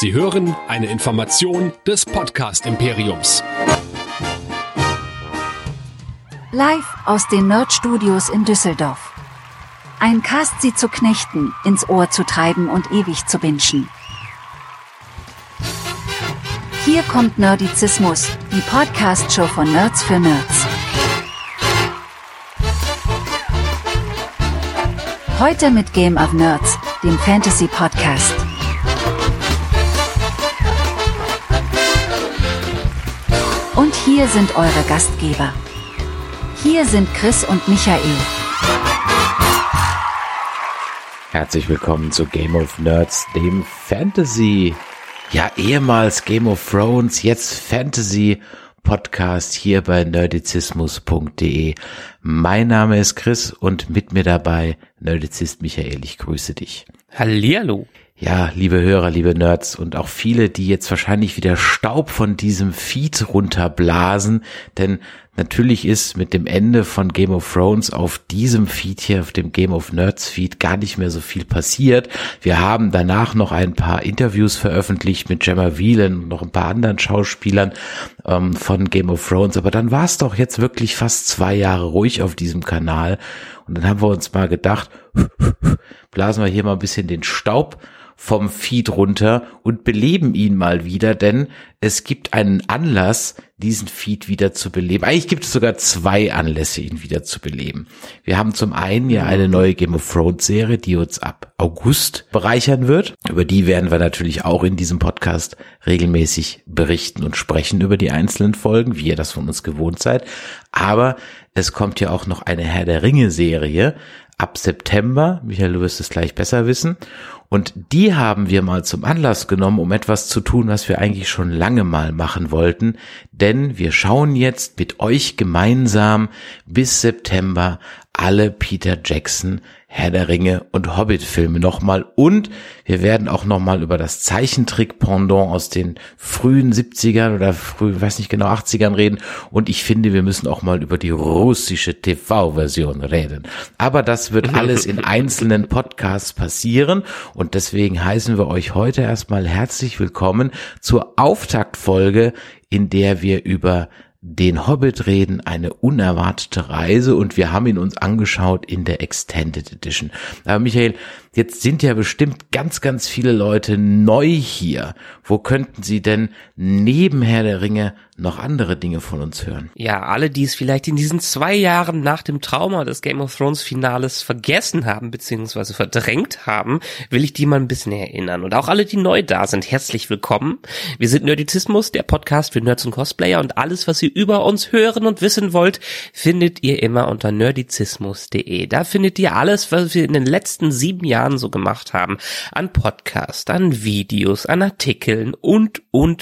Sie hören eine Information des Podcast-Imperiums. Live aus den Nerd-Studios in Düsseldorf. Ein Cast sie zu knechten, ins Ohr zu treiben und ewig zu bingen. Hier kommt Nerdizismus, die Podcast-Show von Nerds für Nerds. Heute mit Game of Nerds, dem Fantasy-Podcast. Und hier sind eure Gastgeber. Hier sind Chris und Michael. Herzlich willkommen zu Game of Nerds, dem Fantasy, ehemals Game of Thrones, jetzt Fantasy Podcast hier bei nerdizismus.de. Mein Name ist Chris und mit mir dabei Nerdizist Michael. Ich grüße dich. Hallihallo. Ja, liebe Hörer, liebe Nerds und auch viele, die jetzt wahrscheinlich wieder Staub von diesem Feed runterblasen, denn natürlich ist mit dem Ende von Game of Thrones auf diesem Feed hier, auf dem Game of Nerds Feed, gar nicht mehr so viel passiert. Wir haben danach noch ein paar Interviews veröffentlicht mit Gemma Whelan und noch ein paar anderen Schauspielern von Game of Thrones, aber dann war es doch jetzt wirklich fast 2 Jahre ruhig auf diesem Kanal und dann haben wir uns mal gedacht, blasen wir hier mal ein bisschen den Staub vom Feed runter und beleben ihn mal wieder, denn es gibt einen Anlass, diesen Feed wieder zu beleben. Eigentlich gibt es sogar 2 Anlässe, ihn wieder zu beleben. Wir haben zum einen ja eine neue Game of Thrones Serie, die uns ab August bereichern wird. Über die werden wir natürlich auch in diesem Podcast regelmäßig berichten und sprechen über die einzelnen Folgen, wie ihr das von uns gewohnt seid. Aber es kommt ja auch noch eine Herr der Ringe Serie ab September. Michael, du wirst es gleich besser wissen. Und die haben wir mal zum Anlass genommen, um etwas zu tun, was wir eigentlich schon lange mal machen wollten. Denn wir schauen jetzt mit euch gemeinsam bis September alle Peter Jackson, Herr der Ringe und Hobbit-Filme nochmal. Und wir werden auch nochmal über das Zeichentrick-Pendant aus den frühen 70ern oder 80ern reden. Und ich finde, wir müssen auch mal über die russische TV-Version reden. Aber das wird alles in einzelnen Podcasts passieren. Und deswegen heißen wir euch heute erstmal herzlich willkommen zur Auftaktfolge, in der wir über den Hobbit reden, eine unerwartete Reise, und wir haben ihn uns angeschaut in der Extended Edition. Aber Michael, jetzt sind ja bestimmt ganz, ganz viele Leute neu hier. Wo könnten sie denn neben Herr der Ringe noch andere Dinge von uns hören? Ja, alle, die es vielleicht in diesen 2 Jahren nach dem Trauma des Game of Thrones Finales vergessen haben, beziehungsweise verdrängt haben, will ich die mal ein bisschen erinnern. Und auch alle, die neu da sind, herzlich willkommen. Wir sind Nerdizismus, der Podcast für Nerds und Cosplayer, und alles, was ihr über uns hören und wissen wollt, findet ihr immer unter nerdizismus.de. Da findet ihr alles, was wir in den letzten 7 Jahren so gemacht haben, an Podcasts, an Videos, an Artikeln und.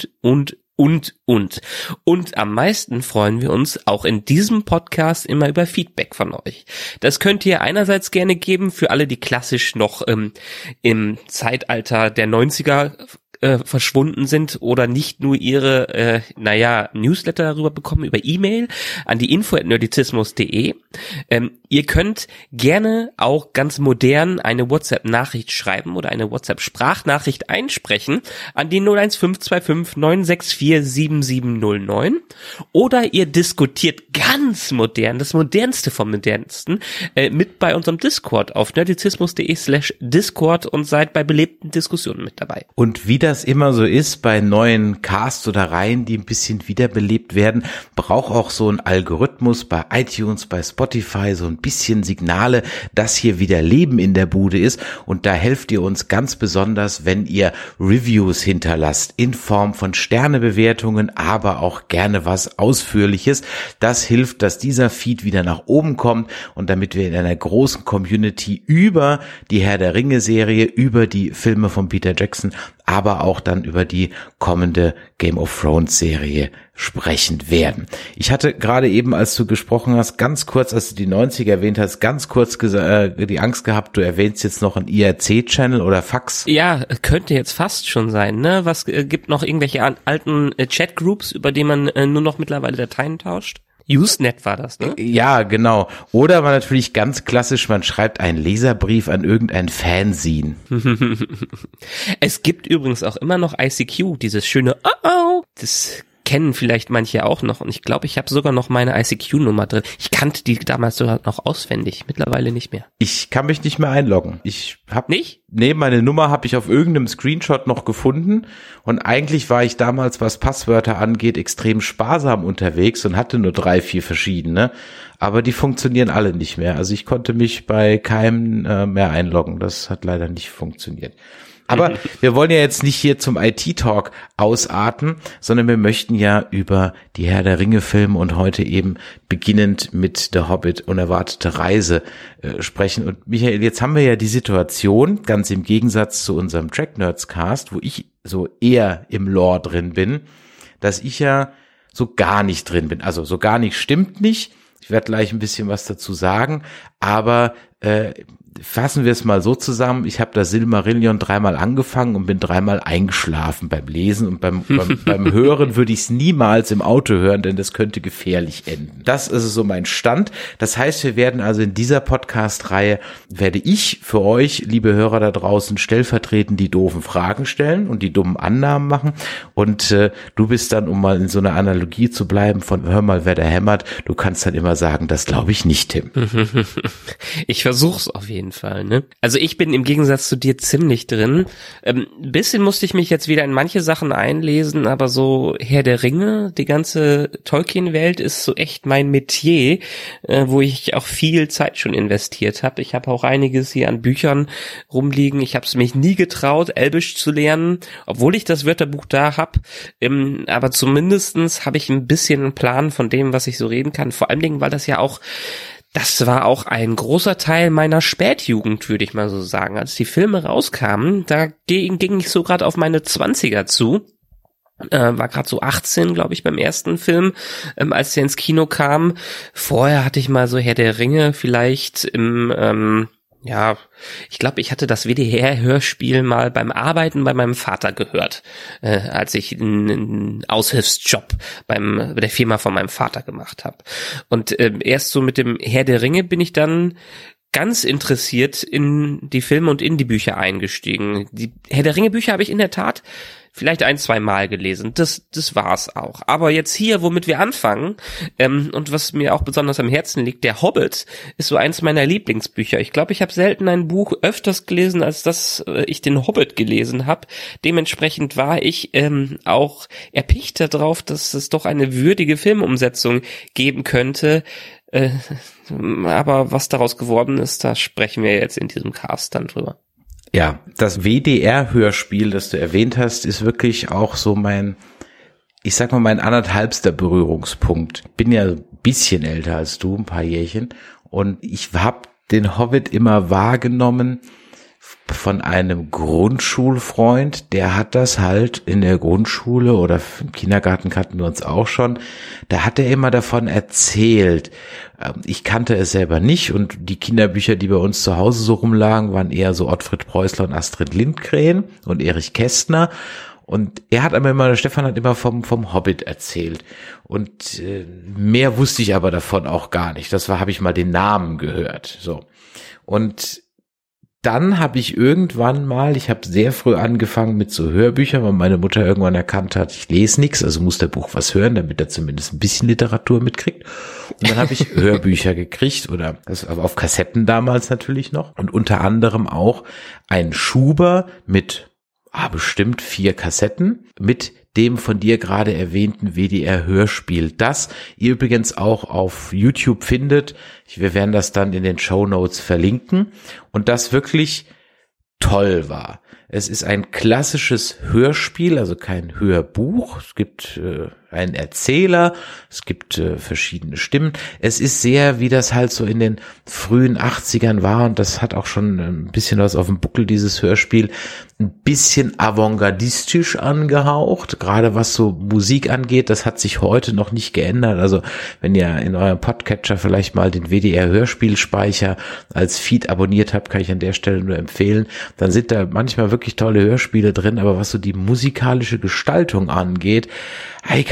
Und am meisten freuen wir uns auch in diesem Podcast immer über Feedback von euch. Das könnt ihr einerseits gerne geben für alle, die klassisch noch im Zeitalter der 90er verschwunden sind oder nicht nur ihre Newsletter darüber bekommen, über E-Mail an die info@nerdizismus.de. Ihr könnt gerne auch ganz modern eine WhatsApp-Nachricht schreiben oder eine WhatsApp-Sprachnachricht einsprechen an die 01525 964 7709, oder ihr diskutiert ganz modern, das modernste vom modernsten, mit bei unserem Discord auf nerdizismus.de/Discord und seid bei belebten Diskussionen mit dabei. Und wie das immer so ist bei neuen Casts oder Reihen, die ein bisschen wiederbelebt werden, braucht auch so ein Algorithmus bei iTunes, bei Spotify so ein bisschen Signale, dass hier wieder Leben in der Bude ist, und da helft ihr uns ganz besonders, wenn ihr Reviews hinterlasst in Form von Sternebewertungen, aber auch gerne was Ausführliches. Das hilft, dass dieser Feed wieder nach oben kommt und damit wir in einer großen Community über die Herr der Ringe Serie, über die Filme von Peter Jackson, aber auch dann über die kommende Game of Thrones Serie sprechen werden. Ich hatte gerade eben, als du gesprochen hast, ganz kurz, als du die 90er erwähnt hast, ganz kurz die Angst gehabt, du erwähnst jetzt noch einen IRC-Channel oder Fax. Ja, könnte jetzt fast schon sein, ne? Was gibt noch irgendwelche alten Chatgroups, über die man nur noch mittlerweile Dateien tauscht? Usenet war das, ne? Ja, genau. Oder man natürlich ganz klassisch, man schreibt einen Leserbrief an irgendein Fanzine. Es gibt übrigens auch immer noch ICQ, dieses schöne das kennen vielleicht manche auch noch und ich glaube, ich habe sogar noch meine ICQ-Nummer drin. Ich kannte die damals sogar noch auswendig, mittlerweile nicht mehr. Ich kann mich nicht mehr einloggen. Nicht? Nee, meine Nummer habe ich auf irgendeinem Screenshot noch gefunden und eigentlich war ich damals, was Passwörter angeht, extrem sparsam unterwegs und hatte nur 3, 4 verschiedene, aber die funktionieren alle nicht mehr. Also ich konnte mich bei keinem mehr einloggen. Das hat leider nicht funktioniert. Aber wir wollen ja jetzt nicht hier zum IT-Talk ausarten, sondern wir möchten ja über die Herr der Ringe-Filme und heute eben beginnend mit The Hobbit, unerwartete Reise sprechen. Und Michael, jetzt haben wir ja die Situation, ganz im Gegensatz zu unserem Track Nerds Cast, wo ich so eher im Lore drin bin, dass ich ja so gar nicht drin bin. Also so gar nicht stimmt nicht. Ich werde gleich ein bisschen was dazu sagen, aber fassen wir es mal so zusammen, ich habe das Silmarillion 3-mal angefangen und bin 3-mal eingeschlafen beim Lesen und beim Hören würde ich es niemals im Auto hören, denn das könnte gefährlich enden. Das ist so mein Stand. Das heißt, wir werden also in dieser Podcast-Reihe, werde ich für euch, liebe Hörer da draußen, stellvertretend die doofen Fragen stellen und die dummen Annahmen machen und du bist dann, um mal in so einer Analogie zu bleiben von hör mal, wer da hämmert, du kannst dann immer sagen, das glaube ich nicht, Tim. Ich versuch's auf jeden Fall, ne? Also ich bin im Gegensatz zu dir ziemlich drin. Ein bisschen musste ich mich jetzt wieder in manche Sachen einlesen, aber so Herr der Ringe, die ganze Tolkien-Welt ist so echt mein Metier, wo ich auch viel Zeit schon investiert habe. Ich habe auch einiges hier an Büchern rumliegen. Ich habe es mich nie getraut, Elbisch zu lernen, obwohl ich das Wörterbuch da habe. Aber zumindestens habe ich ein bisschen einen Plan von dem, was ich so reden kann. Vor allen Dingen, weil das war auch ein großer Teil meiner Spätjugend, würde ich mal so sagen. Als die Filme rauskamen, da ging ich so gerade auf meine 20er zu. War gerade so 18, glaube ich, beim ersten Film, als der ins Kino kam. Vorher hatte ich mal so Herr der Ringe vielleicht im ich glaube, ich hatte das WDR-Hörspiel mal beim Arbeiten bei meinem Vater gehört, als ich einen Aushilfsjob bei der Firma von meinem Vater gemacht habe. Und erst so mit dem Herr der Ringe bin ich dann ganz interessiert in die Filme und in die Bücher eingestiegen. Die Herr der Ringe Bücher habe ich in der Tat vielleicht 1-2 Mal gelesen. Das war's auch. Aber jetzt hier, womit wir anfangen, und was mir auch besonders am Herzen liegt, der Hobbit ist so eins meiner Lieblingsbücher. Ich glaube, ich habe selten ein Buch öfters gelesen, als dass ich den Hobbit gelesen habe. Dementsprechend war ich auch erpicht darauf, dass es doch eine würdige Filmumsetzung geben könnte. Aber was daraus geworden ist, da sprechen wir jetzt in diesem Cast dann drüber. Ja, das WDR-Hörspiel, das du erwähnt hast, ist wirklich auch so mein anderthalbster Berührungspunkt. Bin ja ein bisschen älter als du, ein paar Jährchen. Und ich habe den Hobbit immer wahrgenommen von einem Grundschulfreund, der hat das halt in der Grundschule oder im Kindergarten kannten wir uns auch schon, da hat er immer davon erzählt. Ich kannte es selber nicht und die Kinderbücher, die bei uns zu Hause so rumlagen, waren eher so Ottfried Preußler und Astrid Lindgren und Erich Kästner. Und er hat der Stefan hat immer vom Hobbit erzählt. Und mehr wusste ich aber davon auch gar nicht. Habe ich mal den Namen gehört. So. Und dann habe ich irgendwann mal, ich habe sehr früh angefangen mit so Hörbüchern, weil meine Mutter irgendwann erkannt hat, ich lese nichts, also muss der Buch was hören, damit er zumindest ein bisschen Literatur mitkriegt. Und dann habe ich Hörbücher gekriegt oder das auf Kassetten damals natürlich noch und unter anderem auch ein Schuber mit bestimmt 4 Kassetten mit dem von dir gerade erwähnten WDR-Hörspiel, das ihr übrigens auch auf YouTube findet. Wir werden das dann in den Shownotes verlinken und das wirklich toll war. Es ist ein klassisches Hörspiel, also kein Hörbuch. Es gibt einen Erzähler, es gibt verschiedene Stimmen. Es ist sehr, wie das halt so in den frühen 80ern war und das hat auch schon ein bisschen was auf dem Buckel, dieses Hörspiel, ein bisschen avantgardistisch angehaucht, gerade was so Musik angeht. Das hat sich heute noch nicht geändert. Also wenn ihr in eurem Podcatcher vielleicht mal den WDR-Hörspielspeicher als Feed abonniert habt, kann ich an der Stelle nur empfehlen. Dann sind da manchmal wirklich tolle Hörspiele drin, aber was so die musikalische Gestaltung angeht, Heika,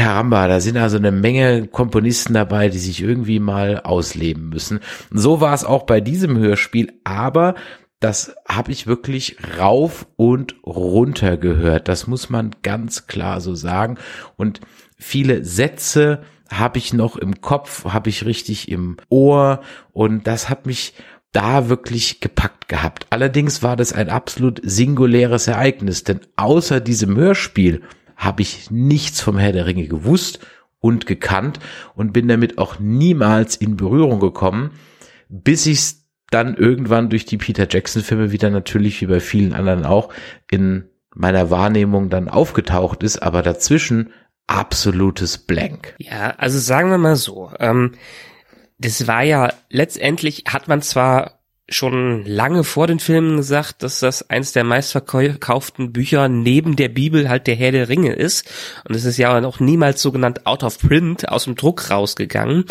Caramba, da sind also eine Menge Komponisten dabei, die sich irgendwie mal ausleben müssen. Und so war es auch bei diesem Hörspiel, aber das habe ich wirklich rauf und runter gehört. Das muss man ganz klar so sagen. Und viele Sätze habe ich noch im Kopf, habe ich richtig im Ohr, und das hat mich da wirklich gepackt gehabt. Allerdings war das ein absolut singuläres Ereignis, denn außer diesem Hörspiel habe ich nichts vom Herr der Ringe gewusst und gekannt und bin damit auch niemals in Berührung gekommen, bis ich es dann irgendwann durch die Peter Jackson-Filme wieder, natürlich wie bei vielen anderen auch, in meiner Wahrnehmung dann aufgetaucht ist, aber dazwischen absolutes Blank. Ja, also sagen wir mal so, das war ja, letztendlich hat man zwar schon lange vor den Filmen gesagt, dass das eins der meistverkauften Bücher neben der Bibel halt der Herr der Ringe ist. Und es ist ja auch niemals so genannt out of print, aus dem Druck rausgegangen.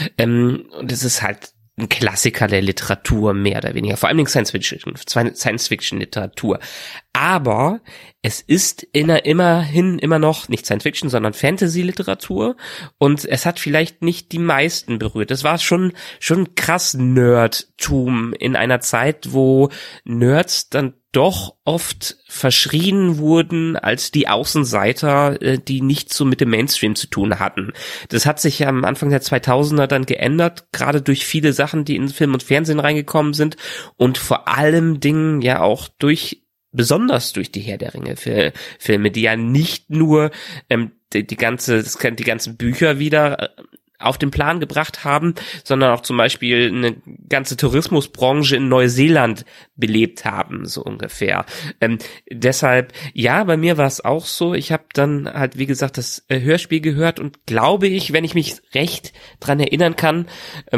Und es ist halt ein Klassiker der Literatur, mehr oder weniger. Vor allem Science-Fiction-Literatur. Aber es ist immerhin immer noch nicht Science-Fiction, sondern Fantasy-Literatur. Und es hat vielleicht nicht die meisten berührt. Das war schon krass Nerdtum in einer Zeit, wo Nerds dann doch oft verschrien wurden als die Außenseiter, die nichts so mit dem Mainstream zu tun hatten. Das hat sich ja am Anfang der 2000er dann geändert, gerade durch viele Sachen, die in Film und Fernsehen reingekommen sind und vor allem Dingen ja auch besonders durch die Herr der Ringe Filme, die ja nicht nur die ganzen Bücher wieder auf den Plan gebracht haben, sondern auch zum Beispiel eine ganze Tourismusbranche in Neuseeland belebt haben, so ungefähr. Deshalb, ja, bei mir war es auch so. Ich habe dann halt, wie gesagt, das Hörspiel gehört und glaube ich, wenn ich mich recht dran erinnern kann,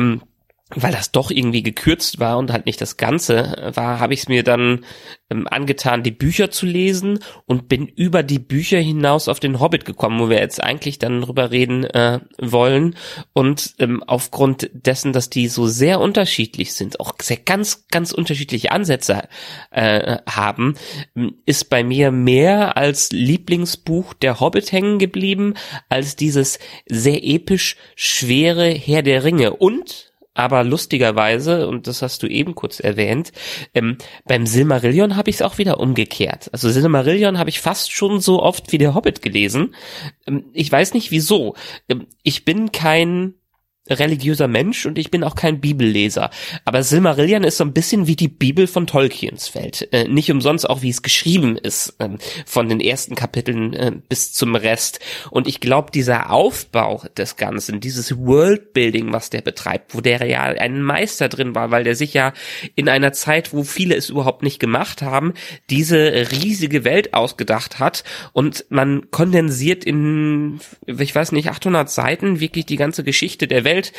weil das doch irgendwie gekürzt war und halt nicht das Ganze war, habe ich es mir dann angetan, die Bücher zu lesen und bin über die Bücher hinaus auf den Hobbit gekommen, wo wir jetzt eigentlich dann drüber reden wollen. Und aufgrund dessen, dass die so sehr unterschiedlich sind, auch sehr ganz, ganz unterschiedliche Ansätze haben, ist bei mir mehr als Lieblingsbuch der Hobbit hängen geblieben, als dieses sehr episch schwere Herr der Ringe. Und aber lustigerweise, und das hast du eben kurz erwähnt, beim Silmarillion habe ich es auch wieder umgekehrt. Also Silmarillion habe ich fast schon so oft wie der Hobbit gelesen. Ich weiß nicht wieso. Ich bin kein religiöser Mensch und ich bin auch kein Bibelleser. Aber Silmarillion ist so ein bisschen wie die Bibel von Tolkiens Welt. Nicht umsonst auch, wie es geschrieben ist, von den ersten Kapiteln bis zum Rest. Und ich glaube, dieser Aufbau des Ganzen, dieses Worldbuilding, was der betreibt, wo der ja ein Meister drin war, weil der sich ja in einer Zeit, wo viele es überhaupt nicht gemacht haben, diese riesige Welt ausgedacht hat und man kondensiert in, ich weiß nicht, 800 Seiten wirklich die ganze Geschichte der Welt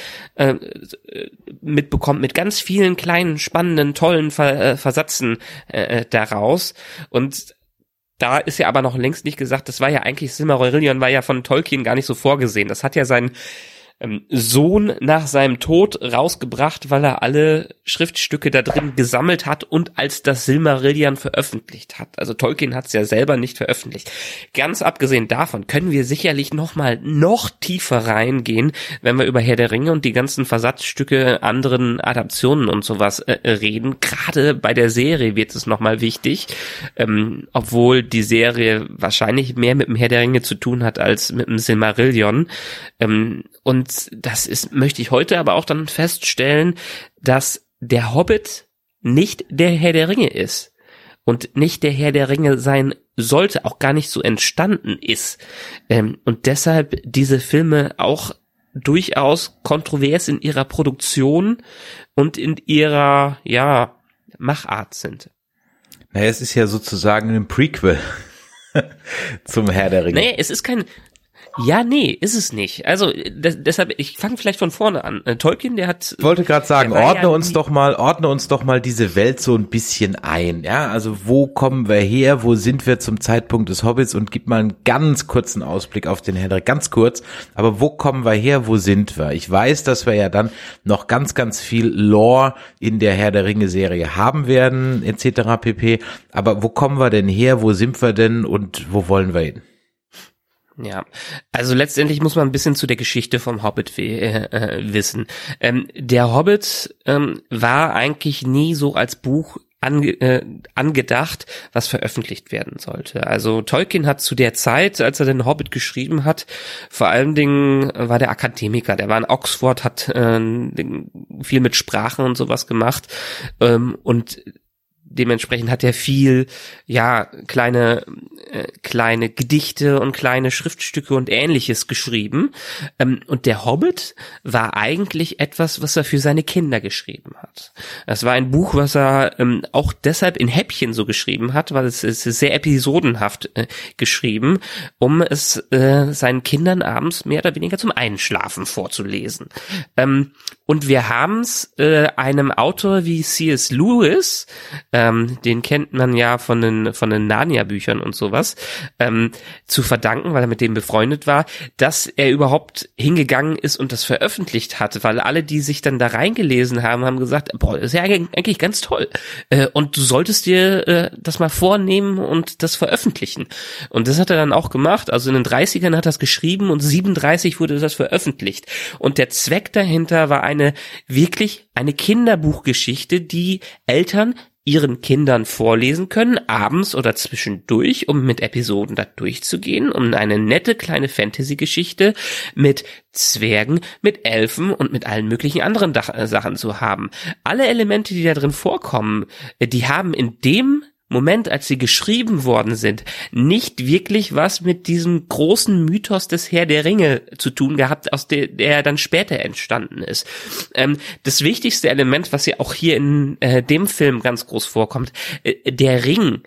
mitbekommt, mit ganz vielen kleinen, spannenden, tollen Versatzen daraus. Und da ist ja aber noch längst nicht gesagt, das war ja eigentlich, Silmarillion war ja von Tolkien gar nicht so vorgesehen. Das hat ja sein Sohn nach seinem Tod rausgebracht, weil er alle Schriftstücke da drin gesammelt hat und als das Silmarillion veröffentlicht hat. Also Tolkien hat es ja selber nicht veröffentlicht. Ganz abgesehen davon können wir sicherlich noch tiefer reingehen, wenn wir über Herr der Ringe und die ganzen Versatzstücke, anderen Adaptionen und sowas reden. Gerade bei der Serie wird es nochmal wichtig, obwohl die Serie wahrscheinlich mehr mit dem Herr der Ringe zu tun hat als mit dem Silmarillion. Und das möchte ich heute aber auch dann feststellen, dass der Hobbit nicht der Herr der Ringe ist und nicht der Herr der Ringe sein sollte, auch gar nicht so entstanden ist. Und deshalb diese Filme auch durchaus kontrovers in ihrer Produktion und in ihrer, Machart sind. Naja, es ist ja sozusagen ein Prequel zum Herr der Ringe. Nee, es ist kein... Ja, nee, ist es nicht. Also deshalb, ich fange vielleicht von vorne an. Tolkien, der hat... Ich wollte gerade sagen, ordne uns doch mal diese Welt so ein bisschen ein. Ja, also wo kommen wir her, wo sind wir zum Zeitpunkt des Hobbits, und gib mal einen ganz kurzen Ausblick auf den Herr der Ringe, ganz kurz. Aber wo kommen wir her, wo sind wir? Ich weiß, dass wir ja dann noch ganz, ganz viel Lore in der Herr der Ringe Serie haben werden, etc. pp. Aber wo kommen wir denn her, wo sind wir denn und wo wollen wir hin? Ja, also letztendlich muss man ein bisschen zu der Geschichte vom Hobbit wissen. Der Hobbit war eigentlich nie so als Buch angedacht, was veröffentlicht werden sollte. Also Tolkien hat zu der Zeit, als er den Hobbit geschrieben hat, vor allen Dingen war der Akademiker, der war in Oxford, hat viel mit Sprachen und sowas gemacht und dementsprechend hat er viel, kleine Gedichte und kleine Schriftstücke und Ähnliches geschrieben. Und der Hobbit war eigentlich etwas, was er für seine Kinder geschrieben hat. Es war ein Buch, was er auch deshalb in Häppchen so geschrieben hat, weil es ist sehr episodenhaft geschrieben, um es seinen Kindern abends mehr oder weniger zum Einschlafen vorzulesen. Und wir haben es einem Autor wie C.S. Lewis, den kennt man ja von den Narnia-Büchern und sowas, zu verdanken, weil er mit dem befreundet war, dass er überhaupt hingegangen ist und das veröffentlicht hat, weil alle, die sich dann da reingelesen haben, haben gesagt, boah, das ist ja eigentlich ganz toll und du solltest dir das mal vornehmen und das veröffentlichen. Und das hat er dann auch gemacht, also in den 30ern hat er es geschrieben und 37 wurde das veröffentlicht. Und der Zweck dahinter war eine Kinderbuchgeschichte, die Eltern ihren Kindern vorlesen können, abends oder zwischendurch, um mit Episoden da durchzugehen, um eine nette kleine Fantasy-Geschichte mit Zwergen, mit Elfen und mit allen möglichen anderen Sachen zu haben. Alle Elemente, die da drin vorkommen, die haben in dem Moment, als sie geschrieben worden sind, nicht wirklich was mit diesem großen Mythos des Herr der Ringe zu tun gehabt, aus der dann später entstanden ist. Das wichtigste Element, was ja auch hier in dem Film ganz groß vorkommt, der Ring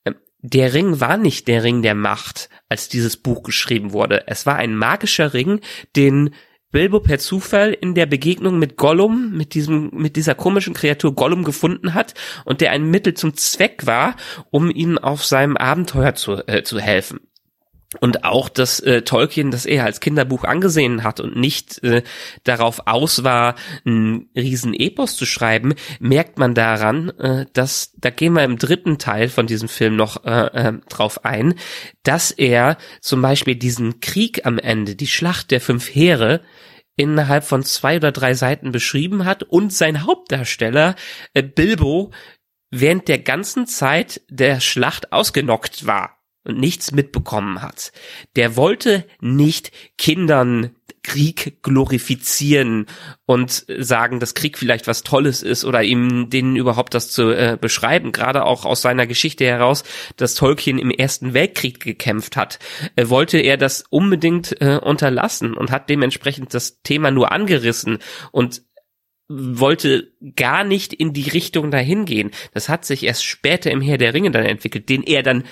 war nicht der Ring der Macht, als dieses Buch geschrieben wurde. Es war ein magischer Ring, den Bilbo per Zufall in der Begegnung mit Gollum, mit dieser komischen Kreatur Gollum gefunden hat und der ein Mittel zum Zweck war, um ihm auf seinem Abenteuer zu helfen. Und auch, dass Tolkien das eher als Kinderbuch angesehen hat und nicht darauf aus war, einen riesen Epos zu schreiben, merkt man daran, dass, da gehen wir im 3. Teil von diesem Film noch drauf ein, dass er zum Beispiel diesen Krieg am Ende, die Schlacht der 5 Heere, innerhalb von 2 oder 3 Seiten beschrieben hat und sein Hauptdarsteller Bilbo während der ganzen Zeit der Schlacht ausgenockt war und nichts mitbekommen hat. Der wollte nicht Kindern Krieg glorifizieren und sagen, dass Krieg vielleicht was Tolles ist oder denen überhaupt das zu beschreiben. Gerade auch aus seiner Geschichte heraus, dass Tolkien im Ersten Weltkrieg gekämpft hat, wollte er das unbedingt unterlassen und hat dementsprechend das Thema nur angerissen und wollte gar nicht in die Richtung dahin gehen. Das hat sich erst später im Herr der Ringe dann entwickelt, den er dann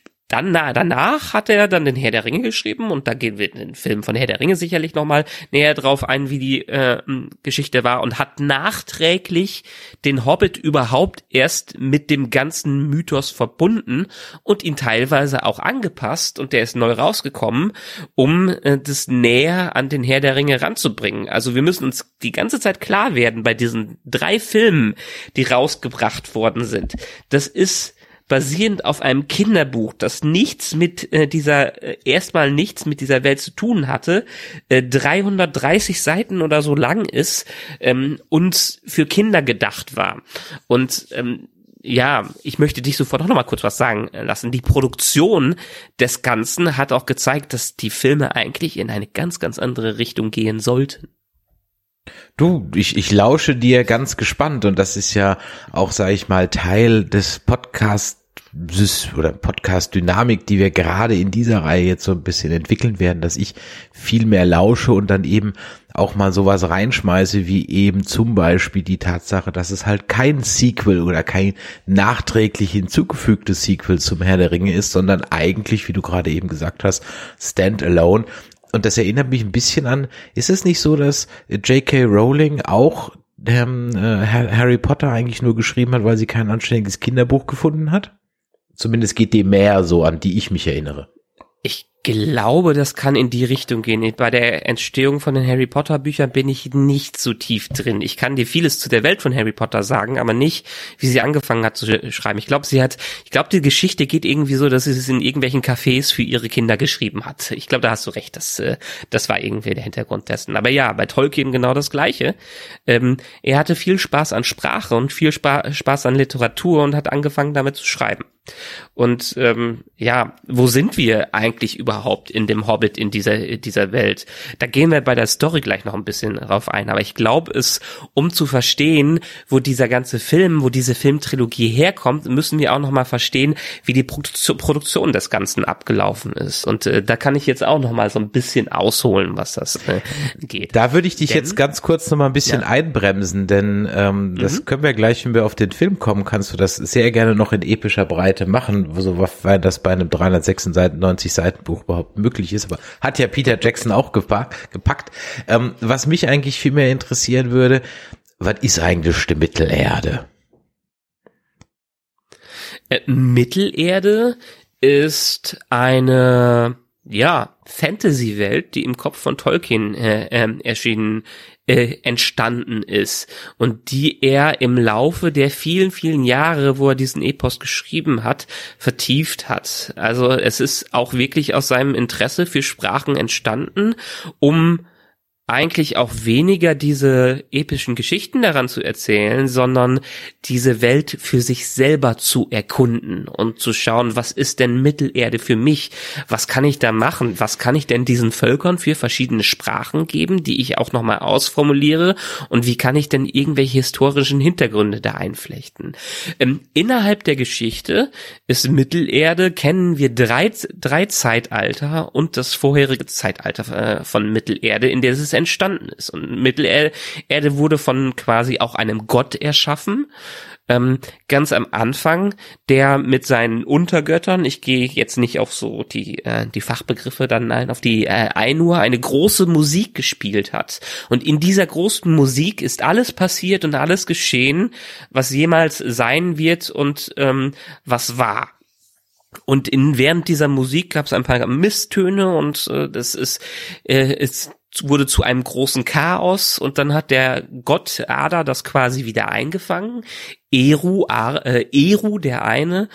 danach hat er dann den Herr der Ringe geschrieben und da gehen wir in den Film von Herr der Ringe sicherlich nochmal näher drauf ein, wie die Geschichte war und hat nachträglich den Hobbit überhaupt erst mit dem ganzen Mythos verbunden und ihn teilweise auch angepasst und der ist neu rausgekommen, um das näher an den Herr der Ringe ranzubringen. Also wir müssen uns die ganze Zeit klar werden bei diesen 3 Filmen, die rausgebracht worden sind. Das ist basierend auf einem Kinderbuch, das erstmal nichts mit dieser Welt zu tun hatte, 330 Seiten oder so lang ist und für Kinder gedacht war. Und ich möchte dich sofort auch noch mal kurz was sagen lassen. Die Produktion des Ganzen hat auch gezeigt, dass die Filme eigentlich in eine ganz, ganz andere Richtung gehen sollten. Du, ich lausche dir ganz gespannt und das ist ja auch, sage ich mal, Teil des Podcast-Dynamik, die wir gerade in dieser Reihe jetzt so ein bisschen entwickeln werden, dass ich viel mehr lausche und dann eben auch mal sowas reinschmeiße, wie eben zum Beispiel die Tatsache, dass es halt kein Sequel oder kein nachträglich hinzugefügtes Sequel zum Herr der Ringe ist, sondern eigentlich, wie du gerade eben gesagt hast, Standalone. Und das erinnert mich ein bisschen an, ist es nicht so, dass J.K. Rowling auch Harry Potter eigentlich nur geschrieben hat, weil sie kein anständiges Kinderbuch gefunden hat? Zumindest geht dem mehr so, an die ich mich erinnere. Ich glaube, das kann in die Richtung gehen. Bei der Entstehung von den Harry Potter Büchern bin ich nicht so tief drin. Ich kann dir vieles zu der Welt von Harry Potter sagen, aber nicht, wie sie angefangen hat zu schreiben. Ich glaube, die Geschichte geht irgendwie so, dass sie es in irgendwelchen Cafés für ihre Kinder geschrieben hat. Ich glaube, da hast du recht. Das war irgendwie der Hintergrund dessen. Aber ja, bei Tolkien genau das Gleiche. Er hatte viel Spaß an Sprache und viel Spaß an Literatur und hat angefangen, damit zu schreiben. Und wo sind wir eigentlich überhaupt in dem Hobbit, in dieser Welt? Da gehen wir bei der Story gleich noch ein bisschen drauf ein, aber ich glaube, um zu verstehen, wo diese Filmtrilogie herkommt, müssen wir auch noch mal verstehen, wie die Produktion des Ganzen abgelaufen ist. Und da kann ich jetzt auch noch mal so ein bisschen ausholen, was das geht. Da würde ich dich jetzt ganz kurz noch mal ein bisschen einbremsen, denn das können wir gleich, wenn wir auf den Film kommen, kannst du das sehr gerne noch in epischer Breite machen, so weil das bei einem 396 Seiten Buch überhaupt möglich ist, aber hat ja Peter Jackson auch gepackt. Was mich eigentlich viel mehr interessieren würde, was ist eigentlich die Mittelerde? Mittelerde ist eine Fantasy-Welt, die im Kopf von Tolkien entstanden ist und die er im Laufe der vielen, vielen Jahre, wo er diesen Epos geschrieben hat, vertieft hat. Also es ist auch wirklich aus seinem Interesse für Sprachen entstanden, um eigentlich auch weniger diese epischen Geschichten daran zu erzählen, sondern diese Welt für sich selber zu erkunden und zu schauen, was ist denn Mittelerde für mich? Was kann ich da machen? Was kann ich denn diesen Völkern für verschiedene Sprachen geben, die ich auch nochmal ausformuliere? Und wie kann ich denn irgendwelche historischen Hintergründe da einflechten? Innerhalb der Geschichte ist Mittelerde, kennen wir drei Zeitalter und das vorherige Zeitalter von Mittelerde, in der es entstanden ist. Und Mittelerde wurde von quasi auch einem Gott erschaffen, ganz am Anfang, der mit seinen Untergöttern, ich gehe jetzt nicht auf so die Fachbegriffe, dann nein, auf die Ainur, eine große Musik gespielt hat. Und in dieser großen Musik ist alles passiert und alles geschehen, was jemals sein wird und was war. Und während dieser Musik gab es ein paar Misstöne und es wurde zu einem großen Chaos und dann hat der Gott Ada das quasi wieder eingefangen. Eru, der eine,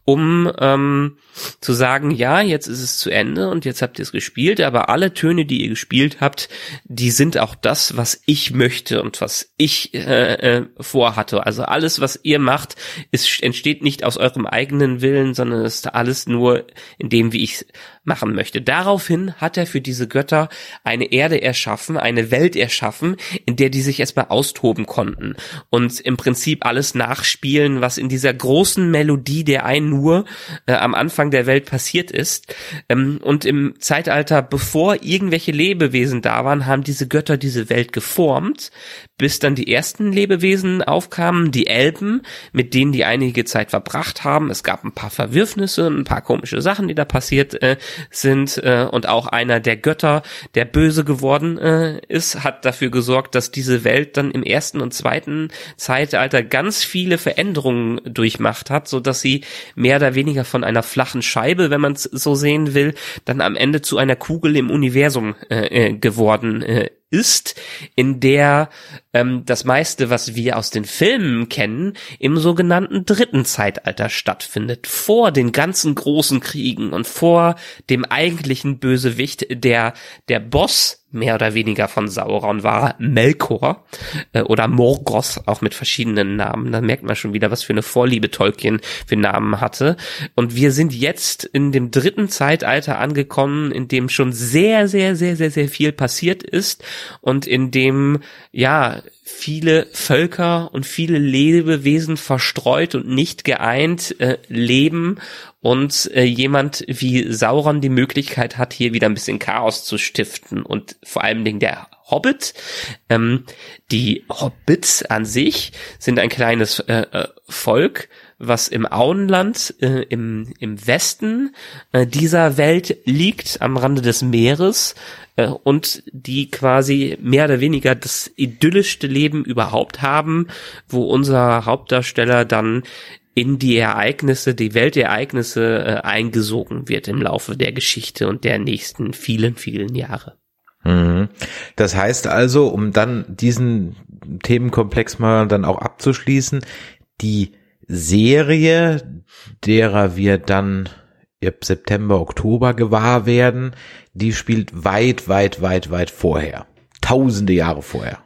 um zu sagen, ja, jetzt ist es zu Ende und jetzt habt ihr es gespielt, aber alle Töne, die ihr gespielt habt, die sind auch das, was ich möchte und was ich vorhatte. Also alles, was ihr macht, entsteht nicht aus eurem eigenen Willen, sondern ist alles nur in dem, wie ich es machen möchte. Daraufhin hat er für diese Götter eine Erde erschaffen, eine Welt erschaffen, in der die sich erstmal austoben konnten und im Prinzip alles nachspielen, was in dieser großen Melodie der Ainur am Anfang der Welt passiert ist. Und im Zeitalter, bevor irgendwelche Lebewesen da waren, haben diese Götter diese Welt geformt, bis dann die ersten Lebewesen aufkamen, die Elben, mit denen die einige Zeit verbracht haben. Es gab ein paar Verwürfnisse, ein paar komische Sachen, die da passiert sind. Und auch einer der Götter, der böse geworden ist, hat dafür gesorgt, dass diese Welt dann im ersten und zweiten Zeitalter ganz viele Veränderungen durchmacht hat, so dass sie mehr oder weniger von einer flachen Scheibe, wenn man es so sehen will, dann am Ende zu einer Kugel im Universum geworden ist, in der das meiste, was wir aus den Filmen kennen, im sogenannten dritten Zeitalter stattfindet, vor den ganzen großen Kriegen und vor dem eigentlichen Bösewicht, der Boss mehr oder weniger von Sauron war, Melkor oder Morgoth, auch mit verschiedenen Namen. Da merkt man schon wieder, was für eine Vorliebe Tolkien für Namen hatte. Und wir sind jetzt in dem dritten Zeitalter angekommen, in dem schon sehr, sehr, sehr, sehr, sehr viel passiert ist und in dem, viele Völker und viele Lebewesen verstreut und nicht geeint leben und jemand wie Sauron die Möglichkeit hat, hier wieder ein bisschen Chaos zu stiften und vor allen Dingen der Hobbit. Die Hobbits an sich sind ein kleines Volk, was im Auenland im Westen dieser Welt liegt, am Rande des Meeres, und die quasi mehr oder weniger das idyllischste Leben überhaupt haben, wo unser Hauptdarsteller dann in die Weltereignisse eingesogen wird im Laufe der Geschichte und der nächsten vielen, vielen Jahre. Das heißt also, um dann diesen Themenkomplex mal dann auch abzuschließen, die Serie, derer wir dann ab September, Oktober gewahr werden, die spielt weit vorher. Tausende Jahre vorher.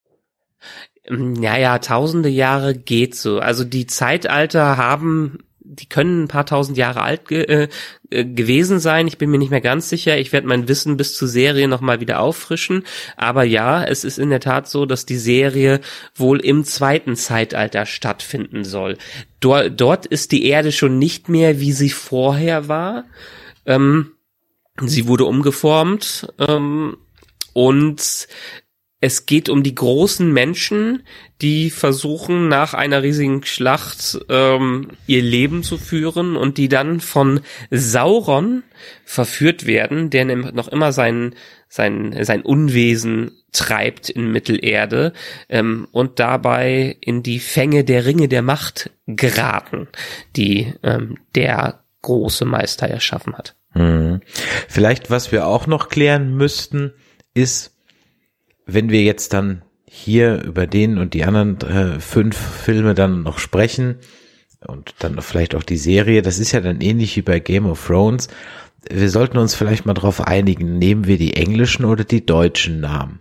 Naja, tausende Jahre geht so. Also die Zeitalter die können ein paar tausend Jahre alt gewesen sein. Ich bin mir nicht mehr ganz sicher. Ich werde mein Wissen bis zur Serie nochmal wieder auffrischen. Aber ja, es ist in der Tat so, dass die Serie wohl im zweiten Zeitalter stattfinden soll. Dort ist die Erde schon nicht mehr, wie sie vorher war. Sie wurde umgeformt und es geht um die großen Menschen, die versuchen, nach einer riesigen Schlacht ihr Leben zu führen und die dann von Sauron verführt werden, der noch immer sein Unwesen treibt in Mittelerde und dabei in die Fänge der Ringe der Macht geraten, die der große Meister erschaffen hat. Vielleicht, was wir auch noch klären müssten, ist, wenn wir jetzt dann hier über den und die anderen 5 Filme dann noch sprechen und dann vielleicht auch die Serie, das ist ja dann ähnlich wie bei Game of Thrones. Wir sollten uns vielleicht mal darauf einigen, nehmen wir die englischen oder die deutschen Namen?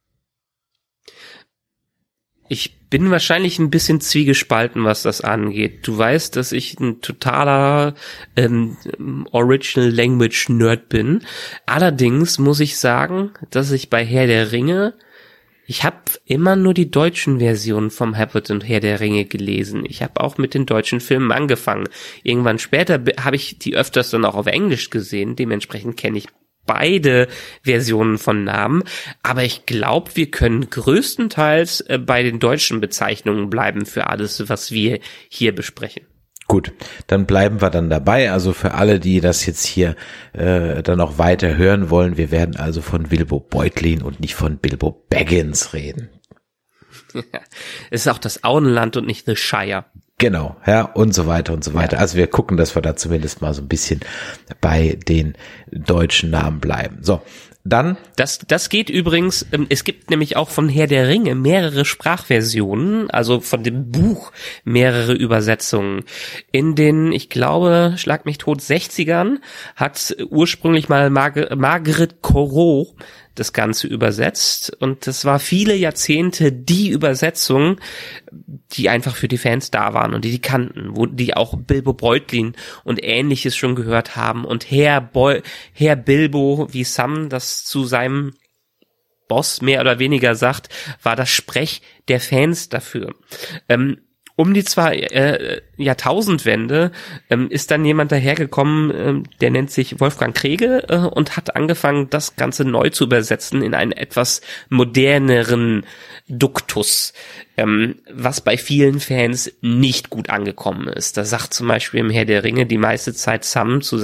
Ich bin wahrscheinlich ein bisschen zwiegespalten, was das angeht. Du weißt, dass ich ein totaler Original Language Nerd bin. Allerdings muss ich sagen, dass ich bei Herr der Ringe, ich habe immer nur die deutschen Versionen vom Hobbit und Herr der Ringe gelesen. Ich habe auch mit den deutschen Filmen angefangen. Irgendwann später habe ich die öfters dann auch auf Englisch gesehen. Dementsprechend kenne ich beide Versionen von Namen, aber ich glaube, wir können größtenteils bei den deutschen Bezeichnungen bleiben für alles, was wir hier besprechen. Gut, dann bleiben wir dann dabei. Also für alle, die das jetzt hier dann auch weiter hören wollen, wir werden also von Bilbo Beutlin und nicht von Bilbo Baggins reden. Es ist auch das Auenland und nicht The Shire. Genau, ja, und so weiter und so weiter. Also wir gucken, dass wir da zumindest mal so ein bisschen bei den deutschen Namen bleiben. So, dann. Das geht übrigens, es gibt nämlich auch von Herr der Ringe mehrere Sprachversionen, also von dem Buch mehrere Übersetzungen. In den, ich glaube, schlag mich tot, 60ern hat ursprünglich mal Margaret Corot das Ganze übersetzt und das war viele Jahrzehnte die Übersetzung, die einfach für die Fans da waren und die kannten, wo die auch Bilbo Beutlin und Ähnliches schon gehört haben und Herr Bilbo, wie Sam das zu seinem Boss mehr oder weniger sagt, war das Sprech der Fans dafür. Um die Jahrtausendwende ist dann jemand dahergekommen, der nennt sich Wolfgang Krege und hat angefangen, das Ganze neu zu übersetzen in einen etwas moderneren Duktus, was bei vielen Fans nicht gut angekommen ist. Da sagt zum Beispiel im Herr der Ringe die meiste Zeit Sam zu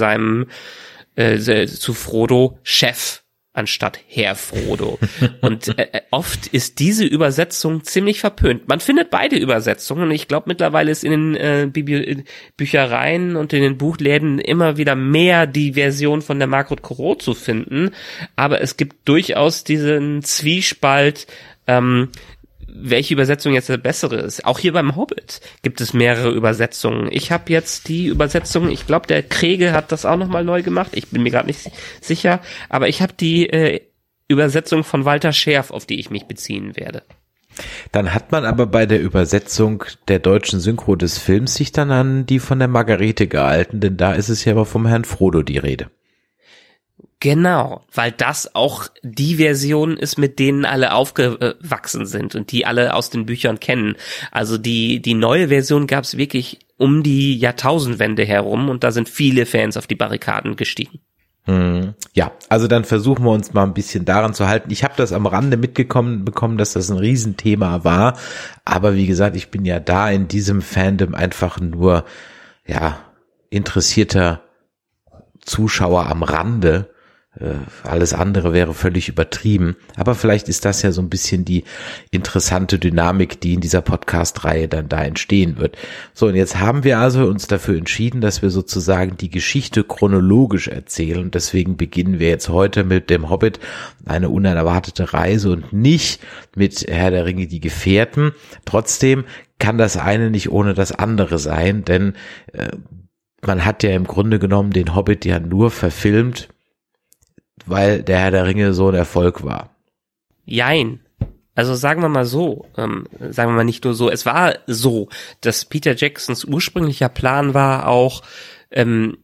Frodo Chef anstatt Herr Frodo. Und oft ist diese Übersetzung ziemlich verpönt. Man findet beide Übersetzungen. Ich glaube, mittlerweile ist in den Büchereien und in den Buchläden immer wieder mehr die Version von der Margaret Corot zu finden. Aber es gibt durchaus diesen Zwiespalt, welche Übersetzung jetzt der bessere ist. Auch hier beim Hobbit gibt es mehrere Übersetzungen. Ich habe jetzt die Übersetzung, ich glaube, der Krege hat das auch nochmal neu gemacht. Ich bin mir gerade nicht sicher. Aber ich habe die Übersetzung von Walter Scherf, auf die ich mich beziehen werde. Dann hat man aber bei der Übersetzung der deutschen Synchro des Films sich dann an die von der Margarete gehalten, denn da ist es ja aber vom Herrn Frodo die Rede. Genau, weil das auch die Version ist, mit denen alle aufgewachsen sind und die alle aus den Büchern kennen. Also die neue Version gab es wirklich um die Jahrtausendwende herum und da sind viele Fans auf die Barrikaden gestiegen. Ja, also dann versuchen wir uns mal ein bisschen daran zu halten. Ich habe das am Rande bekommen, dass das ein Riesenthema war, aber wie gesagt, ich bin ja da in diesem Fandom einfach nur interessierter Zuschauer am Rande. Alles andere wäre völlig übertrieben. Aber vielleicht ist das ja so ein bisschen die interessante Dynamik, die in dieser Podcast-Reihe dann da entstehen wird. So, und jetzt haben wir also uns dafür entschieden, dass wir sozusagen die Geschichte chronologisch erzählen. Und deswegen beginnen wir jetzt heute mit dem Hobbit, eine unerwartete Reise, und nicht mit Herr der Ringe, die Gefährten. Trotzdem kann das eine nicht ohne das andere sein, denn man hat ja im Grunde genommen den Hobbit ja nur verfilmt, weil der Herr der Ringe so ein Erfolg war. Jein. Also sagen wir mal so, sagen wir mal nicht nur so, es war so, dass Peter Jacksons ursprünglicher Plan war auch, den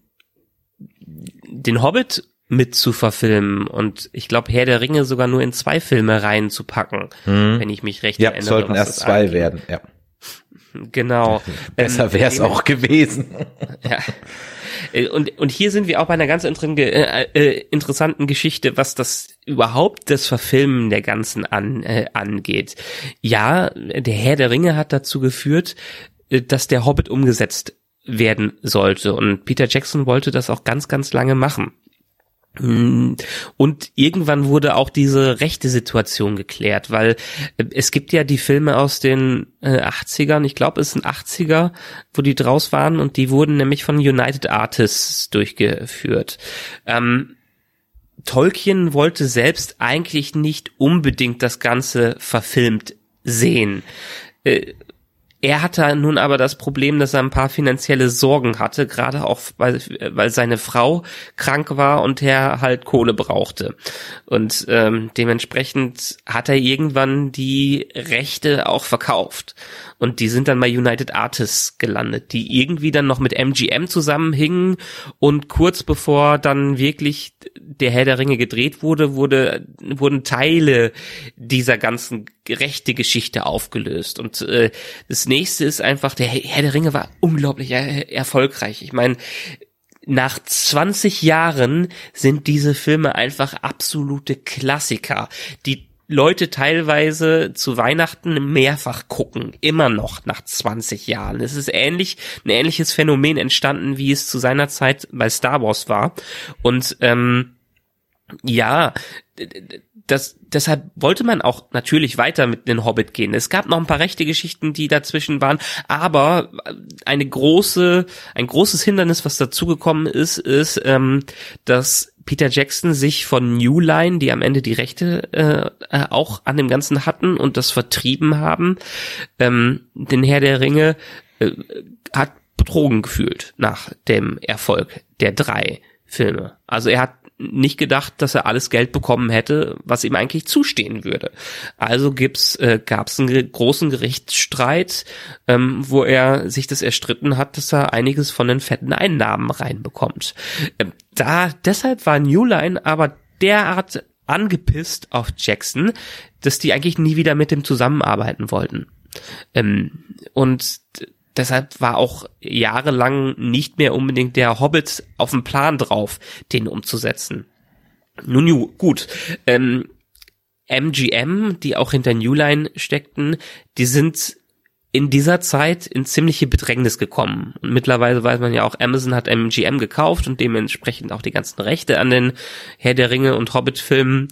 Hobbit mit zu verfilmen und ich glaube Herr der Ringe sogar nur in 2 Filme reinzupacken, wenn ich mich recht erinnere. Ja, sollten erst 2 werden, ja. Genau. Besser wäre es auch gewesen. Ja. Und hier sind wir auch bei einer ganz interessanten Geschichte, was das Verfilmen der Ganzen angeht. Ja, der Herr der Ringe hat dazu geführt, dass der Hobbit umgesetzt werden sollte. Und Peter Jackson wollte das auch ganz, ganz lange machen. Und irgendwann wurde auch diese rechte Situation geklärt, weil es gibt ja die Filme aus den 80ern, ich glaube es sind 80er, wo die draus waren, und die wurden nämlich von United Artists durchgeführt. Tolkien wollte selbst eigentlich nicht unbedingt das Ganze verfilmt sehen. Er hatte nun aber das Problem, dass er ein paar finanzielle Sorgen hatte, gerade auch, weil seine Frau krank war und er halt Kohle brauchte. Und dementsprechend hat er irgendwann die Rechte auch verkauft. Und die sind dann bei United Artists gelandet, die irgendwie dann noch mit MGM zusammenhingen, und kurz bevor dann wirklich der Herr der Ringe gedreht wurde, wurden Teile dieser ganzen rechte Geschichte aufgelöst. Und das nächste ist einfach, der Herr der Ringe war unglaublich erfolgreich. Ich meine, nach 20 Jahren sind diese Filme einfach absolute Klassiker, die Leute teilweise zu Weihnachten mehrfach gucken, immer noch nach 20 Jahren. Es ist ein ähnliches Phänomen entstanden, wie es zu seiner Zeit bei Star Wars war. Und deshalb wollte man auch natürlich weiter mit den Hobbit gehen. Es gab noch ein paar rechte Geschichten, die dazwischen waren, aber ein großes Hindernis, was dazugekommen ist, dass Peter Jackson sich von New Line, die am Ende die Rechte auch an dem Ganzen hatten und das vertrieben haben, den Herr der Ringe hat betrogen gefühlt nach dem Erfolg der 3 Filme. Also er hat nicht gedacht, dass er alles Geld bekommen hätte, was ihm eigentlich zustehen würde. Also gab's einen großen Gerichtsstreit, wo er sich das erstritten hat, dass er einiges von den fetten Einnahmen reinbekommt. Deshalb war New Line aber derart angepisst auf Jackson, dass die eigentlich nie wieder mit ihm zusammenarbeiten wollten. Und deshalb war auch jahrelang nicht mehr unbedingt der Hobbit auf dem Plan drauf, den umzusetzen. Nun gut, MGM, die auch hinter New Line steckten, die sind in dieser Zeit in ziemliche Bedrängnis gekommen. Und mittlerweile weiß man ja auch, Amazon hat MGM gekauft und dementsprechend auch die ganzen Rechte an den Herr der Ringe und Hobbit-Filmen.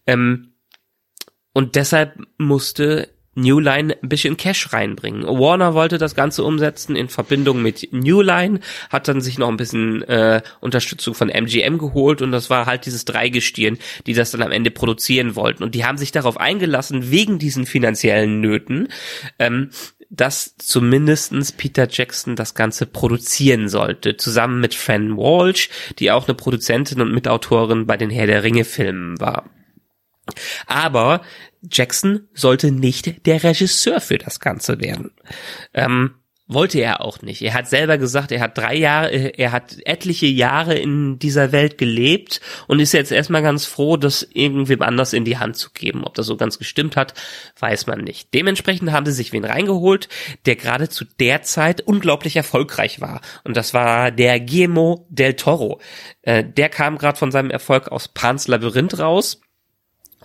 Und deshalb musste New Line ein bisschen Cash reinbringen. Warner wollte das Ganze umsetzen in Verbindung mit New Line, hat dann sich noch ein bisschen Unterstützung von MGM geholt, und das war halt dieses Dreigestirn, die das dann am Ende produzieren wollten. Und die haben sich darauf eingelassen, wegen diesen finanziellen Nöten, dass zumindestens Peter Jackson das Ganze produzieren sollte, zusammen mit Fran Walsh, die auch eine Produzentin und Mitautorin bei den Herr der Ringe Filmen war. Aber Jackson sollte nicht der Regisseur für das Ganze werden. Wollte er auch nicht. Er hat selber gesagt, er hat etliche Jahre in dieser Welt gelebt und ist jetzt erstmal ganz froh, das irgendwem anders in die Hand zu geben. Ob das so ganz gestimmt hat, weiß man nicht. Dementsprechend haben sie sich wen reingeholt, der gerade zu der Zeit unglaublich erfolgreich war. Und das war der Guillermo del Toro. Der kam gerade von seinem Erfolg aus Pans Labyrinth raus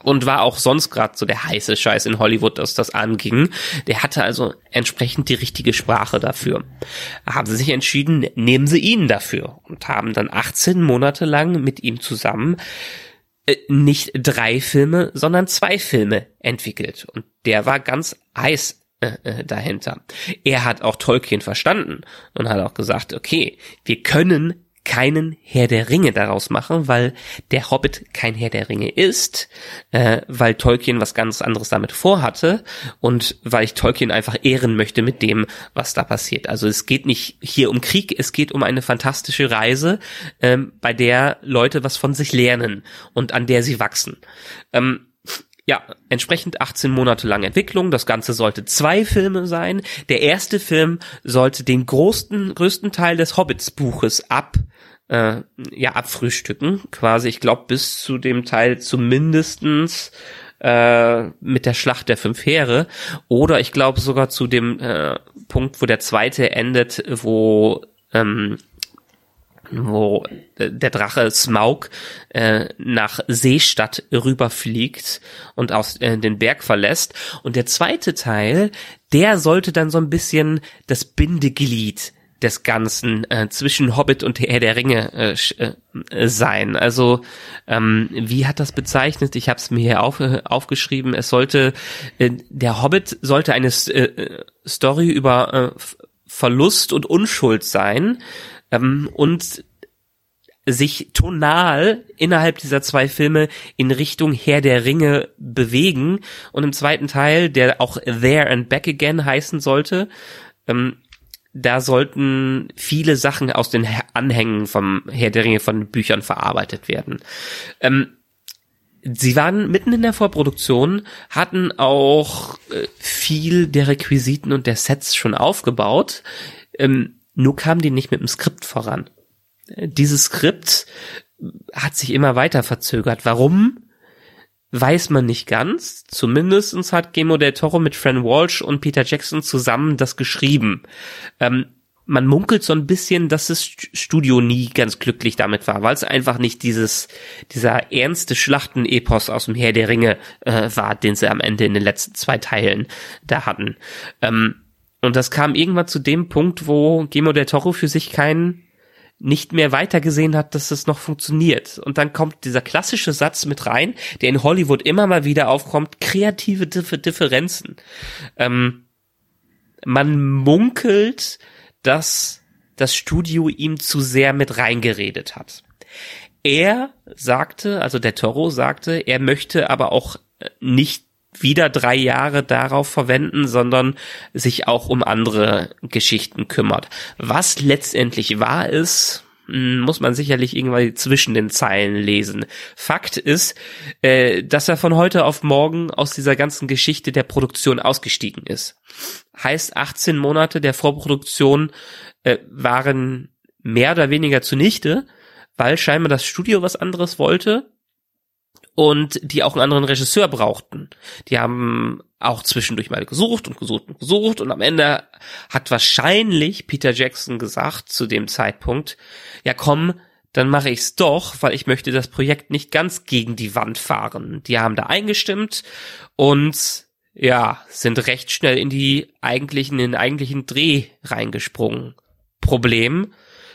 und war auch sonst gerade so der heiße Scheiß in Hollywood, dass das anging. Der hatte also entsprechend die richtige Sprache dafür. Haben sie sich entschieden, nehmen sie ihn dafür und haben dann 18 Monate lang mit ihm zusammen nicht 3 Filme, sondern 2 Filme entwickelt. Und der war ganz heiß dahinter. Er hat auch Tolkien verstanden und hat auch gesagt, okay, wir können keinen Herr der Ringe daraus machen, weil der Hobbit kein Herr der Ringe ist, weil Tolkien was ganz anderes damit vorhatte und weil ich Tolkien einfach ehren möchte mit dem, was da passiert. Also es geht nicht hier um Krieg, es geht um eine fantastische Reise, bei der Leute was von sich lernen und an der sie wachsen. Ja, entsprechend 18 Monate lang Entwicklung. Das Ganze sollte 2 Filme sein. Der erste Film sollte den größten Teil des Hobbits-Buches abfrühstücken. Quasi, ich glaube, bis zu dem Teil zumindestens mit der Schlacht der 5 Heere. Oder ich glaube sogar zu dem Punkt, wo der zweite endet, wo der Drache Smaug nach Seestadt rüberfliegt und aus den Berg verlässt. Und der zweite Teil, der sollte dann so ein bisschen das Bindeglied des Ganzen zwischen Hobbit und Herr der Ringe sein. Also wie hat das bezeichnet? Ich habe es mir hier aufgeschrieben. Es sollte der Hobbit sollte eine Story über Verlust und Unschuld sein. Und sich tonal innerhalb dieser 2 Filme in Richtung Herr der Ringe bewegen. Und im zweiten Teil, der auch There and Back Again heißen sollte, da sollten viele Sachen aus den Anhängen vom Herr der Ringe von Büchern verarbeitet werden. Sie waren mitten in der Vorproduktion, hatten auch viel der Requisiten und der Sets schon aufgebaut, nur kamen die nicht mit dem Skript voran. Dieses Skript hat sich immer weiter verzögert. Warum? Weiß man nicht ganz. Zumindest hat Guillermo del Toro mit Fran Walsh und Peter Jackson zusammen das geschrieben. Man munkelt so ein bisschen, dass das Studio nie ganz glücklich damit war, weil es einfach nicht dieser ernste Schlachtenepos aus dem Herr der Ringe war, den sie am Ende in den letzten 2 Teilen da hatten. Und das kam irgendwann zu dem Punkt, wo Guillermo del Toro für sich nicht mehr weitergesehen hat, dass das noch funktioniert. Und dann kommt dieser klassische Satz mit rein, der in Hollywood immer mal wieder aufkommt, kreative Differenzen. Man munkelt, dass das Studio ihm zu sehr mit reingeredet hat. Er sagte, also der Toro sagte, er möchte aber auch nicht wieder 3 Jahre darauf verwenden, sondern sich auch um andere Geschichten kümmert. Was letztendlich wahr ist, muss man sicherlich irgendwann zwischen den Zeilen lesen. Fakt ist, dass er von heute auf morgen aus dieser ganzen Geschichte der Produktion ausgestiegen ist. Heißt, 18 Monate der Vorproduktion waren mehr oder weniger zunichte, weil scheinbar das Studio was anderes wollte und die auch einen anderen Regisseur brauchten. Die haben auch zwischendurch mal gesucht und am Ende hat wahrscheinlich Peter Jackson gesagt zu dem Zeitpunkt, ja komm, dann mache ich's doch, weil ich möchte das Projekt nicht ganz gegen die Wand fahren. Die haben da eingestimmt und ja, sind recht schnell in den eigentlichen Dreh reingesprungen. Problem,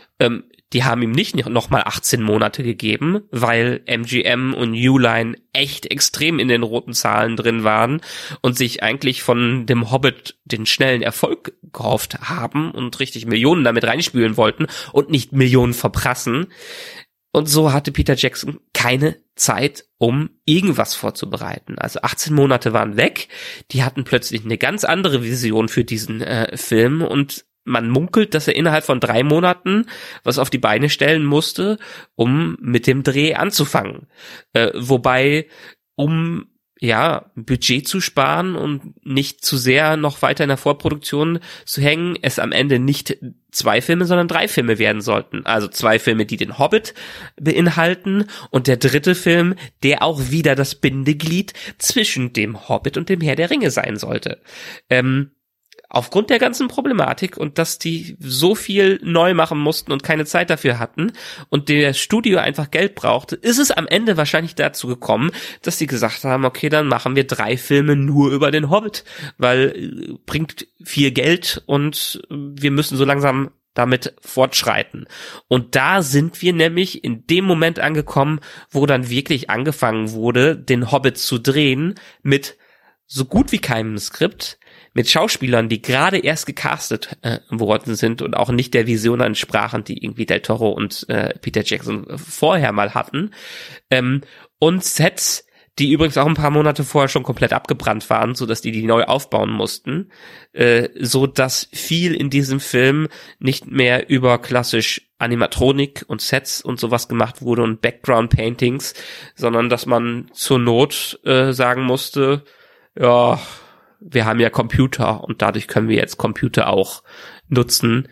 die haben ihm nicht nochmal 18 Monate gegeben, weil MGM und New Line echt extrem in den roten Zahlen drin waren und sich eigentlich von dem Hobbit den schnellen Erfolg gehofft haben und richtig Millionen damit reinspülen wollten und nicht Millionen verprassen. Und so hatte Peter Jackson keine Zeit, um irgendwas vorzubereiten. Also 18 Monate waren weg, die hatten plötzlich eine ganz andere Vision für diesen Film und man munkelt, dass er innerhalb von 3 Monaten was auf die Beine stellen musste, um mit dem Dreh anzufangen. Wobei, um Budget zu sparen und nicht zu sehr noch weiter in der Vorproduktion zu hängen, es am Ende nicht 2 Filme, sondern 3 Filme werden sollten. Also 2 Filme, die den Hobbit beinhalten und der 3. Film, der auch wieder das Bindeglied zwischen dem Hobbit und dem Herr der Ringe sein sollte. aufgrund der ganzen Problematik und dass die so viel neu machen mussten und keine Zeit dafür hatten und der Studio einfach Geld brauchte, ist es am Ende wahrscheinlich dazu gekommen, dass die gesagt haben, okay, dann machen wir 3 Filme nur über den Hobbit, weil bringt viel Geld und wir müssen so langsam damit fortschreiten. Und da sind wir nämlich in dem Moment angekommen, wo dann wirklich angefangen wurde, den Hobbit zu drehen mit so gut wie keinem Skript, mit Schauspielern, die gerade erst gecastet worden sind und auch nicht der Vision entsprachen, die irgendwie Del Toro und Peter Jackson vorher mal hatten. Und Sets, die übrigens auch ein paar Monate vorher schon komplett abgebrannt waren, so dass die neu aufbauen mussten, so dass viel in diesem Film nicht mehr über klassisch Animatronik und Sets und sowas gemacht wurde und Background Paintings, sondern dass man zur Not sagen musste, ja, wir haben ja Computer und dadurch können wir jetzt Computer auch nutzen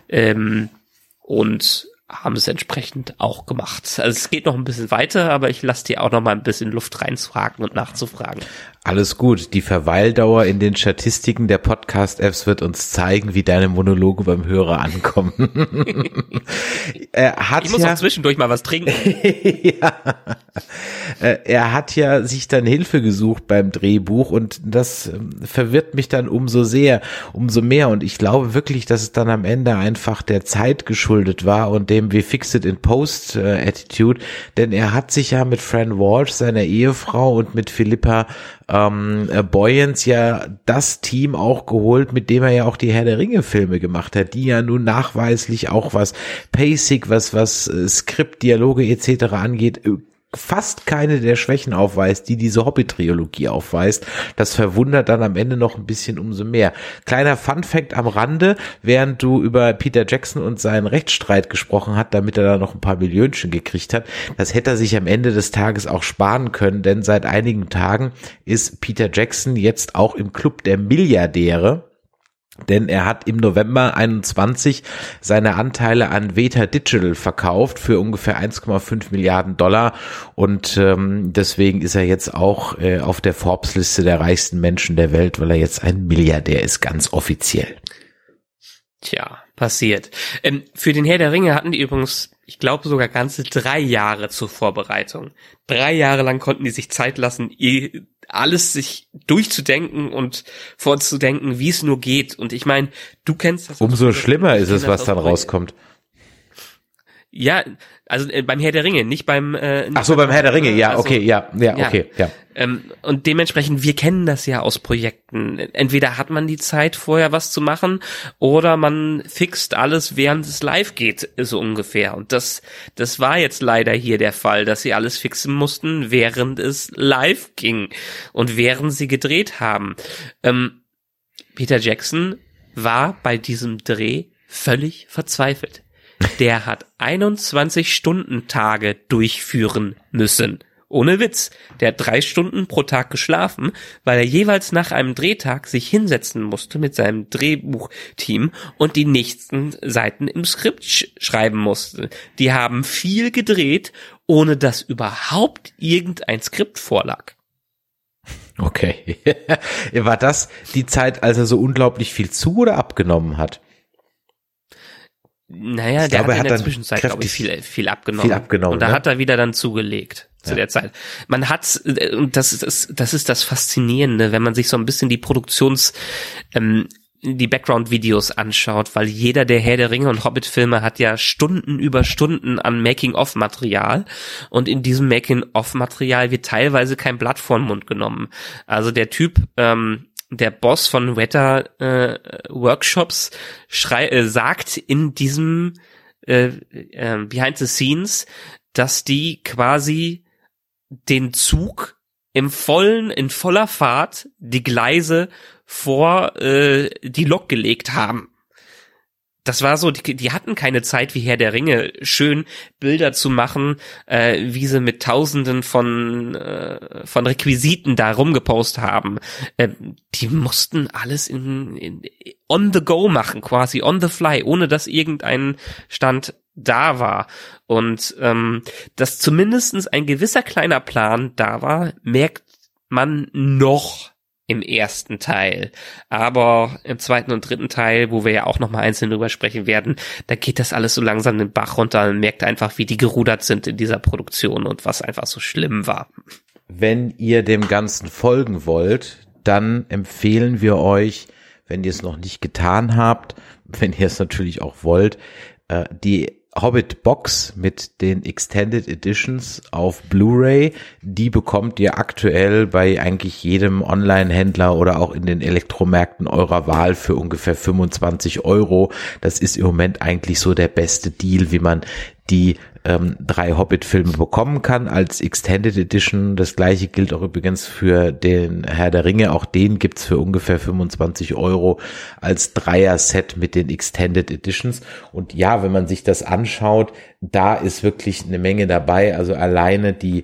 und haben es entsprechend auch gemacht. Also es geht noch ein bisschen weiter, aber ich lasse dir auch noch mal ein bisschen Luft reinzuhaken und nachzufragen. Alles gut. Die Verweildauer in den Statistiken der Podcast-Apps wird uns zeigen, wie deine Monologe beim Hörer ankommen. Ich muss auch zwischendurch mal was trinken. Ja. Er hat ja sich dann Hilfe gesucht beim Drehbuch und das verwirrt mich dann umso mehr. Und ich glaube wirklich, dass es dann am Ende einfach der Zeit geschuldet war und dem We Fix It in Post Attitude, denn er hat sich ja mit Fran Walsh, seiner Ehefrau, und mit Philippa Boyens ja das Team auch geholt, mit dem er ja auch die Herr der Ringe Filme gemacht hat, die ja nun nachweislich auch was Pacing, was Skript, Dialoge etc. angeht, fast keine der Schwächen aufweist, die diese Hobbit-Trilogie aufweist. Das verwundert dann am Ende noch ein bisschen umso mehr. Kleiner Fun-Fact am Rande, während du über Peter Jackson und seinen Rechtsstreit gesprochen hast, damit er da noch ein paar Millionchen gekriegt hat, das hätte er sich am Ende des Tages auch sparen können, denn seit einigen Tagen ist Peter Jackson jetzt auch im Club der Milliardäre. Denn er hat im November 21 seine Anteile an Weta Digital verkauft für ungefähr 1,5 Milliarden Dollar und deswegen ist er jetzt auch auf der Forbes-Liste der reichsten Menschen der Welt, weil er jetzt ein Milliardär ist, ganz offiziell. Tja, passiert. Für den Herr der Ringe hatten die übrigens, ich glaube, sogar ganze 3 Jahre zur Vorbereitung. 3 Jahre lang konnten die sich Zeit lassen, alles sich durchzudenken und vorzudenken, wie es nur geht. Und ich meine, du kennst das. Umso schlimmer ist es, was dann rauskommt. Ja, also beim Herr der Ringe, nicht beim Ach so, beim Herr der Ringe, ja, also, okay, ja, okay, ja. Und dementsprechend, wir kennen das ja aus Projekten. Entweder hat man die Zeit, vorher was zu machen, oder man fixt alles, während es live geht, so ungefähr. Und das war jetzt leider hier der Fall, dass sie alles fixen mussten, während es live ging und während sie gedreht haben. Peter Jackson war bei diesem Dreh völlig verzweifelt. Der hat 21-Stunden-Tage durchführen müssen. Ohne Witz. Der hat 3 Stunden pro Tag geschlafen, weil er jeweils nach einem Drehtag sich hinsetzen musste mit seinem Drehbuchteam und die nächsten Seiten im Skript schreiben musste. Die haben viel gedreht, ohne dass überhaupt irgendein Skript vorlag. Okay. War das die Zeit, als er so unglaublich viel zu- oder abgenommen hat? Naja, der hat in der Zwischenzeit, glaube ich, viel abgenommen. Viel abgenommen. Und da hat er wieder dann zugelegt zu der Zeit. Man hat, und das ist das Faszinierende, wenn man sich so ein bisschen die die Background-Videos anschaut, weil jeder der Herr der Ringe und Hobbit-Filme hat ja Stunden über Stunden an Making-of-Material und in diesem Making-of-Material wird teilweise kein Blatt vor den Mund genommen. Also der Typ, der Boss von Weta Workshops sagt in diesem Behind the Scenes, dass die quasi den Zug in voller Fahrt die Gleise vor die Lok gelegt haben. Das war so, die hatten keine Zeit wie Herr der Ringe, schön Bilder zu machen, wie sie mit Tausenden von Requisiten da rumgepostet haben. Die mussten alles on the go machen, quasi on the fly, ohne dass irgendein Stand da war. Und dass zumindestens ein gewisser kleiner Plan da war, merkt man noch im ersten Teil. Aber im zweiten und dritten Teil, wo wir ja auch nochmal einzeln drüber sprechen werden, da geht das alles so langsam den Bach runter und merkt einfach, wie die gerudert sind in dieser Produktion und was einfach so schlimm war. Wenn ihr dem Ganzen folgen wollt, dann empfehlen wir euch, wenn ihr es noch nicht getan habt, wenn ihr es natürlich auch wollt, die Hobbit-Box mit den Extended Editions auf Blu-ray, die bekommt ihr aktuell bei eigentlich jedem Online-Händler oder auch in den Elektromärkten eurer Wahl für ungefähr 25 €. Das ist im Moment eigentlich so der beste Deal, wie man die 3 Hobbit-Filme bekommen kann als Extended Edition. Das gleiche gilt auch übrigens für den Herr der Ringe. Auch den gibt's für ungefähr 25 € als Dreier-Set mit den Extended Editions. Und ja, wenn man sich das anschaut, da ist wirklich eine Menge dabei. Also alleine die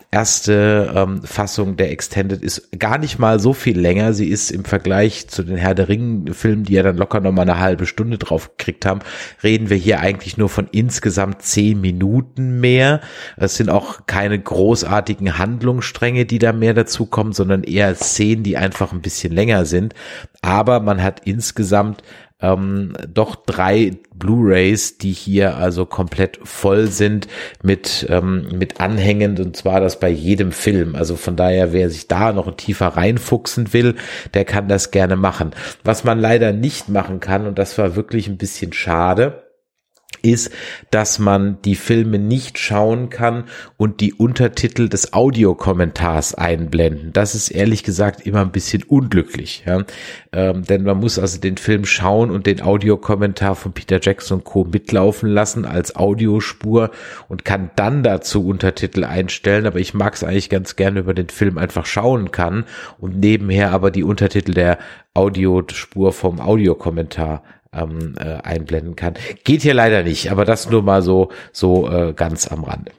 erste Fassung der Extended ist gar nicht mal so viel länger. Sie ist im Vergleich zu den Herr der Ringe-Filmen, die ja dann locker noch mal eine halbe Stunde drauf gekriegt haben, reden wir hier eigentlich nur von insgesamt 10 Minuten mehr. Es sind auch keine großartigen Handlungsstränge, die da mehr dazukommen, sondern eher Szenen, die einfach ein bisschen länger sind. Aber man hat insgesamt doch 3 Blu-rays, die hier also komplett voll sind mit Anhängen, und zwar das bei jedem Film. Also von daher, wer sich da noch tiefer reinfuchsen will, der kann das gerne machen. Was man leider nicht machen kann, und das war wirklich ein bisschen schade, ist, dass man die Filme nicht schauen kann und die Untertitel des Audiokommentars einblenden. Das ist ehrlich gesagt immer ein bisschen unglücklich, ja? Denn man muss also den Film schauen und den Audiokommentar von Peter Jackson und Co. mitlaufen lassen als Audiospur und kann dann dazu Untertitel einstellen. Aber ich mag es eigentlich ganz gerne, über den Film einfach schauen kann und nebenher aber die Untertitel der Audiospur vom Audiokommentar einblenden kann. Geht hier leider nicht, aber das nur mal so ganz am Rande.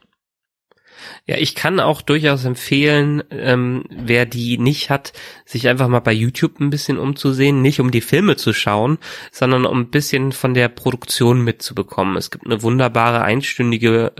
Ja, ich kann auch durchaus empfehlen, wer die nicht hat, sich einfach mal bei YouTube ein bisschen umzusehen, nicht um die Filme zu schauen, sondern um ein bisschen von der Produktion mitzubekommen. Es gibt eine wunderbare einstündige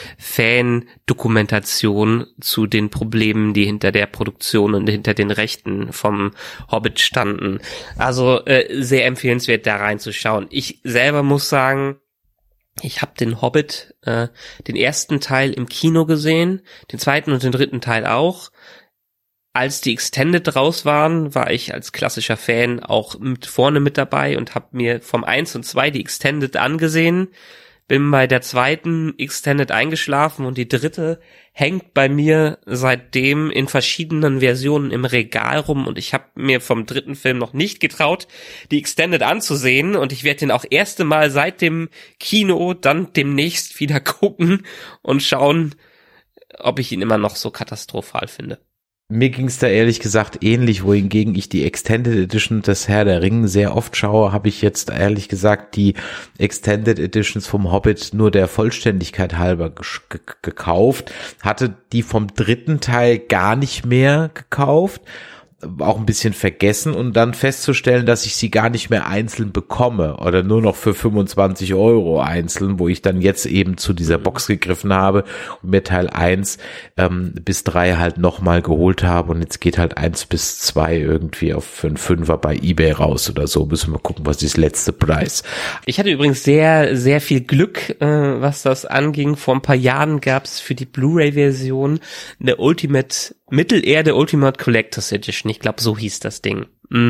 Fan-Dokumentation zu den Problemen, die hinter der Produktion und hinter den Rechten vom Hobbit standen. Also sehr empfehlenswert, da reinzuschauen. Ich selber muss sagen, ich habe den Hobbit, den ersten Teil im Kino gesehen, den zweiten und den dritten Teil auch. Als die Extended raus waren, war ich als klassischer Fan auch vorne mit dabei und habe mir vom 1 und 2 die Extended angesehen. Bin bei der zweiten Extended eingeschlafen und die dritte hängt bei mir seitdem in verschiedenen Versionen im Regal rum und ich habe mir vom dritten Film noch nicht getraut, die Extended anzusehen und ich werde den auch erste Mal seit dem Kino dann demnächst wieder gucken und schauen, ob ich ihn immer noch so katastrophal finde. Mir ging's da ehrlich gesagt ähnlich, wohingegen ich die Extended Edition des Herr der Ringe sehr oft schaue, habe ich jetzt ehrlich gesagt die Extended Editions vom Hobbit nur der Vollständigkeit halber gekauft, hatte die vom dritten Teil gar nicht mehr gekauft, auch ein bisschen vergessen und dann festzustellen, dass ich sie gar nicht mehr einzeln bekomme oder nur noch für 25 € einzeln, wo ich dann jetzt eben zu dieser Box gegriffen habe und mir Teil 1 bis 3 halt nochmal geholt habe und jetzt geht halt 1 bis 2 irgendwie für einen 5er bei eBay raus oder so. Müssen wir gucken, was ist letzte Preis. Ich hatte übrigens sehr, sehr viel Glück, was das anging. Vor ein paar Jahren gab es für die Blu-ray-Version eine Mittelerde Ultimate Collectors Edition. Ich glaube, so hieß das Ding.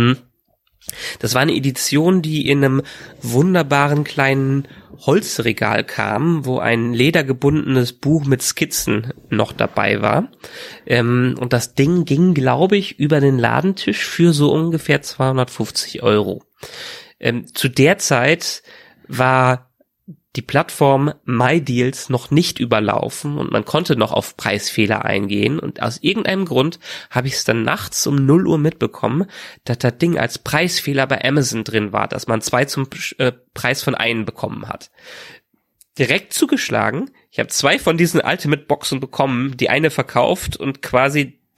Das war eine Edition, die in einem wunderbaren kleinen Holzregal kam, wo ein ledergebundenes Buch mit Skizzen noch dabei war. Und das Ding ging, glaube ich, über den Ladentisch für so ungefähr 250 €. Zu der Zeit war die Plattform MyDeals noch nicht überlaufen und man konnte noch auf Preisfehler eingehen und aus irgendeinem Grund habe ich es dann nachts um 0 Uhr mitbekommen, dass das Ding als Preisfehler bei Amazon drin war, dass man 2 zum Preis von 1 bekommen hat. Direkt zugeschlagen, ich habe 2 von diesen Ultimate Boxen bekommen, die eine verkauft und quasi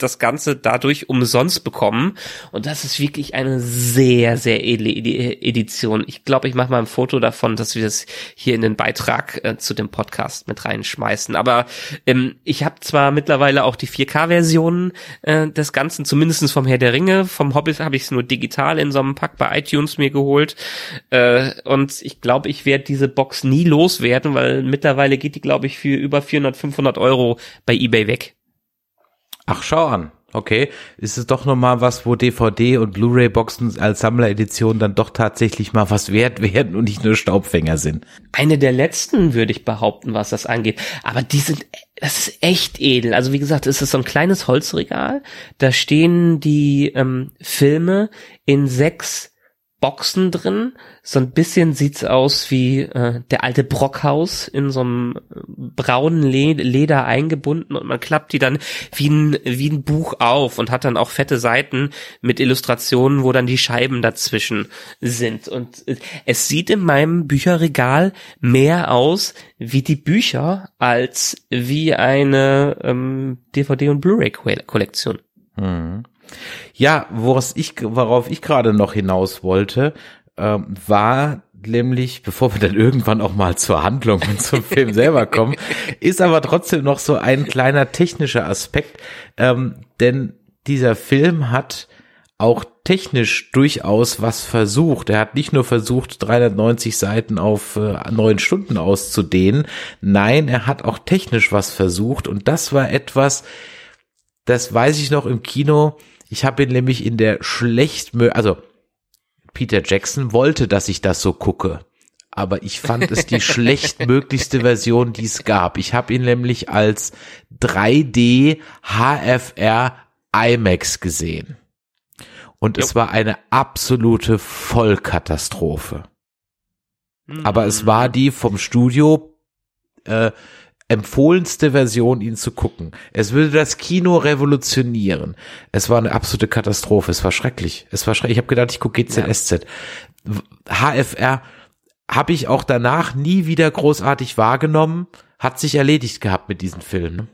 das Ganze dadurch umsonst bekommen. Und das ist wirklich eine sehr, sehr edle Edition. Ich glaube, ich mache mal ein Foto davon, dass wir das hier in den Beitrag zu dem Podcast mit reinschmeißen. Aber ich habe zwar mittlerweile auch die 4K-Versionen des Ganzen, zumindest vom Herr der Ringe. Vom Hobbit habe ich es nur digital in so einem Pack bei iTunes mir geholt. Und ich glaube, ich werde diese Box nie loswerden, weil mittlerweile geht die, glaube ich, für über 400, 500 Euro bei eBay weg. Ach, schau an. Okay, ist es doch nochmal was, wo DVD und Blu-ray-Boxen als Sammleredition dann doch tatsächlich mal was wert werden und nicht nur Staubfänger sind. Eine der letzten, würde ich behaupten, was das angeht. Aber das ist echt edel. Also wie gesagt, es ist so ein kleines Holzregal. Da stehen die Filme in 6 Boxen drin. So ein bisschen sieht's aus wie der alte Brockhaus in so einem braunen Leder eingebunden und man klappt die dann wie ein Buch auf und hat dann auch fette Seiten mit Illustrationen, wo dann die Scheiben dazwischen sind. Und es sieht in meinem Bücherregal mehr aus wie die Bücher als wie eine DVD- und Blu-ray-Kollektion. Ja, worauf ich gerade noch hinaus wollte, war nämlich, bevor wir dann irgendwann auch mal zur Handlung und zum Film selber kommen, ist aber trotzdem noch so ein kleiner technischer Aspekt, denn dieser Film hat auch technisch durchaus was versucht. Er hat nicht nur versucht, 390 Seiten auf 9 Stunden auszudehnen, nein, er hat auch technisch was versucht und das war etwas, das weiß ich noch im Kino. Ich habe ihn nämlich in der Peter Jackson wollte, dass ich das so gucke, aber ich fand es die schlechtmöglichste Version, die es gab. Ich habe ihn nämlich als 3D HFR IMAX gesehen und es war eine absolute Vollkatastrophe. Aber es war die vom Studio empfohlenste Version, ihn zu gucken. Es würde das Kino revolutionieren. Es war eine absolute Katastrophe. Es war schrecklich. Ich habe gedacht, ich gucke GZSZ. HFR habe ich auch danach nie wieder großartig wahrgenommen. Hat sich erledigt gehabt mit diesen Filmen.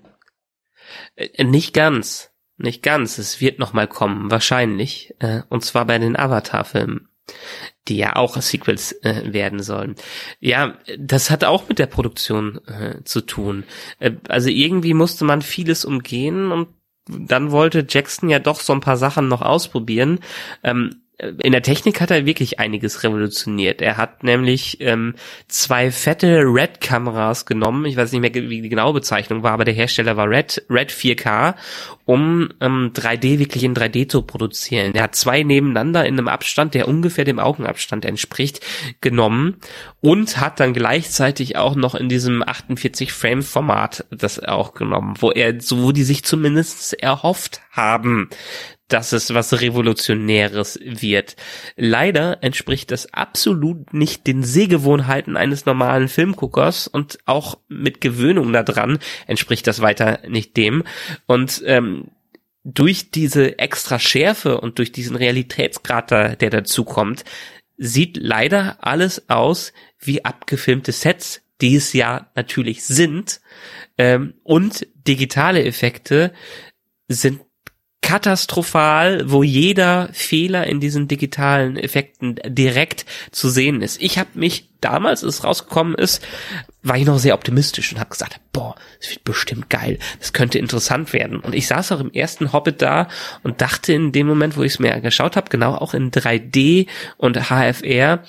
Nicht ganz. Es wird noch mal kommen, wahrscheinlich. Und zwar bei den Avatar-Filmen, die ja auch Sequels werden sollen. Ja, das hat auch mit der Produktion zu tun. Also irgendwie musste man vieles umgehen und dann wollte Jackson ja doch so ein paar Sachen noch ausprobieren. In der Technik hat er wirklich einiges revolutioniert. Er hat nämlich 2 fette Red-Kameras genommen. Ich weiß nicht mehr, wie die genaue Bezeichnung war, aber der Hersteller war Red 4K, um 3D wirklich in 3D zu produzieren. Er hat 2 nebeneinander in einem Abstand, der ungefähr dem Augenabstand entspricht, genommen und hat dann gleichzeitig auch noch in diesem 48-Frame-Format das auch genommen, wo die sich zumindest erhofft haben, dass es was Revolutionäres wird. Leider entspricht das absolut nicht den Sehgewohnheiten eines normalen Filmguckers und auch mit Gewöhnung daran entspricht das weiter nicht dem. Und durch diese extra Schärfe und durch diesen Realitätsgrad, der dazu kommt, sieht leider alles aus wie abgefilmte Sets, die es ja natürlich sind. Und digitale Effekte sind katastrophal, wo jeder Fehler in diesen digitalen Effekten direkt zu sehen ist. Ich habe mich damals, als es rausgekommen ist, war ich noch sehr optimistisch und habe gesagt, boah, das wird bestimmt geil, das könnte interessant werden. Und ich saß auch im ersten Hobbit da und dachte in dem Moment, wo ich es mir geschaut habe, genau auch in 3D und HFR,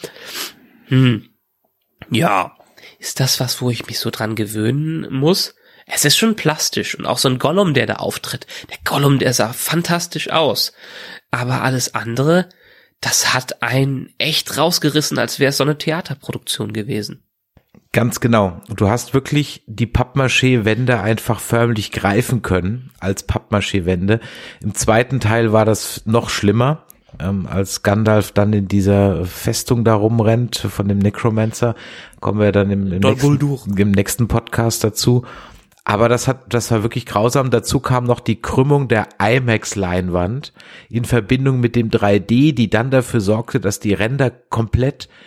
ja, ist das was, wo ich mich so dran gewöhnen muss? Es ist schon plastisch und auch so ein Gollum, der da auftritt. Der Gollum, der sah fantastisch aus. Aber alles andere, das hat einen echt rausgerissen, als wäre es so eine Theaterproduktion gewesen. Ganz genau. Du hast wirklich die Pappmaché-Wände einfach förmlich greifen können als Pappmaché-Wände. Im zweiten Teil war das noch schlimmer, als Gandalf dann in dieser Festung da rumrennt von dem Necromancer. Kommen wir dann im nächsten Podcast dazu. Aber das war wirklich grausam. Dazu kam noch die Krümmung der IMAX-Leinwand in Verbindung mit dem 3D, die dann dafür sorgte, dass die Ränder komplett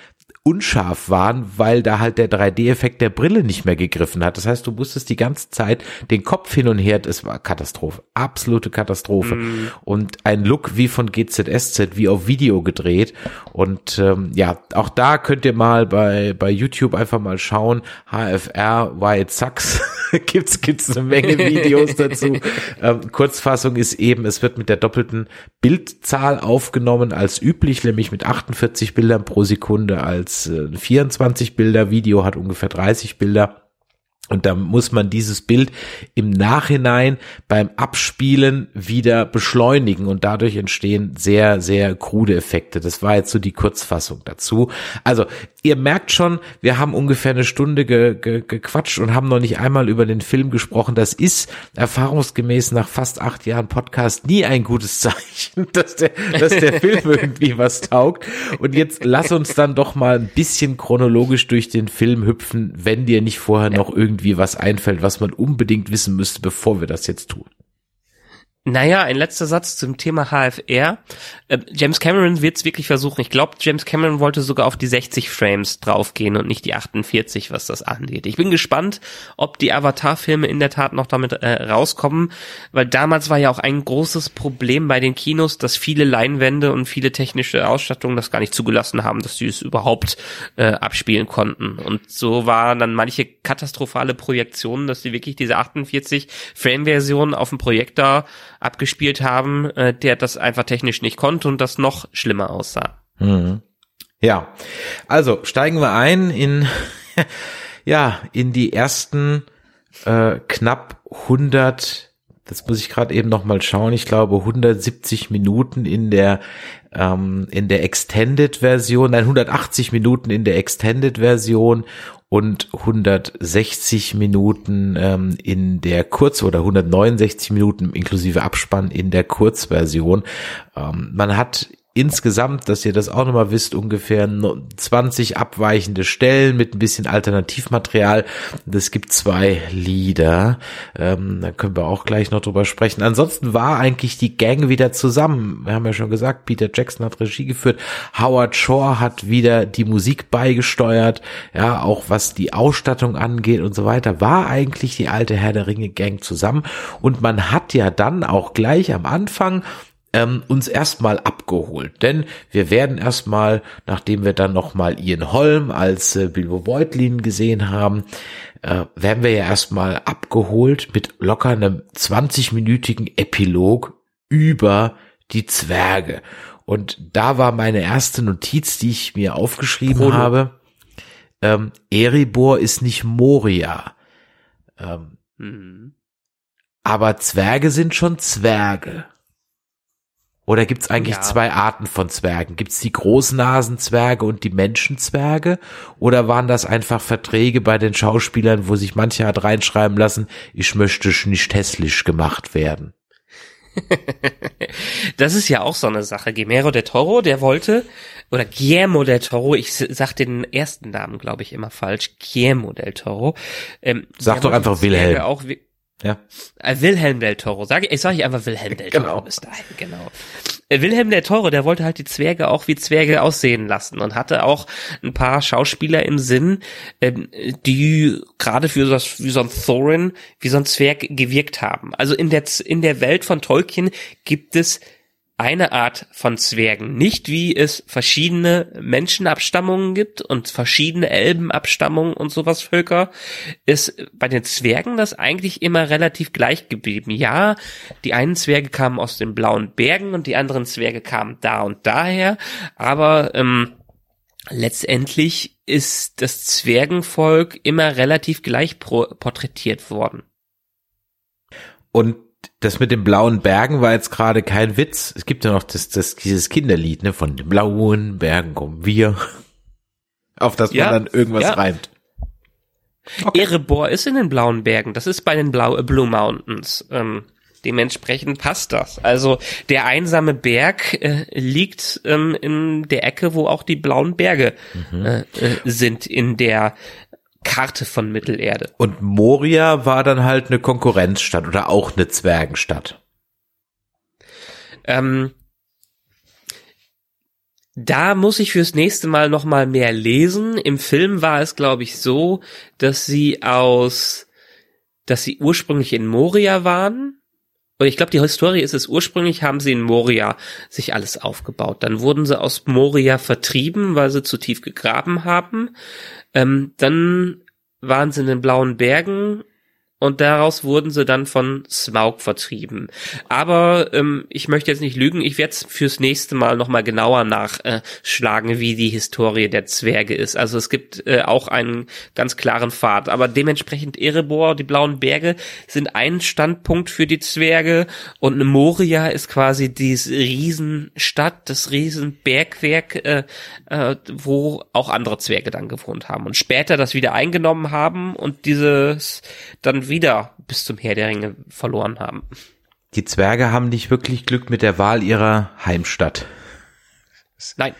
unscharf waren, weil da halt der 3D-Effekt der Brille nicht mehr gegriffen hat. Das heißt, du musstest die ganze Zeit den Kopf hin und her, es war Katastrophe, absolute Katastrophe. Und ein Look wie von GZSZ, wie auf Video gedreht. Und auch da könnt ihr mal bei YouTube einfach mal schauen, HFR Why It Sucks. gibt's eine Menge Videos dazu. Kurzfassung ist eben, es wird mit der doppelten Bildzahl aufgenommen als üblich, nämlich mit 48 Bildern pro Sekunde als 24 Bilder. Video hat ungefähr 30 Bilder. Und da muss man dieses Bild im Nachhinein beim Abspielen wieder beschleunigen und dadurch entstehen sehr, sehr krude Effekte. Das war jetzt so die Kurzfassung dazu. Also ihr merkt schon, wir haben ungefähr eine Stunde gequatscht und haben noch nicht einmal über den Film gesprochen. Das ist erfahrungsgemäß nach fast 8 Jahren Podcast nie ein gutes Zeichen, dass der Film irgendwie was taugt. Und jetzt lass uns dann doch mal ein bisschen chronologisch durch den Film hüpfen, wenn dir nicht vorher noch irgendwie was einfällt, was man unbedingt wissen müsste, bevor wir das jetzt tun. Naja, ein letzter Satz zum Thema HFR. James Cameron wird es wirklich versuchen. Ich glaube, James Cameron wollte sogar auf die 60 Frames draufgehen und nicht die 48, was das angeht. Ich bin gespannt, ob die Avatar-Filme in der Tat noch damit rauskommen, weil damals war ja auch ein großes Problem bei den Kinos, dass viele Leinwände und viele technische Ausstattungen das gar nicht zugelassen haben, dass sie es überhaupt abspielen konnten. Und so waren dann manche katastrophale Projektionen, dass sie wirklich diese 48-Frame-Version auf dem Projektor abgespielt haben, der das einfach technisch nicht konnte und das noch schlimmer aussah. Ja, also steigen wir ein in die ersten knapp 100, das muss ich gerade eben noch mal schauen, ich glaube 170 Minuten in der Extended-Version, 180 Minuten in der Extended-Version und 160 Minuten in der oder 169 Minuten inklusive Abspann in der Kurzversion. Man hat insgesamt, dass ihr das auch nochmal wisst, ungefähr 20 abweichende Stellen mit ein bisschen Alternativmaterial. Es gibt 2 Lieder, da können wir auch gleich noch drüber sprechen. Ansonsten war eigentlich die Gang wieder zusammen. Wir haben ja schon gesagt, Peter Jackson hat Regie geführt, Howard Shore hat wieder die Musik beigesteuert, ja, auch was die Ausstattung angeht und so weiter, war eigentlich die alte Herr der Ringe Gang zusammen. Und man hat ja dann auch gleich am Anfang uns erstmal abgeholt, denn wir werden erstmal, nachdem wir dann nochmal Ian Holm als Bilbo Beutlin gesehen haben, werden wir ja erstmal abgeholt mit locker einem 20-minütigen Epilog über die Zwerge. Und da war meine erste Notiz, die ich mir aufgeschrieben habe, Erebor ist nicht Moria, aber Zwerge sind schon Zwerge. Oder gibt's eigentlich 2 Arten von Zwergen? Gibt's die Großnasenzwerge und die Menschenzwerge? Oder waren das einfach Verträge bei den Schauspielern, wo sich mancher hat reinschreiben lassen, ich möchte nicht hässlich gemacht werden? Das ist ja auch so eine Sache. Guillermo del Toro, ich sag den ersten Namen, glaube ich, immer falsch. Guillermo del Toro. Sag doch einfach Wilhelm. Ja. Wilhelm del Toro. Sag ich einfach Wilhelm del Toro bis dahin, genau. Wilhelm del Toro, der wollte halt die Zwerge auch wie Zwerge aussehen lassen und hatte auch ein paar Schauspieler im Sinn, die gerade wie so ein Thorin, wie so ein Zwerg gewirkt haben. Also in der Welt von Tolkien gibt es eine Art von Zwergen, nicht wie es verschiedene Menschenabstammungen gibt und verschiedene Elbenabstammungen und sowas Völker, ist bei den Zwergen das eigentlich immer relativ gleich geblieben. Ja, die einen Zwerge kamen aus den blauen Bergen und die anderen Zwerge kamen da und daher, aber letztendlich ist das Zwergenvolk immer relativ gleich porträtiert worden. Und das mit den blauen Bergen war jetzt gerade kein Witz. Es gibt ja noch dieses Kinderlied, ne, von den blauen Bergen kommen wir. Auf das man dann irgendwas reimt. Okay. Erebor ist in den blauen Bergen. Das ist bei den Blue Mountains. Dementsprechend passt das. Also der einsame Berg liegt in der Ecke, wo auch die blauen Berge sind in der Karte von Mittelerde. Und Moria war dann halt eine Konkurrenzstadt oder auch eine Zwergenstadt. Da muss ich fürs nächste Mal noch mal mehr lesen. Im Film war es, glaube ich, so, dass sie ursprünglich in Moria waren. Und ich glaube, die Historie ist es, ursprünglich haben sie in Moria sich alles aufgebaut. Dann wurden sie aus Moria vertrieben, weil sie zu tief gegraben haben. Dann waren sie in den Blauen Bergen und daraus wurden sie dann von Smaug vertrieben. Aber ich möchte jetzt nicht lügen, ich werde es fürs nächste Mal nochmal genauer nachschlagen, wie die Historie der Zwerge ist. Also es gibt auch einen ganz klaren Pfad. Aber dementsprechend Erebor, die Blauen Berge, sind ein Standpunkt für die Zwerge und Moria ist quasi diese Riesenstadt, das Riesenbergwerk, wo auch andere Zwerge dann gewohnt haben. Und später das wieder eingenommen haben und dieses dann wieder bis zum Herr der Ringe verloren haben. Die Zwerge haben nicht wirklich Glück mit der Wahl ihrer Heimstatt. Nein.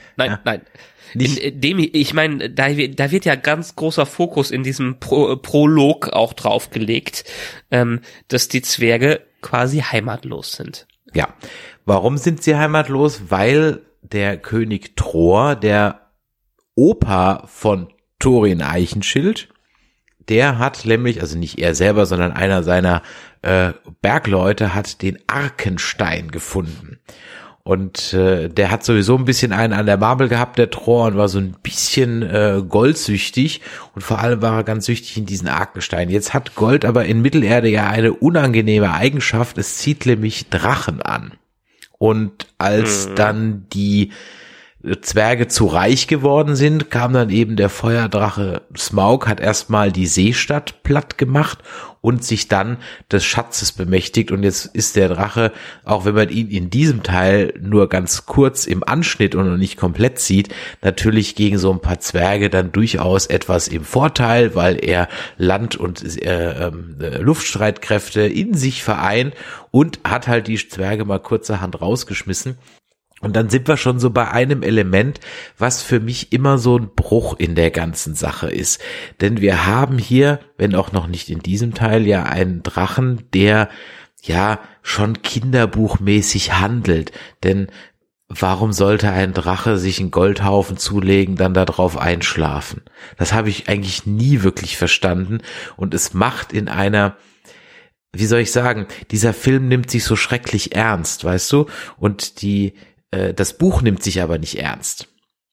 Ich meine, da wird ja ganz großer Fokus in diesem Prolog auch draufgelegt, dass die Zwerge quasi heimatlos sind. Ja, warum sind sie heimatlos? Weil der König Tror, der Opa von Thorin Eichenschild, der hat nämlich, also nicht er selber, sondern einer seiner Bergleute hat den Arkenstein gefunden. Und der hat sowieso ein bisschen einen an der Marmel gehabt, der Tror, und war so ein bisschen goldsüchtig. Und vor allem war er ganz süchtig in diesen Arkenstein. Jetzt hat Gold aber in Mittelerde ja eine unangenehme Eigenschaft. Es zieht nämlich Drachen an. Und als dann die Zwerge zu reich geworden sind, kam dann eben der Feuerdrache Smaug, hat erstmal die Seestadt platt gemacht und sich dann des Schatzes bemächtigt. Und jetzt ist der Drache, auch wenn man ihn in diesem Teil nur ganz kurz im Anschnitt und noch nicht komplett sieht, natürlich gegen so ein paar Zwerge dann durchaus etwas im Vorteil, weil er Land- und Luftstreitkräfte in sich vereint und hat halt die Zwerge mal kurzerhand rausgeschmissen. Und dann sind wir schon so bei einem Element, was für mich immer so ein Bruch in der ganzen Sache ist. Denn wir haben hier, wenn auch noch nicht in diesem Teil, ja einen Drachen, der ja schon kinderbuchmäßig handelt. Denn warum sollte ein Drache sich einen Goldhaufen zulegen, dann da drauf einschlafen? Das habe ich eigentlich nie wirklich verstanden. Und es macht in einer, wie soll ich sagen, dieser Film nimmt sich so schrecklich ernst, weißt du? Und das Buch nimmt sich aber nicht ernst,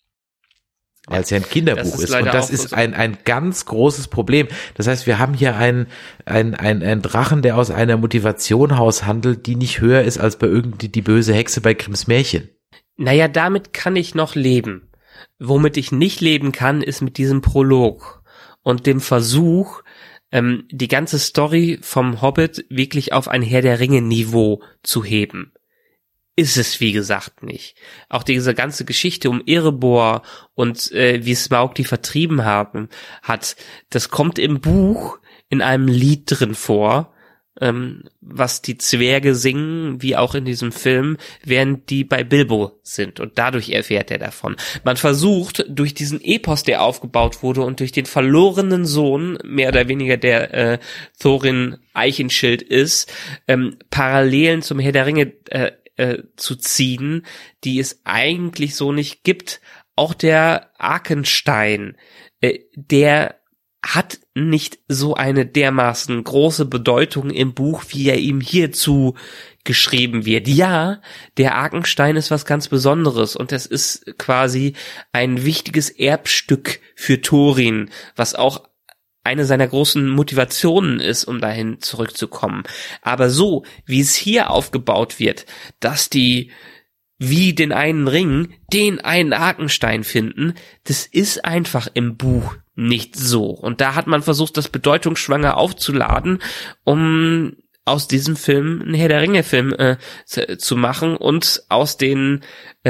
weil es ja ein Kinderbuch ist. Und das ist ein ganz großes Problem. Das heißt, wir haben hier einen Drachen, der aus einer Motivation haushandelt, die nicht höher ist als bei die böse Hexe bei Grimms Märchen. Naja, damit kann ich noch leben. Womit ich nicht leben kann, ist mit diesem Prolog und dem Versuch, die ganze Story vom Hobbit wirklich auf ein Herr der Ringe Niveau zu heben. Ist es, wie gesagt, nicht. Auch diese ganze Geschichte um Erebor und wie Smaug die vertrieben hat, das kommt im Buch in einem Lied drin vor, was die Zwerge singen, wie auch in diesem Film, während die bei Bilbo sind. Und dadurch erfährt er davon. Man versucht, durch diesen Epos, der aufgebaut wurde und durch den verlorenen Sohn, mehr oder weniger der Thorin Eichenschild ist, Parallelen zum Herr der Ringe zu ziehen, die es eigentlich so nicht gibt. Auch der Arkenstein, der hat nicht so eine dermaßen große Bedeutung im Buch, wie er ihm hierzu geschrieben wird. Ja, der Arkenstein ist was ganz Besonderes und es ist quasi ein wichtiges Erbstück für Thorin, was auch eine seiner großen Motivationen ist, um dahin zurückzukommen. Aber so, wie es hier aufgebaut wird, dass die wie den einen Ring den einen Arkenstein finden, das ist einfach im Buch nicht so. Und da hat man versucht, das bedeutungsschwanger aufzuladen, um aus diesem Film einen Herr der Ringe-Film zu machen und aus den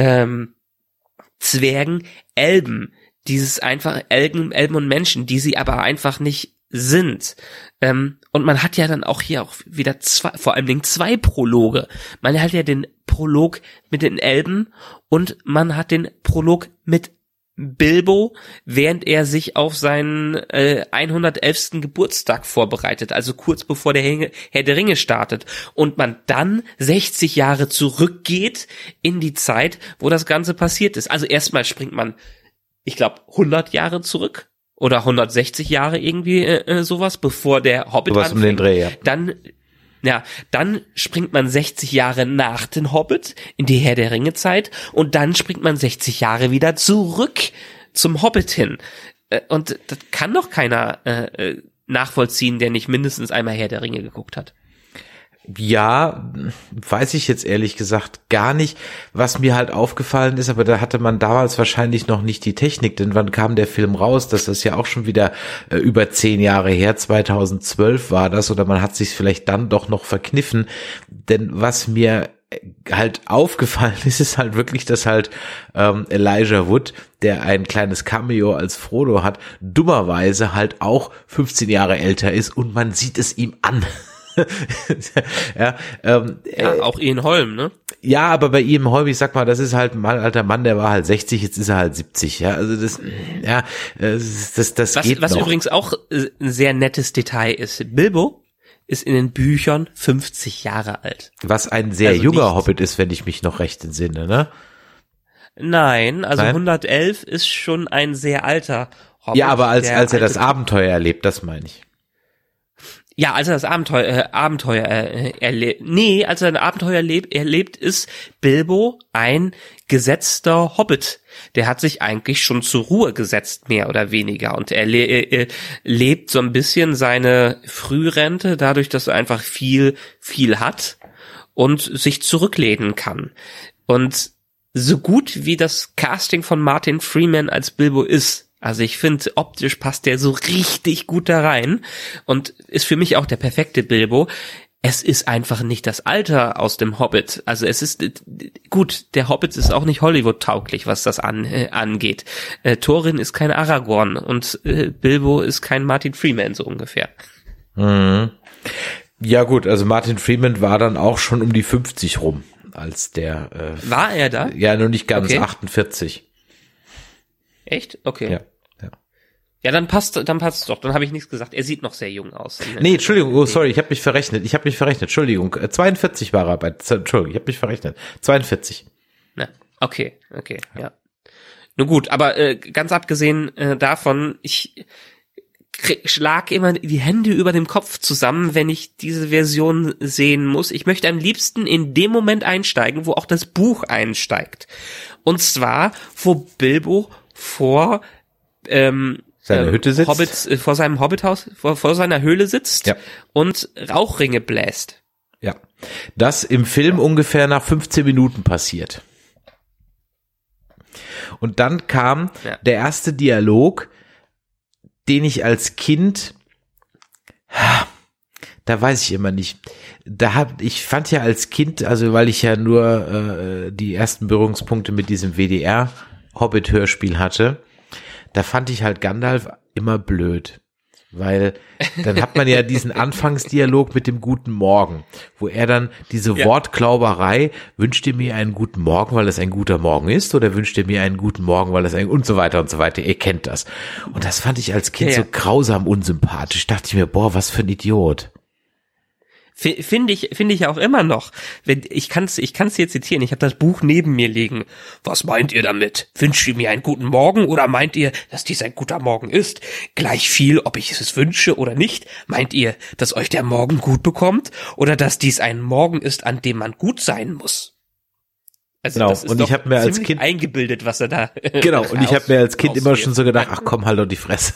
Zwergen Elben, dieses einfach Elben und Menschen, die sie aber einfach nicht sind. Und man hat ja dann auch hier auch wieder vor allen Dingen zwei Prologe. Man hat ja den Prolog mit den Elben und man hat den Prolog mit Bilbo, während er sich auf seinen 111. Geburtstag vorbereitet, also kurz bevor der Herr der Ringe startet, und man dann 60 Jahre zurückgeht in die Zeit, wo das Ganze passiert ist. Also erstmal springt man, ich glaube, 100 Jahre zurück oder 160 Jahre irgendwie sowas, bevor der Hobbit sowas anfängt. Um den Dreh, ja. Dann springt man 60 Jahre nach den Hobbit in die Herr der Ringe Zeit und dann springt man 60 Jahre wieder zurück zum Hobbit hin. Und das kann doch keiner nachvollziehen, der nicht mindestens einmal Herr der Ringe geguckt hat. Ja, weiß ich jetzt ehrlich gesagt gar nicht. Was mir halt aufgefallen ist, aber da hatte man damals wahrscheinlich noch nicht die Technik, denn wann kam der Film raus? Das ist ja auch schon wieder über 10 Jahre her, 2012 war das, oder man hat sich vielleicht dann doch noch verkniffen. Denn was mir halt aufgefallen ist halt wirklich, dass halt Elijah Wood, der ein kleines Cameo als Frodo hat, dummerweise halt auch 15 Jahre älter ist und man sieht es ihm an. Ja, auch Ian Holm, ne? Ja, aber bei Ian Holm, ich sag mal, das ist halt ein alter Mann, der war halt 60, jetzt ist er halt 70, ja, also das geht was noch. Übrigens auch ein sehr nettes Detail ist, Bilbo ist in den Büchern 50 Jahre alt. Was ein sehr junger Hobbit ist, wenn ich mich noch recht entsinne, ne? Nein, 111 ist schon ein sehr alter Hobbit. Ja, aber als er das Abenteuer erlebt, das meine ich. Ja, als er das Abenteuer erlebt. Nee, als er ein Abenteuer erlebt, ist Bilbo ein gesetzter Hobbit. Der hat sich eigentlich schon zur Ruhe gesetzt, mehr oder weniger. Und er lebt so ein bisschen seine Frührente dadurch, dass er einfach viel hat und sich zurücklehnen kann. Und so gut wie das Casting von Martin Freeman als Bilbo ist, also ich finde, optisch passt der so richtig gut da rein und ist für mich auch der perfekte Bilbo. Es ist einfach nicht das Alter aus dem Hobbit. Also es ist, gut, der Hobbit ist auch nicht Hollywood-tauglich, was das angeht. Thorin ist kein Aragorn und Bilbo ist kein Martin Freeman, so ungefähr. Mhm. Ja gut, also Martin Freeman war dann auch schon um die 50 rum, als der... war er da? Ja, nur nicht ganz, okay. 48. Echt? Okay. Ja. Ja, dann passt doch. Dann habe ich nichts gesagt. Er sieht noch sehr jung aus. Nee, Entschuldigung, oh sorry, ich habe mich verrechnet. Entschuldigung, 42 war er bei. Entschuldigung, ich habe mich verrechnet. 42. Na, okay, ja. Nun gut, aber ganz abgesehen davon, ich schlag immer die Hände über dem Kopf zusammen, wenn ich diese Version sehen muss. Ich möchte am liebsten in dem Moment einsteigen, wo auch das Buch einsteigt. Und zwar, wo Bilbo vor seine Hütte sitzt. Vor seinem Hobbithaus, vor seiner Höhle sitzt, ja, und Rauchringe bläst. Ja, das im Film ungefähr nach 15 Minuten passiert. Und dann kam der erste Dialog, den ich als Kind, da weiß ich immer nicht, ich fand ja als Kind, also weil ich ja nur die ersten Berührungspunkte mit diesem WDR-Hobbit-Hörspiel hatte, da fand ich halt Gandalf immer blöd, weil dann hat man ja diesen Anfangsdialog mit dem Guten Morgen, wo er dann diese Wortklauberei, wünscht ihr mir einen guten Morgen, weil es ein guter Morgen ist, oder wünscht ihr mir einen guten Morgen, weil es und so weiter, ihr kennt das. Und das fand ich als Kind so grausam unsympathisch, dachte ich mir, boah, was für ein Idiot. Finde ich auch immer noch. Ich kann's hier zitieren. Ich habe das Buch neben mir liegen. Was meint ihr damit? Wünscht ihr mir einen guten Morgen oder meint ihr, dass dies ein guter Morgen ist? Gleich viel, ob ich es wünsche oder nicht. Meint ihr, dass euch der Morgen gut bekommt oder dass dies ein Morgen ist, an dem man gut sein muss? Also genau. Das ist und ich habe mir als Kind eingebildet, was er da. Genau. Und ich habe mir als Kind immer schon so gedacht, ach komm, halt doch die Fresse.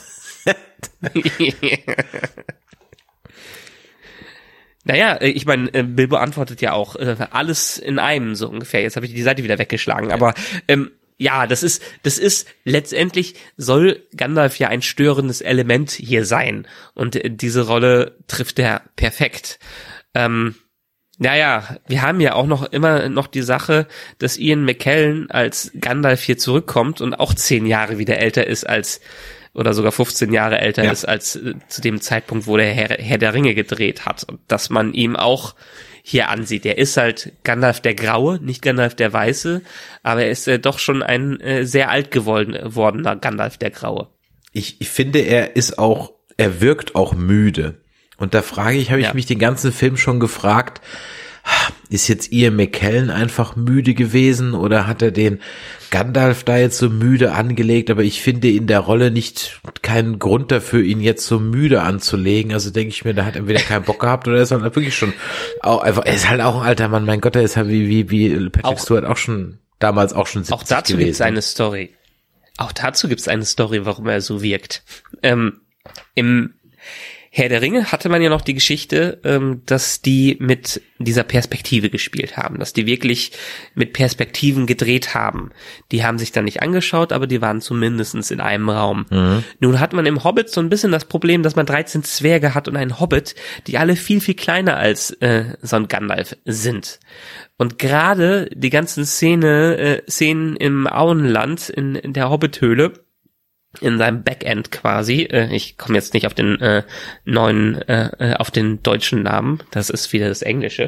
Naja, ich meine, Bilbo antwortet ja auch alles in einem, so ungefähr. Jetzt habe ich die Seite wieder weggeschlagen. Aber ja, das ist letztendlich soll Gandalf ja ein störendes Element hier sein. Und diese Rolle trifft er perfekt. Naja, wir haben ja auch immer noch die Sache, dass Ian McKellen als Gandalf hier zurückkommt und auch 10 Jahre wieder älter ist oder sogar 15 Jahre älter ist als zu dem Zeitpunkt, wo der Herr der Ringe gedreht hat. Und dass man ihm auch hier ansieht. Er ist halt Gandalf der Graue, nicht Gandalf der Weiße, aber er ist doch schon ein sehr alt gewordener Gandalf der Graue. Ich finde, er wirkt auch müde. Und da habe ich mich den ganzen Film schon gefragt, ist jetzt Ian McKellen einfach müde gewesen oder hat er den Gandalf da jetzt so müde angelegt? Aber ich finde in der Rolle keinen Grund dafür, ihn jetzt so müde anzulegen. Also denke ich mir, da hat er entweder keinen Bock gehabt oder er ist halt wirklich schon er ist halt auch ein alter Mann. Mein Gott, er ist halt wie Patrick Stewart damals auch schon 70 auch dazu gewesen. Gibt's eine Story. Auch dazu gibt's eine Story, warum er so wirkt. Im Herr der Ringe hatte man ja noch die Geschichte, dass die mit dieser Perspektive gespielt haben, dass die wirklich mit Perspektiven gedreht haben. Die haben sich dann nicht angeschaut, aber die waren zumindest in einem Raum. Mhm. Nun hat man im Hobbit so ein bisschen das Problem, dass man 13 Zwerge hat und einen Hobbit, die alle viel, viel kleiner als so ein Gandalf sind. Und gerade die ganzen Szenen im Auenland, in der Hobbithöhle, in seinem Backend quasi, ich komme jetzt nicht auf den auf den deutschen Namen, das ist wieder das Englische,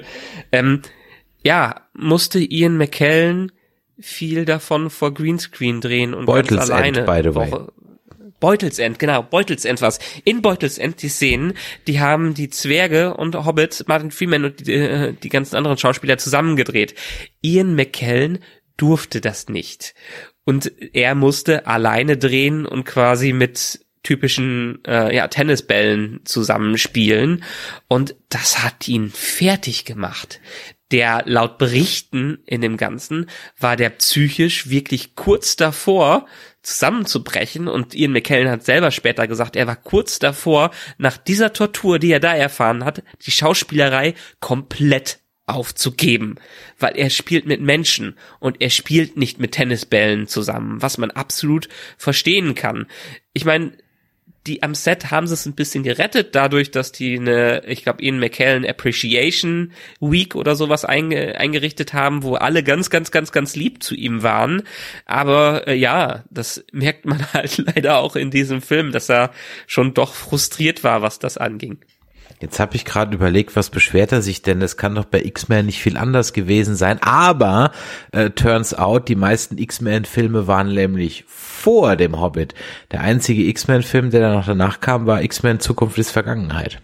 musste Ian McKellen viel davon vor Greenscreen drehen und ganz alleine. By the way. Beutelsend war's. In Beutelsend, die Szenen, die haben die Zwerge und Hobbit, Martin Freeman und die ganzen anderen Schauspieler zusammengedreht. Ian McKellen durfte das nicht. Und er musste alleine drehen und quasi mit typischen Tennisbällen zusammenspielen. Und das hat ihn fertig gemacht. Der laut Berichten in dem Ganzen war der psychisch wirklich kurz davor zusammenzubrechen. Und Ian McKellen hat selber später gesagt, er war kurz davor, nach dieser Tortur, die er da erfahren hat, die Schauspielerei komplett aufzugeben, weil er spielt mit Menschen und er spielt nicht mit Tennisbällen zusammen, was man absolut verstehen kann. Ich meine, die am Set haben sie es ein bisschen gerettet, dadurch, dass die ich glaube, Ian McKellen Appreciation Week oder sowas eingerichtet haben, wo alle ganz, ganz, ganz, ganz lieb zu ihm waren. Aber das merkt man halt leider auch in diesem Film, dass er schon doch frustriert war, was das anging. Jetzt habe ich gerade überlegt, was beschwert er sich denn? Das kann doch bei X-Men nicht viel anders gewesen sein. Aber turns out, die meisten X-Men-Filme waren nämlich vor dem Hobbit. Der einzige X-Men-Film, der dann noch danach kam, war X-Men Zukunft ist Vergangenheit.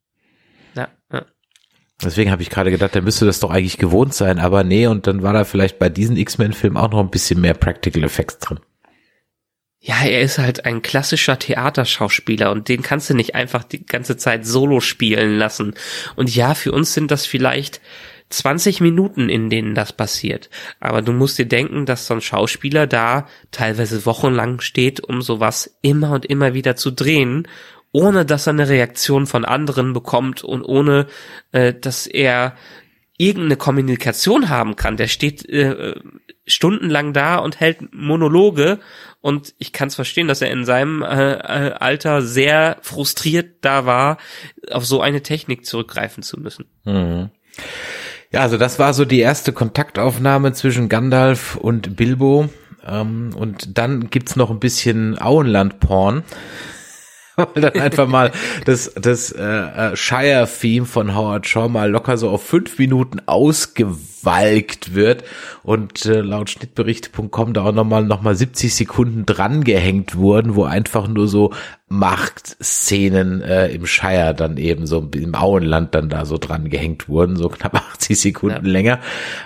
Ja. Deswegen habe ich gerade gedacht, der müsste das doch eigentlich gewohnt sein. Aber nee, und dann war da vielleicht bei diesen X-Men-Filmen auch noch ein bisschen mehr Practical Effects drin. Ja, er ist halt ein klassischer Theaterschauspieler und den kannst du nicht einfach die ganze Zeit solo spielen lassen. Und ja, für uns sind das vielleicht 20 Minuten, in denen das passiert. Aber du musst dir denken, dass so ein Schauspieler da teilweise wochenlang steht, um sowas immer und immer wieder zu drehen, ohne dass er eine Reaktion von anderen bekommt und ohne, dass er irgendeine Kommunikation haben kann. Der steht stundenlang da und hält Monologe und ich kann es verstehen, dass er in seinem Alter sehr frustriert da war, auf so eine Technik zurückgreifen zu müssen. Mhm. Ja, also das war so die erste Kontaktaufnahme zwischen Gandalf und Bilbo und dann gibt's noch ein bisschen Auenland-Porn. Weil dann einfach mal das Shire-Theme von Howard Shaw mal locker so auf 5 Minuten ausgewalkt wird und laut Schnittberichte.com da auch nochmal 70 Sekunden dran gehängt wurden, wo einfach nur so Machtszenen im Shire dann eben so im Auenland dann da so dran gehängt wurden, so knapp 80 Sekunden länger,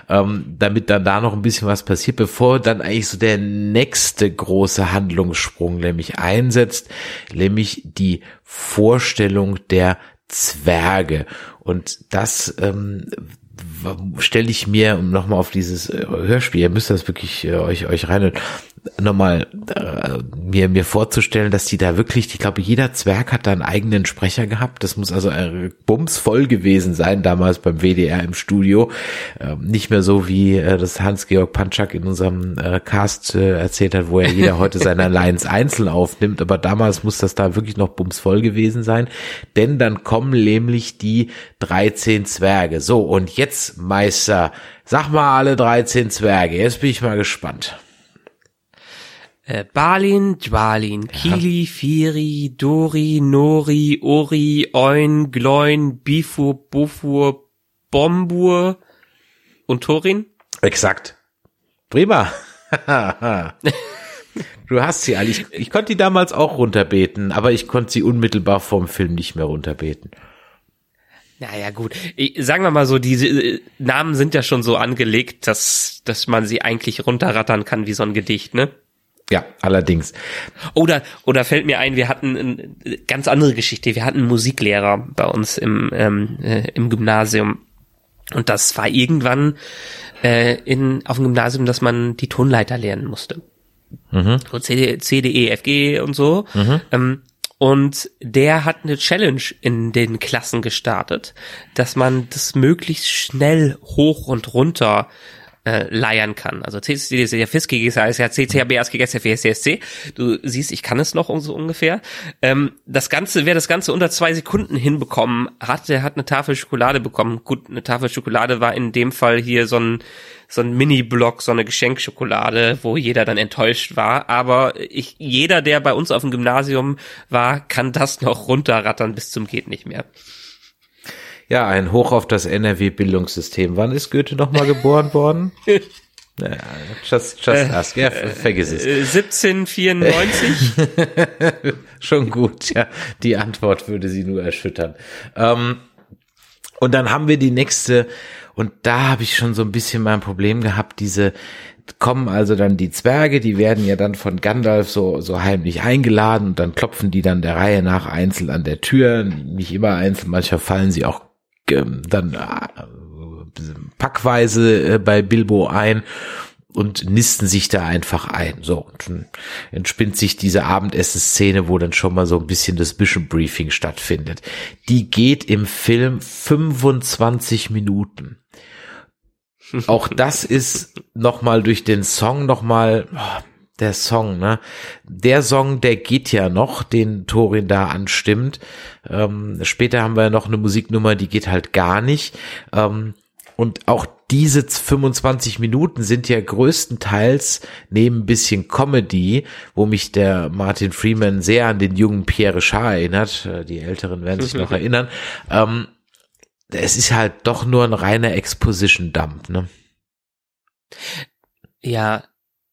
damit dann da noch ein bisschen was passiert, bevor dann eigentlich so der nächste große Handlungssprung nämlich einsetzt, nämlich die Vorstellung der Zwerge. Und das stelle ich mir, um nochmal auf dieses Hörspiel, ihr müsst das wirklich euch rein nochmal mir vorzustellen, dass die da wirklich, ich glaube, jeder Zwerg hat da einen eigenen Sprecher gehabt. Das muss also bumsvoll gewesen sein, damals beim WDR im Studio. Nicht mehr so, wie das Hans-Georg Panczak in unserem Cast erzählt hat, wo ja jeder heute seine Lines einzeln aufnimmt. Aber damals muss das da wirklich noch bumsvoll gewesen sein. Denn dann kommen nämlich die 13 Zwerge. So, und jetzt, Meister, sag mal alle 13 Zwerge. Jetzt bin ich mal gespannt. Balin, Dwalin, Kili, Firi, Dori, Nori, Ori, Oin, Gloin, Bifur, Bufur, Bombur und Thorin. Exakt. Prima. Du hast sie alle. Ich konnte die damals auch runterbeten, aber ich konnte sie unmittelbar vorm Film nicht mehr runterbeten. Naja, gut. Sagen wir mal so, diese Namen sind ja schon so angelegt, dass man sie eigentlich runterrattern kann wie so ein Gedicht, ne? Ja, allerdings. Oder fällt mir ein, wir hatten eine ganz andere Geschichte. Wir hatten einen Musiklehrer bei uns im Gymnasium. Und das war irgendwann auf dem Gymnasium, dass man die Tonleiter lernen musste. So C, D, E, F, G und so. Und der hat eine Challenge in den Klassen gestartet, dass man das möglichst schnell hoch und runter leiern kann. Also C, C, D, F, G, G, heißt ja C, C, B, S, G, S, F, E, S, C, S, C. Du siehst, ich kann es noch so ungefähr. Wer das Ganze unter 2 Sekunden hinbekommen hat, der hat eine Tafel Schokolade bekommen. Gut, eine Tafel Schokolade war in dem Fall hier so ein Mini-Block, so eine Geschenkschokolade, wo jeder dann enttäuscht war. Aber jeder, der bei uns auf dem Gymnasium war, kann das noch runterrattern bis zum geht nicht mehr. Ja, ein Hoch auf das NRW-Bildungssystem. Wann ist Goethe nochmal geboren worden? Naja, just ask, ja, vergiss es. 1794? Schon gut, ja. Die Antwort würde sie nur erschüttern. Und dann haben wir die nächste, und da habe ich schon so ein bisschen mein Problem gehabt, kommen also dann die Zwerge, die werden ja dann von Gandalf so heimlich eingeladen und dann klopfen die dann der Reihe nach einzeln an der Tür, nicht immer einzeln, manchmal fallen sie auch dann packweise bei Bilbo ein und nisten sich da einfach ein. So, und dann entspinnt sich diese Abendessen-Szene, wo dann schon mal so ein bisschen das Mission Briefing stattfindet. Die geht im Film 25 Minuten. Auch das ist nochmal durch den Song der Song, ne? Der Song, der geht ja noch, den Thorin da anstimmt. Später haben wir noch eine Musiknummer, die geht halt gar nicht. Und auch diese 25 Minuten sind ja größtenteils neben ein bisschen Comedy, wo mich der Martin Freeman sehr an den jungen Pierre Richard erinnert. Die Älteren werden sich noch erinnern. Es ist halt doch nur ein reiner Exposition-Dump, ne? Ja,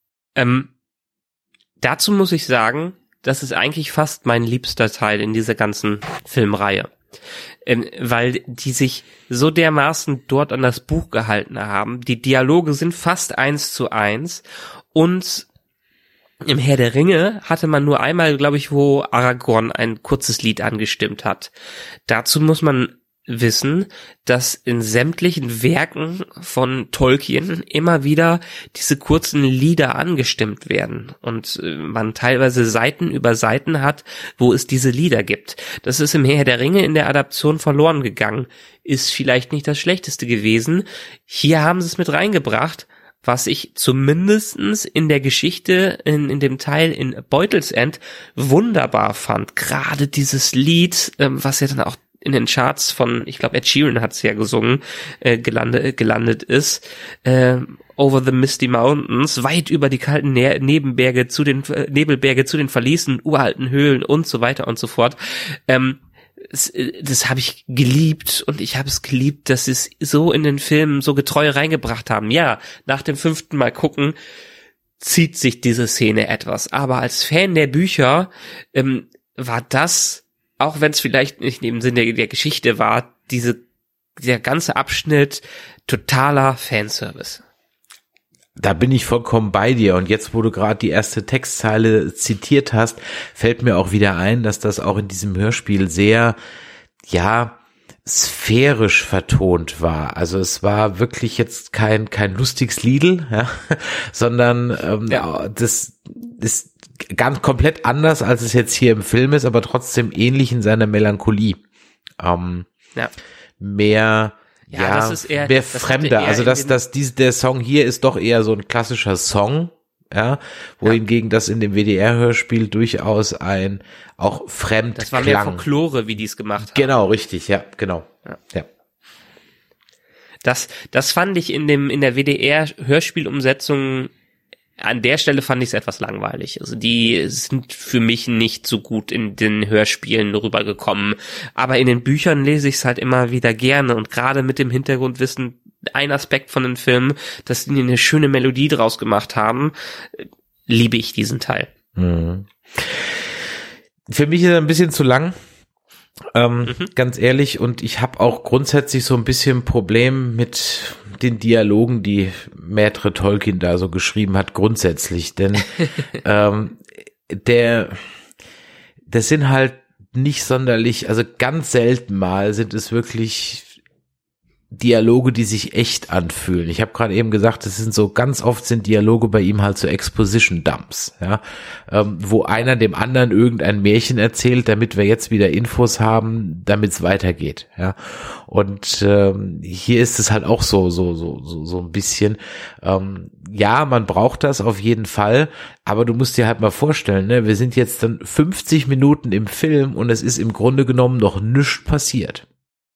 dazu muss ich sagen, das ist eigentlich fast mein liebster Teil in dieser ganzen Filmreihe. Weil die sich so dermaßen dort an das Buch gehalten haben. Die Dialoge sind fast 1:1 und im Herr der Ringe hatte man nur einmal, glaube ich, wo Aragorn ein kurzes Lied angestimmt hat. Dazu muss man wissen, dass in sämtlichen Werken von Tolkien immer wieder diese kurzen Lieder angestimmt werden und man teilweise Seiten über Seiten hat, wo es diese Lieder gibt. Das ist im Herr der Ringe in der Adaption verloren gegangen. Ist vielleicht nicht das Schlechteste gewesen. Hier haben sie es mit reingebracht, was ich zumindestens in der Geschichte, in dem Teil in Beutelsend wunderbar fand. Gerade dieses Lied, was ja dann auch in den Charts von, ich glaube, Ed Sheeran hat's ja gesungen, gelandet ist, Over the Misty Mountains, weit über die kalten Nebelberge zu den Verließen, uralten Höhlen und so weiter und so fort. Das habe ich geliebt und ich habe es geliebt, dass sie es so in den Film so getreu reingebracht haben. Ja, nach dem 5. Mal gucken zieht sich diese Szene etwas, aber als Fan der Bücher war das, auch wenn es vielleicht nicht im Sinne der Geschichte war, der ganze Abschnitt totaler Fanservice. Da bin ich vollkommen bei dir. Und jetzt, wo du gerade die erste Textzeile zitiert hast, fällt mir auch wieder ein, dass das auch in diesem Hörspiel sehr, ja, sphärisch vertont war. Also es war wirklich jetzt kein lustiges Liedl, ja, sondern das ist ganz komplett anders, als es jetzt hier im Film ist, aber trotzdem ähnlich in seiner Melancholie. Mehr, das ist eher, mehr fremder. Also der Song hier ist doch eher so ein klassischer Song, ja, wohingegen das in dem WDR-Hörspiel durchaus ein auch fremd Das war klang. mehr Folklore, wie die es gemacht haben. Genau, richtig, ja, genau. Ja. Das fand ich in der WDR-Hörspielumsetzung an der Stelle fand ich es etwas langweilig. Also die sind für mich nicht so gut in den Hörspielen rübergekommen. Aber in den Büchern lese ich es halt immer wieder gerne. Und gerade mit dem Hintergrundwissen, ein Aspekt von den Filmen, dass die eine schöne Melodie draus gemacht haben, liebe ich diesen Teil. Mhm. Für mich ist er ein bisschen zu lang. Ganz ehrlich, und ich habe auch grundsätzlich so ein bisschen Problem mit den Dialogen, die Maître Tolkien da so geschrieben hat, grundsätzlich, denn das sind halt nicht sonderlich, also ganz selten mal sind es wirklich Dialoge, die sich echt anfühlen. Ich habe gerade eben gesagt, es sind so ganz oft sind Dialoge bei ihm halt so Exposition-Dumps, ja, wo einer dem anderen irgendein Märchen erzählt, damit wir jetzt wieder Infos haben, damit es weitergeht, ja. Und hier ist es halt auch so ein bisschen, ja, man braucht das auf jeden Fall, aber du musst dir halt mal vorstellen, ne, wir sind jetzt dann 50 Minuten im Film und es ist im Grunde genommen noch nichts passiert.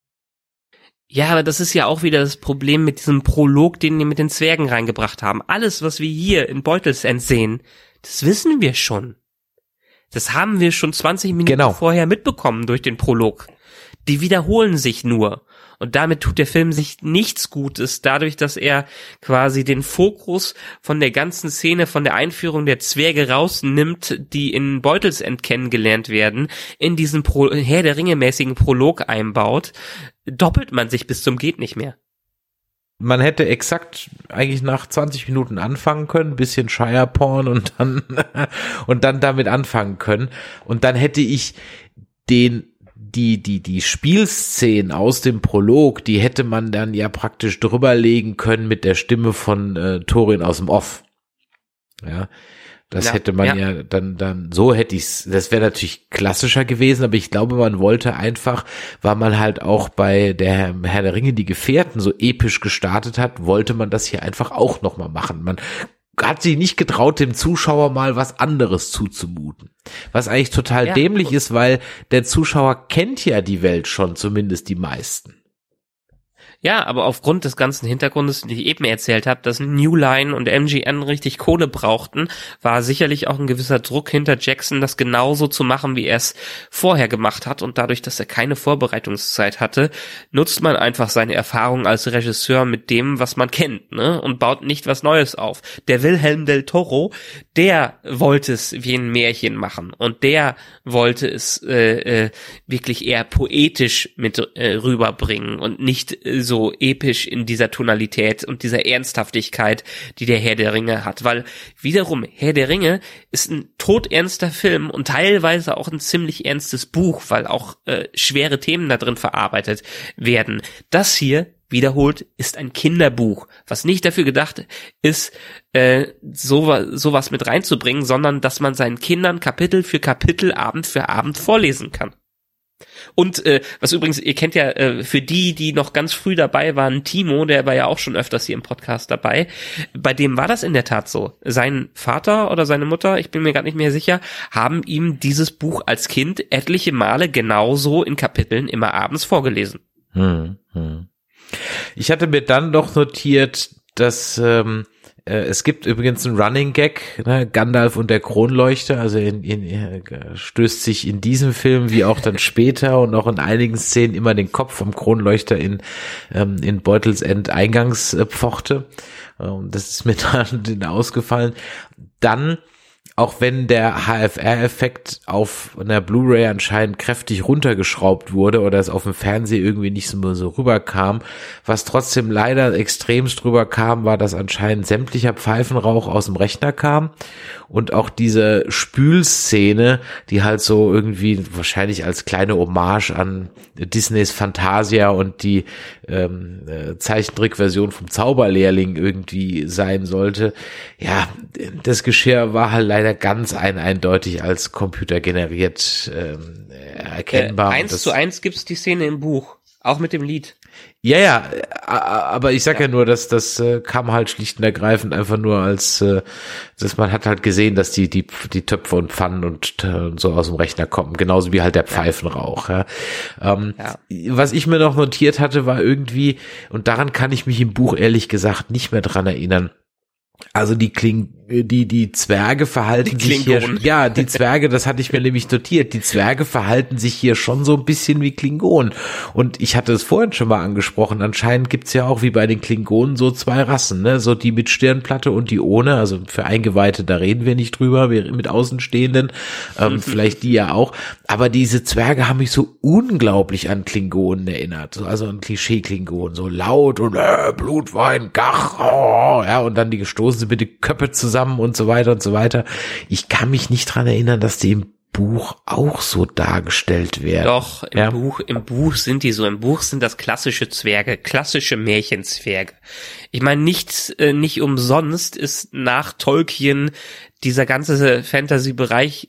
Ja, aber das ist ja auch wieder das Problem mit diesem Prolog, den die mit den Zwergen reingebracht haben. Alles, was wir hier in Beutelsend sehen, das wissen wir schon. Das haben wir schon 20 Minuten vorher mitbekommen durch den Prolog. Die wiederholen sich nur. Und damit tut der Film sich nichts Gutes, dadurch, dass er quasi den Fokus von der ganzen Szene, von der Einführung der Zwerge rausnimmt, die in Beutelsend kennengelernt werden, in diesen Herr der Ringe-mäßigen Prolog einbaut, doppelt man sich bis zum geht nicht mehr. Man hätte exakt eigentlich nach 20 Minuten anfangen können, bisschen Shire-Porn und dann damit anfangen können. Und dann hätte ich die Spielszenen aus dem Prolog, die hätte man dann ja praktisch drüberlegen können mit der Stimme von Thorin aus dem Off. Ja, das hätte man ja dann so hätte ich's, das wäre natürlich klassischer gewesen, aber ich glaube, man wollte einfach, weil man halt auch bei der Herr der Ringe die Gefährten so episch gestartet hat, wollte man das hier einfach auch nochmal machen. Man hat sich nicht getraut, dem Zuschauer mal was anderes zuzumuten. Was eigentlich total dämlich ist, weil der Zuschauer kennt ja die Welt schon, zumindest die meisten. Ja, aber aufgrund des ganzen Hintergrundes, den ich eben erzählt habe, dass New Line und MGM richtig Kohle brauchten, war sicherlich auch ein gewisser Druck hinter Jackson, das genauso zu machen, wie er es vorher gemacht hat. Und dadurch, dass er keine Vorbereitungszeit hatte, nutzt man einfach seine Erfahrung als Regisseur mit dem, was man kennt, ne? Und baut nicht was Neues auf. Der Wilhelm del Toro, der wollte es wie ein Märchen machen. Und der wollte es wirklich eher poetisch mit rüberbringen und nicht so episch in dieser Tonalität und dieser Ernsthaftigkeit, die der Herr der Ringe hat, weil wiederum Herr der Ringe ist ein todernster Film und teilweise auch ein ziemlich ernstes Buch, weil auch schwere Themen da drin verarbeitet werden. Das hier wiederholt ist ein Kinderbuch, was nicht dafür gedacht ist, sowas mit reinzubringen, sondern dass man seinen Kindern Kapitel für Kapitel, Abend für Abend vorlesen kann. Und was übrigens, ihr kennt ja für die noch ganz früh dabei waren, Timo, der war ja auch schon öfters hier im Podcast dabei, bei dem war das in der Tat so. Sein Vater oder seine Mutter, ich bin mir gar nicht mehr sicher, haben ihm dieses Buch als Kind etliche Male genauso in Kapiteln immer abends vorgelesen. Ich hatte mir dann noch notiert, dass es gibt übrigens einen Running Gag, ne, Gandalf und der Kronleuchter, also stößt sich in diesem Film wie auch dann später und auch in einigen Szenen immer den Kopf vom Kronleuchter in Beutelsend Eingangspforte. Das ist mir dann ausgefallen. Dann, auch wenn der HFR-Effekt auf einer Blu-ray anscheinend kräftig runtergeschraubt wurde oder es auf dem Fernseher irgendwie nicht so rüberkam, was trotzdem leider extremst rüberkam, war, dass anscheinend sämtlicher Pfeifenrauch aus dem Rechner kam und auch diese Spülszene, die halt so irgendwie wahrscheinlich als kleine Hommage an Disneys Fantasia und die Zeichentrickversion vom Zauberlehrling irgendwie sein sollte. Ja, das Geschirr war halt leider ganz eindeutig als computergeneriert erkennbar. 1:1 gibt's die Szene im Buch, auch mit dem Lied. Ja, aber ich sag ja nur, dass das kam halt schlicht und ergreifend einfach nur als, dass man hat halt gesehen, dass die Töpfe und Pfannen und so aus dem Rechner kommen, genauso wie halt der Pfeifenrauch. Ja. Was ich mir noch notiert hatte, war irgendwie, und daran kann ich mich im Buch ehrlich gesagt nicht mehr dran erinnern, also die Die Zwerge verhalten sich hier, ja, die Zwerge, das hatte ich mir nämlich notiert, die Zwerge verhalten sich hier schon so ein bisschen wie Klingonen. Und ich hatte es vorhin schon mal angesprochen, anscheinend gibt's ja auch wie bei den Klingonen so zwei Rassen, ne, so die mit Stirnplatte und die ohne, also für Eingeweihte, da reden wir nicht drüber, wir mit Außenstehenden, vielleicht die ja auch, aber diese Zwerge haben mich so unglaublich an Klingonen erinnert, also an Klischee-Klingonen, so laut und Blutwein, Gach, ja, und dann die gestoßen sind mit den Köpfe zusammen und so weiter und so weiter. Ich kann mich nicht dran erinnern, dass die im Buch auch so dargestellt werden. Doch, im Buch sind die so. Im Buch sind das klassische Zwerge, klassische Märchenzwerge. Ich meine, nicht umsonst ist nach Tolkien dieser ganze Fantasy-Bereich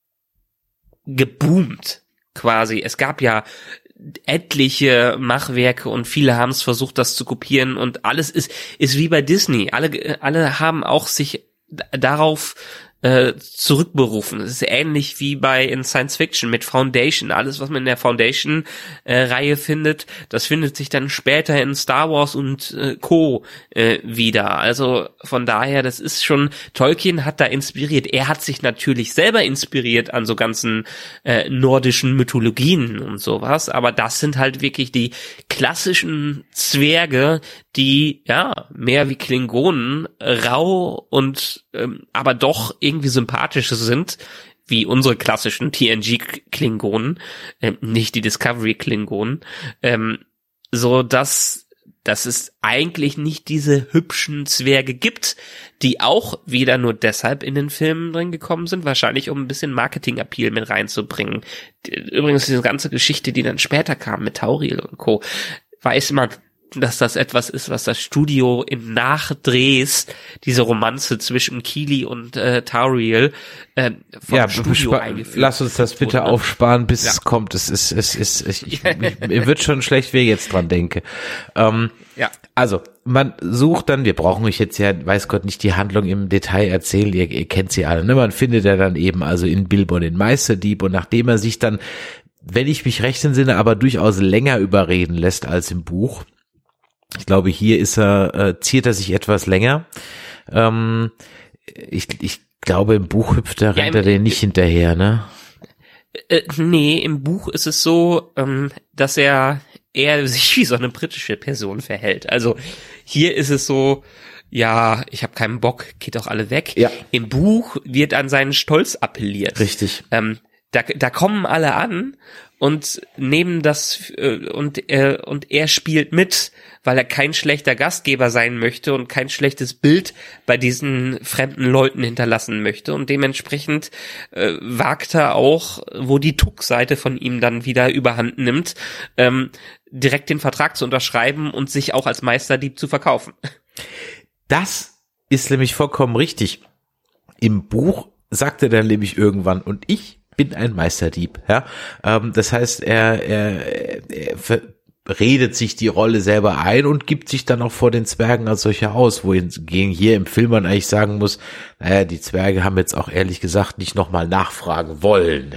geboomt, quasi. Es gab ja etliche Machwerke und viele haben es versucht, das zu kopieren und alles ist wie bei Disney. Alle haben auch sich darauf zurückberufen. Es ist ähnlich wie in Science Fiction mit Foundation. Alles, was man in der Foundation-Reihe findet, das findet sich dann später in Star Wars und Co. Wieder. Also von daher, das ist schon, Tolkien hat da inspiriert. Er hat sich natürlich selber inspiriert an so ganzen nordischen Mythologien und sowas, aber das sind halt wirklich die klassischen Zwerge, die, ja, mehr wie Klingonen, rau und aber doch irgendwie sympathische sind, wie unsere klassischen TNG-Klingonen, nicht die Discovery-Klingonen, so dass es eigentlich nicht diese hübschen Zwerge gibt, die auch wieder nur deshalb in den Filmen drin gekommen sind, wahrscheinlich um ein bisschen Marketing-Appeal mit reinzubringen. Übrigens diese ganze Geschichte, die dann später kam mit Tauriel und Co., weiß man, dass das etwas ist, was das Studio in Nachdrehs, diese Romanze zwischen Keely und Tauriel vom Studio eingeführt. Lass uns das bitte aufsparen, bis es kommt. Mir wird schon schlecht, wenn ich jetzt dran denke. Also, man sucht dann, wir brauchen euch jetzt ja, weiß Gott, nicht die Handlung im Detail erzählen, ihr kennt sie alle, ne? Man findet ja dann eben also in Bilbo den Meisterdieb und nachdem er sich dann, wenn ich mich recht entsinne, aber durchaus länger überreden lässt als im Buch. Ich glaube, hier ziert er sich etwas länger. Ich glaube, im Buch rennt er den nicht hinterher, ne? Nee, im Buch ist es so, dass er sich wie so eine britische Person verhält. Also hier ist es so, ja, ich habe keinen Bock, geht doch alle weg. Ja. Im Buch wird an seinen Stolz appelliert. Richtig. Da kommen alle an und nehmen das und er spielt mit, weil er kein schlechter Gastgeber sein möchte und kein schlechtes Bild bei diesen fremden Leuten hinterlassen möchte und dementsprechend wagt er auch, wo die Tuck-Seite von ihm dann wieder überhand nimmt, direkt den Vertrag zu unterschreiben und sich auch als Meisterdieb zu verkaufen. Das ist nämlich vollkommen richtig. Im Buch sagt er dann nämlich irgendwann, und ich bin ein Meisterdieb, ja. Das heißt, er redet sich die Rolle selber ein und gibt sich dann auch vor den Zwergen als solcher aus, wohingegen hier im Film man eigentlich sagen muss, naja, die Zwerge haben jetzt auch ehrlich gesagt nicht nochmal nachfragen wollen.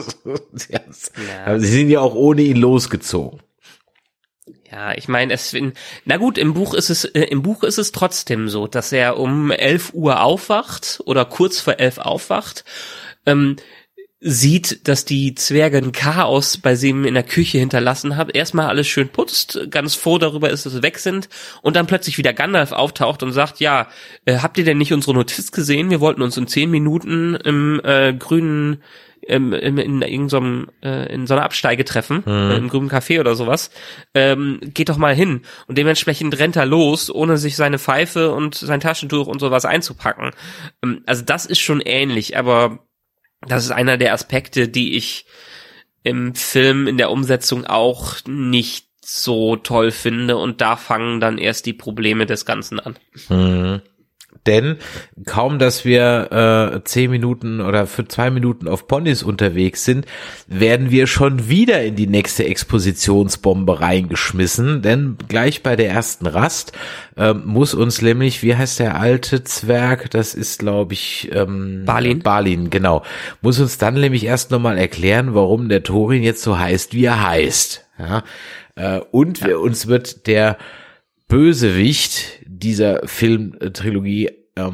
Sie sind ja auch ohne ihn losgezogen. Ja, ich meine, im Buch ist es trotzdem so, dass er um 11 Uhr aufwacht oder kurz vor 11 aufwacht, sieht, dass die Zwerge ein Chaos bei ihm in der Küche hinterlassen haben, erstmal alles schön putzt, ganz froh darüber ist, dass sie weg sind und dann plötzlich wieder Gandalf auftaucht und sagt, ja, habt ihr denn nicht unsere Notiz gesehen? Wir wollten uns in 10 Minuten im grünen in so einer Absteige treffen, im grünen Café oder sowas, geht doch mal hin. Und dementsprechend rennt er los, ohne sich seine Pfeife und sein Taschentuch und sowas einzupacken. Also das ist schon ähnlich, aber das ist einer der Aspekte, die ich im Film in der Umsetzung auch nicht so toll finde und da fangen dann erst die Probleme des Ganzen an. Denn kaum, dass wir 10 Minuten oder für 2 Minuten auf Ponys unterwegs sind, werden wir schon wieder in die nächste Expositionsbombe reingeschmissen, denn gleich bei der ersten Rast muss uns nämlich, wie heißt der alte Zwerg, das ist glaube ich Balin, genau, muss uns dann nämlich erst nochmal erklären, warum der Thorin jetzt so heißt, wie er heißt. Ja? Uns wird der Bösewicht dieser Filmtrilogie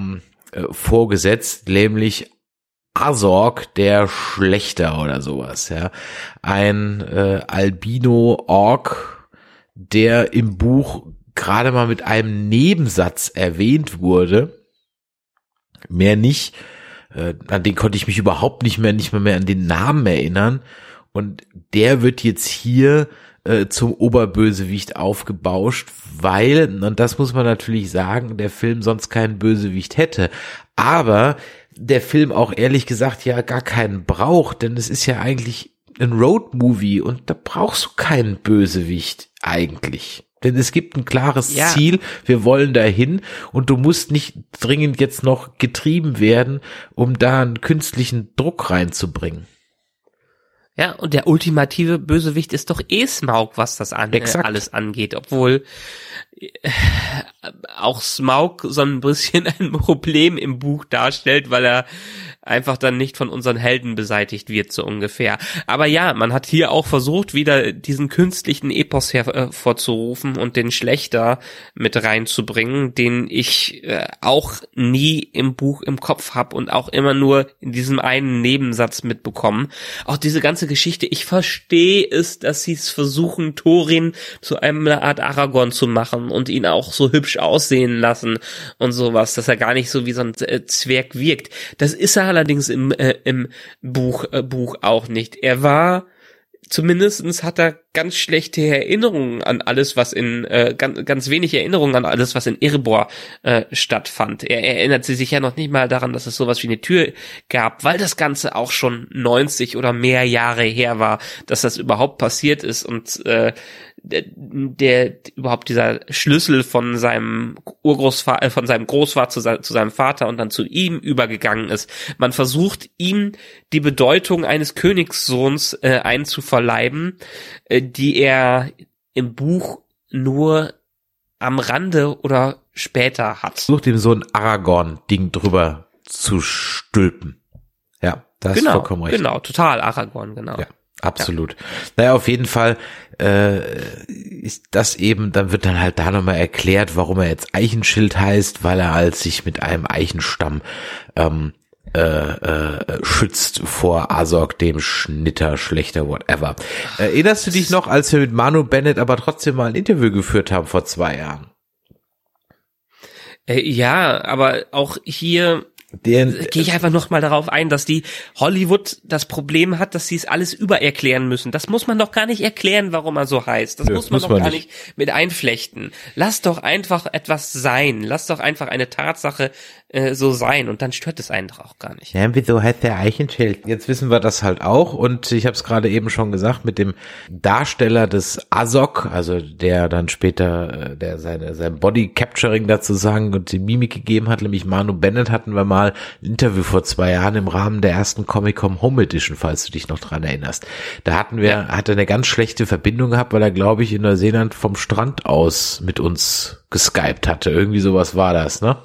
vorgesetzt, nämlich Azog, der Schlechter oder sowas, ja. Ein Albino-Ork, der im Buch gerade mal mit einem Nebensatz erwähnt wurde. Mehr nicht. An den konnte ich mich überhaupt nicht mehr an den Namen erinnern. Und der wird jetzt hier zum Oberbösewicht aufgebauscht, weil, und das muss man natürlich sagen, der Film sonst keinen Bösewicht hätte. Aber der Film auch ehrlich gesagt ja gar keinen braucht, denn es ist ja eigentlich ein Roadmovie und da brauchst du keinen Bösewicht eigentlich. Denn es gibt ein klares Ziel, wir wollen dahin und du musst nicht dringend jetzt noch getrieben werden, um da einen künstlichen Druck reinzubringen. Ja, und der ultimative Bösewicht ist doch Smaug, was das alles angeht, obwohl auch Smaug so ein bisschen ein Problem im Buch darstellt, weil er einfach dann nicht von unseren Helden beseitigt wird, so ungefähr. Aber ja, man hat hier auch versucht, wieder diesen künstlichen Epos hervorzurufen und den Schlechter mit reinzubringen, den ich auch nie im Buch im Kopf habe und auch immer nur in diesem einen Nebensatz mitbekommen. Auch diese ganze Geschichte, ich verstehe es, dass sie es versuchen, Thorin zu einer Art Aragorn zu machen und ihn auch so hübsch aussehen lassen und sowas, dass er gar nicht so wie so ein Zwerg wirkt. Das ist er allerdings im Buch auch nicht. Er war, zumindestens hat er ganz schlechte Erinnerungen an alles, was ganz wenig Erinnerungen an alles, was in Erebor stattfand. Er erinnert sich ja noch nicht mal daran, dass es sowas wie eine Tür gab, weil das Ganze auch schon 90 oder mehr Jahre her war, dass das überhaupt passiert ist und überhaupt dieser Schlüssel von seinem Urgroßvater, von seinem Großvater zu seinem Vater und dann zu ihm übergegangen ist. Man versucht ihm die Bedeutung eines Königssohns einzuverleiben, die er im Buch nur am Rande oder später hat. Versucht ihm so ein Aragorn-Ding drüber zu stülpen. Ja, das ist vollkommen recht. Genau, total Aragorn, genau. Ja. Absolut. Ja. Naja, auf jeden Fall ist das eben, dann wird dann halt da nochmal erklärt, warum er jetzt Eichenschild heißt, weil er halt sich mit einem Eichenstamm schützt vor Azog, dem Schnitter, Schlechter, whatever. Erinnerst du dich noch, als wir mit Manu Bennett aber trotzdem mal ein Interview geführt haben vor 2 Jahren? Ja, aber auch hier gehe ich einfach noch mal darauf ein, dass die Hollywood das Problem hat, dass sie es alles übererklären müssen. Das muss man doch gar nicht erklären, warum er so heißt. Das muss man doch gar nicht mit einflechten. Lass doch einfach etwas sein. Lass doch einfach eine Tatsache so sein und dann stört es einen doch auch gar nicht. Ja, wieso heißt der Eichenschild? Jetzt wissen wir das halt auch und ich habe es gerade eben schon gesagt, mit dem Darsteller des Azog, also der dann später der sein Body Capturing dazu sagen und die Mimik gegeben hat, nämlich Manu Bennett, hatten wir mal ein Interview vor 2 Jahren im Rahmen der ersten Comic-Con Home Edition, falls du dich noch dran erinnerst. Da hat er eine ganz schlechte Verbindung gehabt, weil er, glaube ich, in Neuseeland vom Strand aus mit uns geskypt hatte. Irgendwie sowas war das, ne?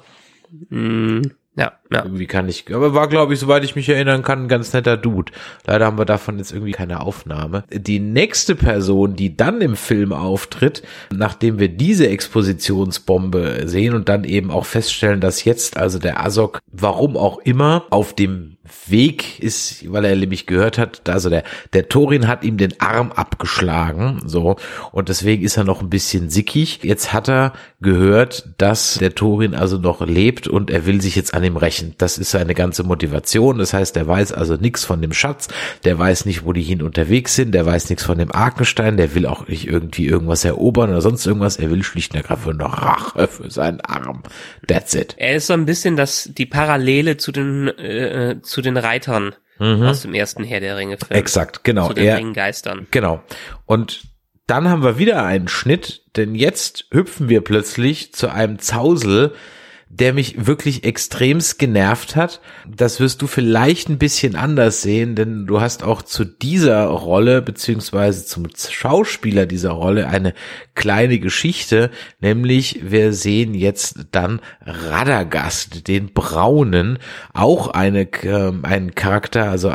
Ja. Irgendwie aber war, glaube ich, soweit ich mich erinnern kann, ein ganz netter Dude. Leider haben wir davon jetzt irgendwie keine Aufnahme. Die nächste Person, die dann im Film auftritt, nachdem wir diese Expositionsbombe sehen und dann eben auch feststellen, dass jetzt also der Azog, warum auch immer, auf dem Weg ist, weil er nämlich gehört hat, also der Thorin hat ihm den Arm abgeschlagen, so, und deswegen ist er noch ein bisschen sickig. Jetzt hat er gehört, dass der Thorin also noch lebt und er will sich jetzt an ihm rächen. Das ist seine ganze Motivation. Das heißt, er weiß also nichts von dem Schatz, der weiß nicht, wo die hin unterwegs sind, der weiß nichts von dem Arkenstein, der will auch nicht irgendwie irgendwas erobern oder sonst irgendwas. Er will schlicht und ergreifend nur Rache für seinen Arm. That's it. Er ist so ein bisschen die Parallele zu den Reitern aus dem ersten Herr der Ringe-Film. Exakt, genau. Zu den Ringgeistern. Genau. Und dann haben wir wieder einen Schnitt, denn jetzt hüpfen wir plötzlich zu einem Zausel, der mich wirklich extremst genervt hat. Das wirst du vielleicht ein bisschen anders sehen, denn du hast auch zu dieser Rolle, beziehungsweise zum Schauspieler dieser Rolle, eine kleine Geschichte, nämlich wir sehen jetzt dann Radagast, den Braunen, auch einen Charakter, also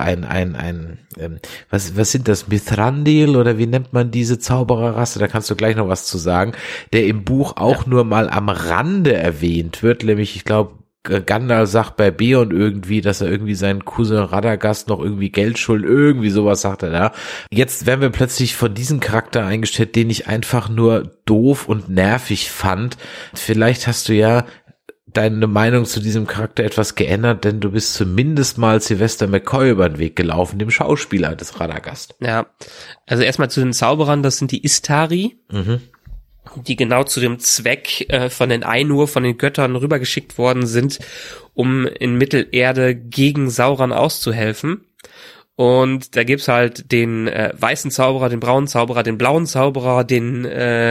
was sind das, Mithrandil oder wie nennt man diese Zaubererrasse? Da kannst du gleich noch was zu sagen, der im Buch auch nur mal am Rande erwähnt wird, nämlich ich glaube Gandalf sagt bei Beorn irgendwie, dass er irgendwie seinen Cousin Radagast noch irgendwie Geld schuldet, irgendwie sowas sagt er da. Jetzt werden wir plötzlich von diesem Charakter eingestellt, den ich einfach nur doof und nervig fand. Vielleicht hast du ja deine Meinung zu diesem Charakter etwas geändert, denn du bist zumindest mal Sylvester McCoy über den Weg gelaufen, dem Schauspieler des Radagast. Ja, also erstmal zu den Zauberern, das sind die Istari, die genau zu dem Zweck von den Ainur, von den Göttern rübergeschickt worden sind, um in Mittelerde gegen Sauron auszuhelfen. Und da gibt's halt den weißen Zauberer, den braunen Zauberer, den blauen Zauberer, den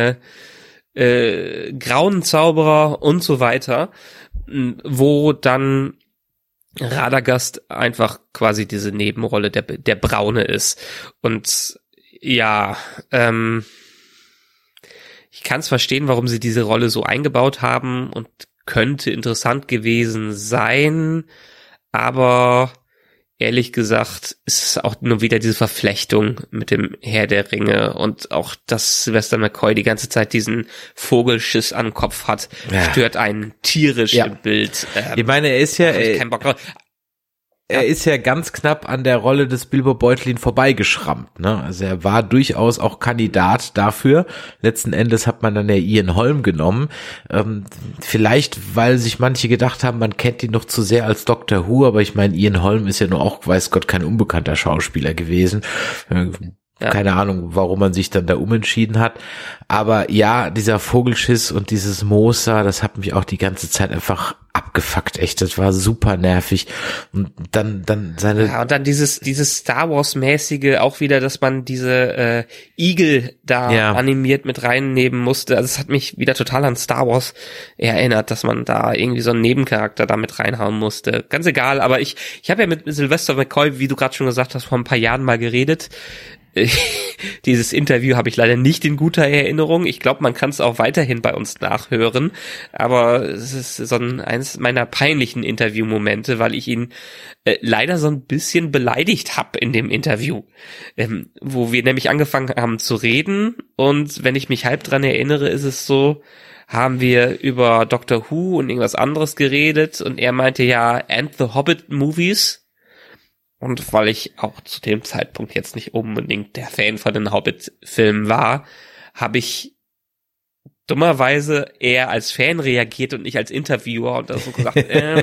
grauen Zauberer und so weiter, wo dann Radagast einfach quasi diese Nebenrolle der Braune ist. Und ja, ich kann es verstehen, warum sie diese Rolle so eingebaut haben und könnte interessant gewesen sein, aber ehrlich gesagt ist es auch nur wieder diese Verflechtung mit dem Herr der Ringe und auch, dass Sylvester McCoy die ganze Zeit diesen Vogelschiss an den Kopf hat, stört einen tierisch im Bild. Ich meine, er ist ja... keinen Bock drauf. Er ist ja ganz knapp an der Rolle des Bilbo Beutlin vorbeigeschrammt, ne? Also er war durchaus auch Kandidat dafür. Letzten Endes hat man dann ja Ian Holm genommen. Vielleicht, weil sich manche gedacht haben, man kennt ihn noch zu sehr als Doctor Who, aber ich meine, Ian Holm ist ja nur auch, weiß Gott, kein unbekannter Schauspieler gewesen. Keine Ahnung, warum man sich dann da umentschieden hat. Aber ja, dieser Vogelschiss und dieses Moos, das hat mich auch die ganze Zeit einfach abgefuckt, echt. Das war super nervig. Und dann seine... Ja, und dann dieses Star Wars-mäßige auch wieder, dass man diese Igel da animiert mit reinnehmen musste. Also es hat mich wieder total an Star Wars erinnert, dass man da irgendwie so einen Nebencharakter da mit reinhauen musste. Ganz egal, aber ich habe ja mit Sylvester McCoy, wie du gerade schon gesagt hast, vor ein paar Jahren mal geredet. Dieses Interview habe ich leider nicht in guter Erinnerung. Ich glaube, man kann es auch weiterhin bei uns nachhören, aber es ist so eines meiner peinlichen Interviewmomente, weil ich ihn leider so ein bisschen beleidigt habe in dem Interview, wo wir nämlich angefangen haben zu reden, und wenn ich mich halb dran erinnere, ist es so, haben wir über Doctor Who und irgendwas anderes geredet und er meinte ja, and the Hobbit Movies. Und weil ich auch zu dem Zeitpunkt jetzt nicht unbedingt der Fan von den Hobbit-Filmen war, habe ich dummerweise eher als Fan reagiert und nicht als Interviewer und so gesagt,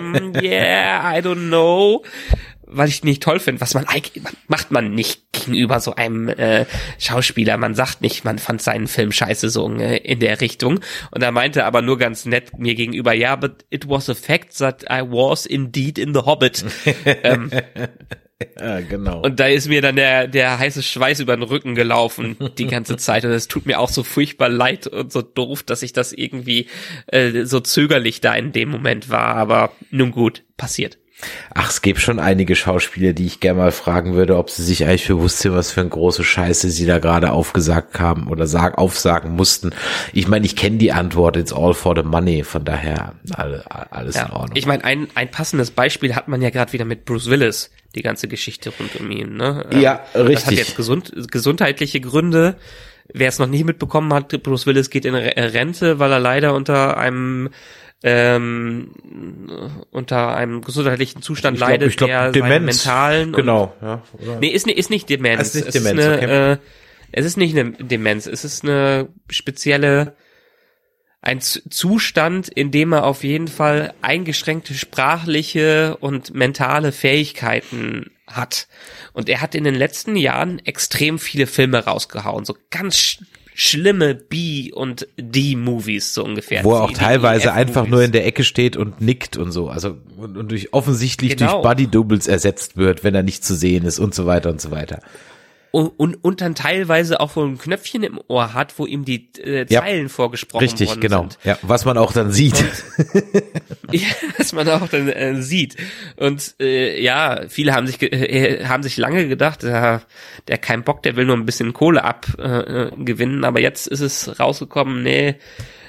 I don't know, weil ich nicht toll finde. Was macht man nicht gegenüber so einem Schauspieler. Man sagt nicht, man fand seinen Film scheiße, so in der Richtung. Und er meinte aber nur ganz nett mir gegenüber, ja, but it was a fact that I was indeed in the Hobbit. Ja, genau. Und da ist mir dann der heiße Schweiß über den Rücken gelaufen die ganze Zeit. Und es tut mir auch so furchtbar leid und so doof, dass ich das irgendwie so zögerlich da in dem Moment war. Aber nun gut, passiert. Ach, es gibt schon einige Schauspieler, die ich gerne mal fragen würde, ob sie sich eigentlich bewusst sind, was für eine große Scheiße sie da gerade aufgesagt haben oder aufsagen mussten. Ich meine, ich kenne die Antwort, it's all for the money, von daher alles in Ordnung. Ich meine, ein passendes Beispiel hat man ja gerade wieder mit Bruce Willis, die ganze Geschichte rund um ihn, ne? Ja, richtig. Das hat jetzt gesundheitliche Gründe. Wer es noch nie mitbekommen hat, Bruce Willis geht in Rente, weil er leider unter einem gesundheitlichen Zustand leidet, ich glaub, der Demenz, seinen mentalen genau, ja. Oder? Nee, ist nicht Demenz. Es ist nicht Demenz, okay. Es ist nicht eine Demenz, es ist eine spezielle, ein Zustand, in dem er auf jeden Fall eingeschränkte sprachliche und mentale Fähigkeiten hat. Und er hat in den letzten Jahren extrem viele Filme rausgehauen, so ganz schlimme B- und D-Movies, so ungefähr. Wo er auch teilweise einfach nur in der Ecke steht und nickt und so. Also und offensichtlich durch Buddy-Doubles ersetzt wird, wenn er nicht zu sehen ist und so weiter und so weiter. Und dann teilweise auch so ein Knöpfchen im Ohr hat, wo ihm die Zeilen vorgesprochen worden sind. Richtig, genau. Ja, was man auch dann sieht. Was man auch dann sieht. Und viele haben sich lange gedacht, der kein Bock, der will nur ein bisschen Kohle abgewinnen. Aber jetzt ist es rausgekommen, nee,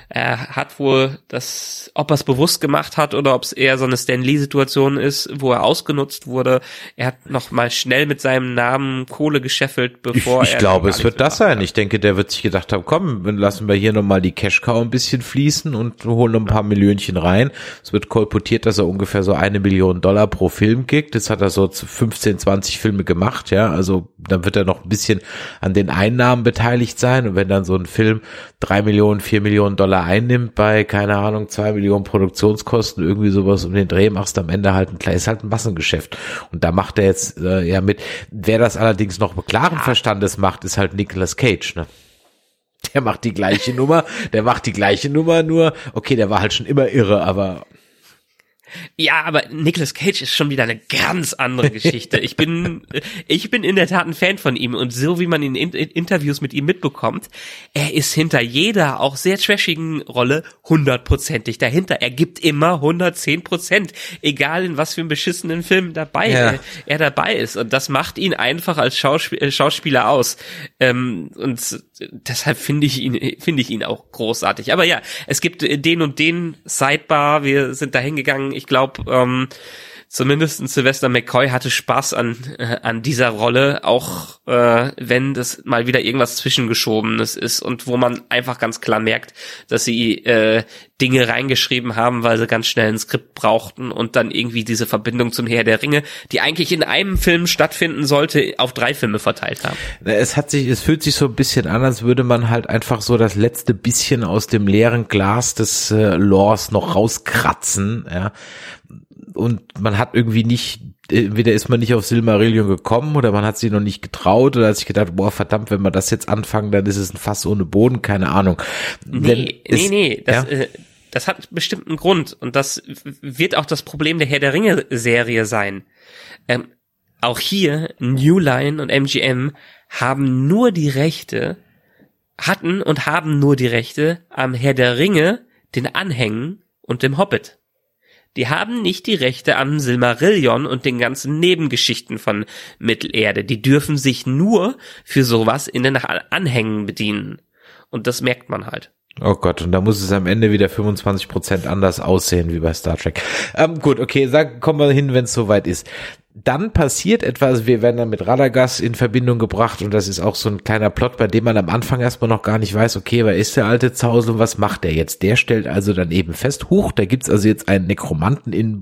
Er hat wohl ob er es bewusst gemacht hat oder ob es eher so eine Stan Lee-Situation ist, wo er ausgenutzt wurde. Er hat noch mal schnell mit seinem Namen Kohle gescheffelt, bevor ich glaube, es wird das sein. Ich denke, der wird sich gedacht haben, komm, lassen wir hier nochmal die Cash-Cow ein bisschen fließen und holen noch ein paar Millionchen rein. Es wird kolportiert, dass er ungefähr so $1 Million pro Film kriegt. Jetzt hat er so 15, 20 Filme gemacht, ja. Also dann wird er noch ein bisschen an den Einnahmen beteiligt sein. Und wenn dann so ein Film 3 Millionen, 4 Millionen Dollar einnimmt bei, keine Ahnung, 2 Millionen Produktionskosten, irgendwie sowas um den Dreh, machst du am Ende halt ist halt ein Massengeschäft. Und da macht er jetzt ja mit. Wer das allerdings noch mit klaren Verstandes macht, ist halt Nicolas Cage, ne? Der macht die gleiche Nummer, nur, okay, der war halt schon immer irre, aber... Ja, aber Nicolas Cage ist schon wieder eine ganz andere Geschichte. Ich bin in der Tat ein Fan von ihm und so wie man in Interviews mit ihm mitbekommt, er ist hinter jeder, auch sehr trashigen Rolle 100%ig dahinter. Er gibt immer 110%, egal in was für einem beschissenen Film er dabei ist. Und das macht ihn einfach als Schauspieler aus. Und deshalb finde ich ihn auch großartig. Aber ja, es gibt den und den Sidebar, wir sind da hingegangen. Ich glaube, zumindest Sylvester McCoy hatte Spaß an dieser Rolle, auch wenn das mal wieder irgendwas Zwischengeschobenes ist und wo man einfach ganz klar merkt, dass sie Dinge reingeschrieben haben, weil sie ganz schnell ein Skript brauchten und dann irgendwie diese Verbindung zum Herr der Ringe, die eigentlich in einem Film stattfinden sollte, auf 3 Filme verteilt haben. Es fühlt sich so ein bisschen an, als würde man halt einfach so das letzte bisschen aus dem leeren Glas des Lores noch rauskratzen, ja. Und man hat irgendwie nicht, entweder ist man nicht auf Silmarillion gekommen oder man hat sich noch nicht getraut oder hat sich gedacht, boah, verdammt, wenn wir das jetzt anfangen, dann ist es ein Fass ohne Boden, keine Ahnung. Das hat bestimmt einen Grund und das wird auch das Problem der Herr der Ringe-Serie sein. Auch hier, New Line und MGM hatten nur die Rechte am Herr der Ringe, den Anhängen und dem Hobbit. Die haben nicht die Rechte am Silmarillion und den ganzen Nebengeschichten von Mittelerde. Die dürfen sich nur für sowas in den Anhängen bedienen. Und das merkt man halt. Oh Gott, und da muss es am Ende wieder 25% anders aussehen wie bei Star Trek. Gut, okay, kommen wir hin, wenn es soweit ist. Dann passiert etwas, wir werden dann mit Radagast in Verbindung gebracht und das ist auch so ein kleiner Plot, bei dem man am Anfang erstmal noch gar nicht weiß, okay, wer ist der alte Zausel und was macht der jetzt? Der stellt also dann eben fest, da gibt's also jetzt einen Nekromanten in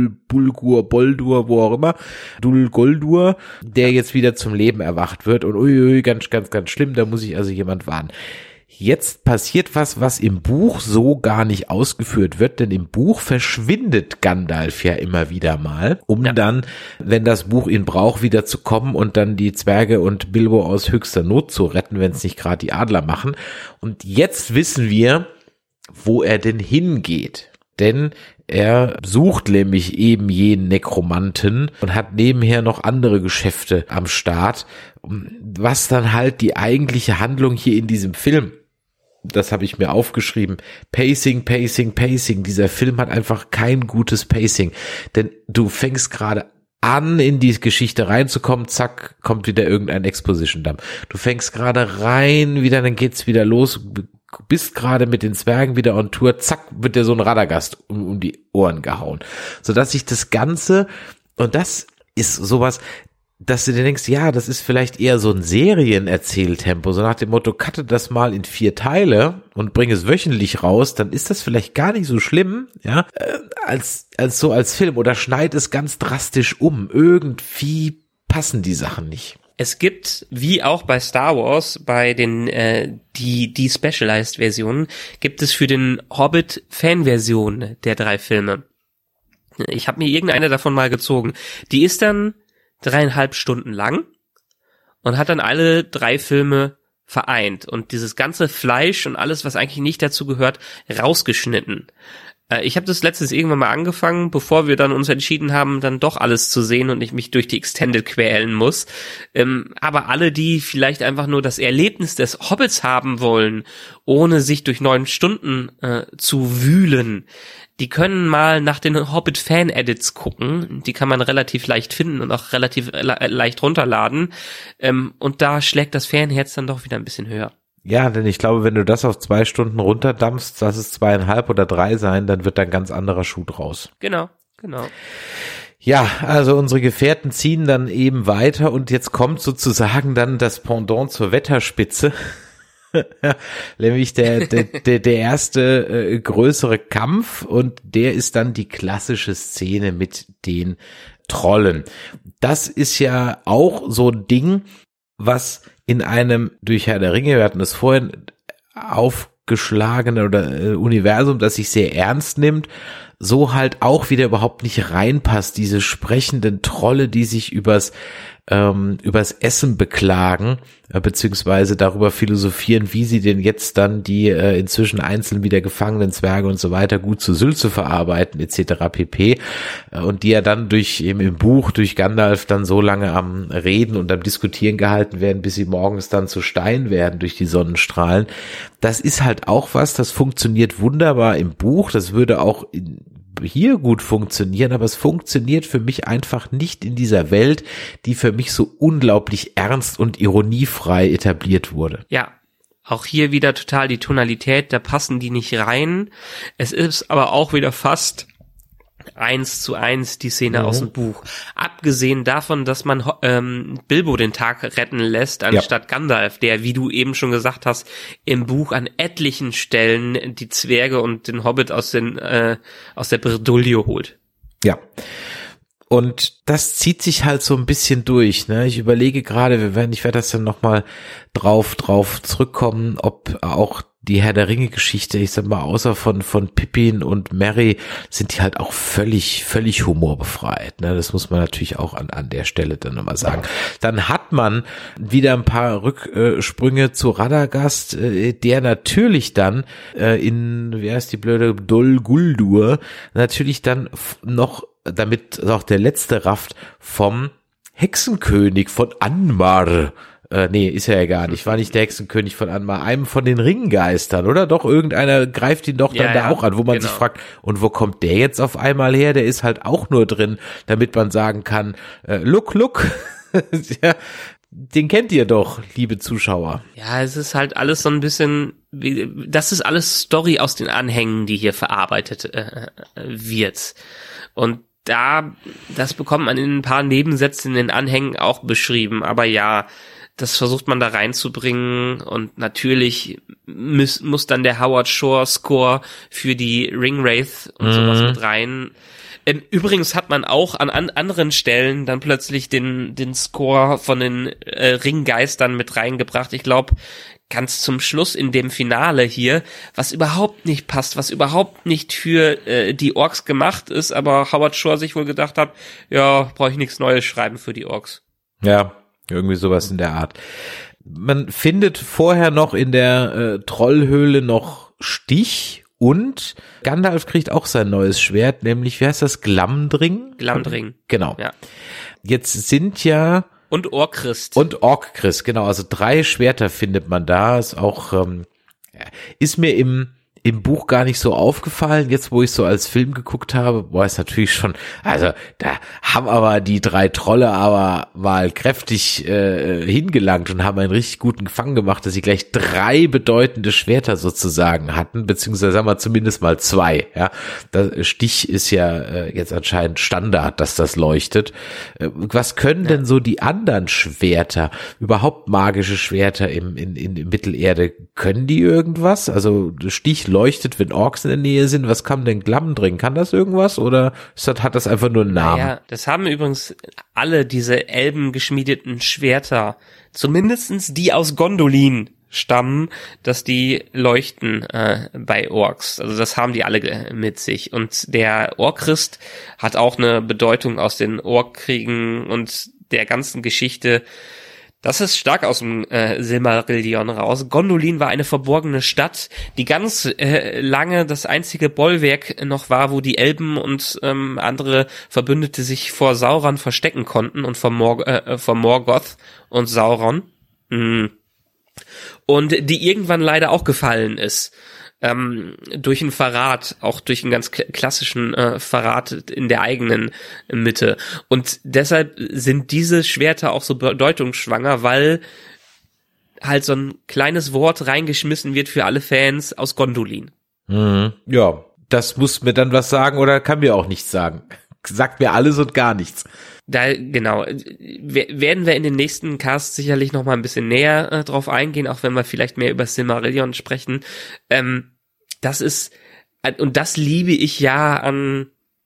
Boldur, wo auch immer, Dul Guldur, der jetzt wieder zum Leben erwacht wird und uiui, ganz, ganz, ganz schlimm, da muss ich also jemand warnen. Jetzt passiert was im Buch so gar nicht ausgeführt wird, denn im Buch verschwindet Gandalf ja immer wieder mal, dann, wenn das Buch ihn braucht, wieder zu kommen und dann die Zwerge und Bilbo aus höchster Not zu retten, wenn es nicht gerade die Adler machen. Und jetzt wissen wir, wo er denn hingeht. Denn er sucht nämlich eben jenen Nekromanten und hat nebenher noch andere Geschäfte am Start, was dann halt die eigentliche Handlung hier in diesem Film, das habe ich mir aufgeschrieben, Pacing. Dieser Film hat einfach kein gutes Pacing, denn du fängst gerade an, in die Geschichte reinzukommen, zack, kommt wieder irgendein Exposition-Dump. Du fängst gerade rein, wieder, dann geht's wieder los, bist gerade mit den Zwergen wieder on Tour, zack, wird dir so ein Radagast um die Ohren gehauen. Sodass sich das Ganze, und das ist sowas, dass du dir denkst, ja, das ist vielleicht eher so ein Serienerzähltempo, so nach dem Motto, cutte das mal in 4 Teile und bring es wöchentlich raus, dann ist das vielleicht gar nicht so schlimm, ja, als Film, oder schneid es ganz drastisch um. Irgendwie passen die Sachen nicht. Es gibt, wie auch bei Star Wars, bei den die Specialized-Versionen, gibt es für den Hobbit Fan-Version der 3 Filme. Ich habe mir irgendeine davon mal gezogen. Die ist dann 3,5 Stunden lang und hat dann alle 3 Filme vereint und dieses ganze Fleisch und alles, was eigentlich nicht dazu gehört, rausgeschnitten. Ich habe das letztens irgendwann mal angefangen, bevor wir dann uns entschieden haben, dann doch alles zu sehen und ich mich durch die Extended quälen muss. Aber alle, die vielleicht einfach nur das Erlebnis des Hobbits haben wollen, ohne sich durch 9 Stunden zu wühlen, die können mal nach den Hobbit-Fan-Edits gucken. Die kann man relativ leicht finden und auch relativ leicht runterladen. Und da schlägt das Fanherz dann doch wieder ein bisschen höher. Ja, denn ich glaube, wenn du das auf 2 Stunden runterdampfst, lass es 2,5 oder 3 sein, dann wird da ein ganz anderer Schuh draus. Genau. Ja, also unsere Gefährten ziehen dann eben weiter und jetzt kommt sozusagen dann das Pendant zur Wetterspitze. Nämlich der erste größere Kampf, und der ist dann die klassische Szene mit den Trollen. Das ist ja auch so ein Ding, was in einem durch Herr der Ringe, wir hatten es vorhin, aufgeschlagene oder Universum, das sich sehr ernst nimmt, so halt auch wieder überhaupt nicht reinpasst. Diese sprechenden Trolle, die sich übers Essen beklagen, beziehungsweise darüber philosophieren, wie sie denn jetzt dann die inzwischen einzeln wieder gefangenen Zwerge und so weiter gut zu Sülze verarbeiten etc. pp. Und die ja dann im Buch durch Gandalf dann so lange am Reden und am Diskutieren gehalten werden, bis sie morgens dann zu Stein werden durch die Sonnenstrahlen. Das ist halt auch was, das funktioniert wunderbar im Buch, das würde auch hier gut funktionieren, aber es funktioniert für mich einfach nicht in dieser Welt, die für mich so unglaublich ernst und ironiefrei etabliert wurde. Ja, auch hier wieder total die Tonalität, da passen die nicht rein. Es ist aber auch wieder fast 1:1 die Szene aus dem Buch. Abgesehen davon, dass man Bilbo den Tag retten lässt, anstatt Gandalf, der, wie du eben schon gesagt hast, im Buch an etlichen Stellen die Zwerge und den Hobbit aus der Bredouille holt. Ja. Und das zieht sich halt so ein bisschen durch, ne? Ich überlege gerade, ich werde das dann nochmal drauf zurückkommen, ob auch die Herr der Ringe Geschichte, ich sag mal, außer von Pippin und Merry, sind die halt auch völlig humorbefreit, ne? Das muss man natürlich auch an der Stelle dann nochmal sagen. Dann hat man wieder ein paar Rücksprünge zu Radagast, der natürlich dann wie heißt die blöde Dol Guldur, natürlich dann noch, damit auch der letzte rafft, vom Hexenkönig von Anmar. Ist er ja gar nicht. War nicht der Hexenkönig von Anmar, einem von den Ringgeistern, oder? Doch, irgendeiner greift ihn doch dann da auch an, wo man sich fragt, und wo kommt der jetzt auf einmal her? Der ist halt auch nur drin, damit man sagen kann, look. Ja, den kennt ihr doch, liebe Zuschauer. Ja, es ist halt alles so ein bisschen, das ist alles Story aus den Anhängen, die hier verarbeitet wird. Und das bekommt man in ein paar Nebensätzen in den Anhängen auch beschrieben, aber ja, das versucht man da reinzubringen, und natürlich muss dann der Howard Shore Score für die Ringwraith und sowas mit rein. Übrigens hat man auch an anderen Stellen dann plötzlich den Score von den Ringgeistern mit reingebracht. Ich glaube, ganz zum Schluss in dem Finale hier, was überhaupt nicht passt, was überhaupt nicht für die Orks gemacht ist, aber Howard Shore sich wohl gedacht hat, ja, brauche ich nichts Neues schreiben für die Orks. Ja, irgendwie sowas in der Art. Man findet vorher noch in der Trollhöhle noch Stich, und Gandalf kriegt auch sein neues Schwert, nämlich, wie heißt das, Glamdring? Glamdring. Genau. Ja. Jetzt sind ja und Orchrist. Und Orchrist, genau. Also 3 Schwerter findet man da. Ist auch, ist mir im Buch gar nicht so aufgefallen. Jetzt, wo ich so als Film geguckt habe, ist natürlich schon, also da haben aber die 3 Trolle aber mal kräftig hingelangt und haben einen richtig guten Fang gemacht, dass sie gleich 3 bedeutende Schwerter sozusagen hatten, beziehungsweise sagen wir zumindest mal 2. Ja, der Stich ist ja jetzt anscheinend Standard, dass das leuchtet. Was können denn so die anderen Schwerter, überhaupt magische Schwerter in Mittelerde, können die irgendwas? Also Stich leuchtet, wenn Orks in der Nähe sind. Was kann denn Glamdring? Kann das irgendwas, oder hat das einfach nur einen Namen? Ja, das haben übrigens alle diese elbengeschmiedeten Schwerter, zumindestens die aus Gondolin stammen, dass die leuchten bei Orks. Also das haben die alle mit sich. Und der Orchrist hat auch eine Bedeutung aus den Orkkriegen und der ganzen Geschichte. Das ist stark aus dem Silmarillion raus. Gondolin war eine verborgene Stadt, die ganz lange das einzige Bollwerk noch war, wo die Elben und andere Verbündete sich vor Sauron verstecken konnten und vor Morgoth und Sauron. Und die irgendwann leider auch gefallen ist. Durch einen Verrat, auch durch einen ganz klassischen Verrat in der eigenen Mitte. Und deshalb sind diese Schwerter auch so bedeutungsschwanger, weil halt so ein kleines Wort reingeschmissen wird für alle Fans aus Gondolin. Ja, das muss mir dann was sagen oder kann mir auch nichts sagen. Sagt mir alles und gar nichts. Da, genau, werden wir in den nächsten Casts sicherlich noch mal ein bisschen näher drauf eingehen, auch wenn wir vielleicht mehr über Silmarillion sprechen. Das ist, und das liebe ich ja an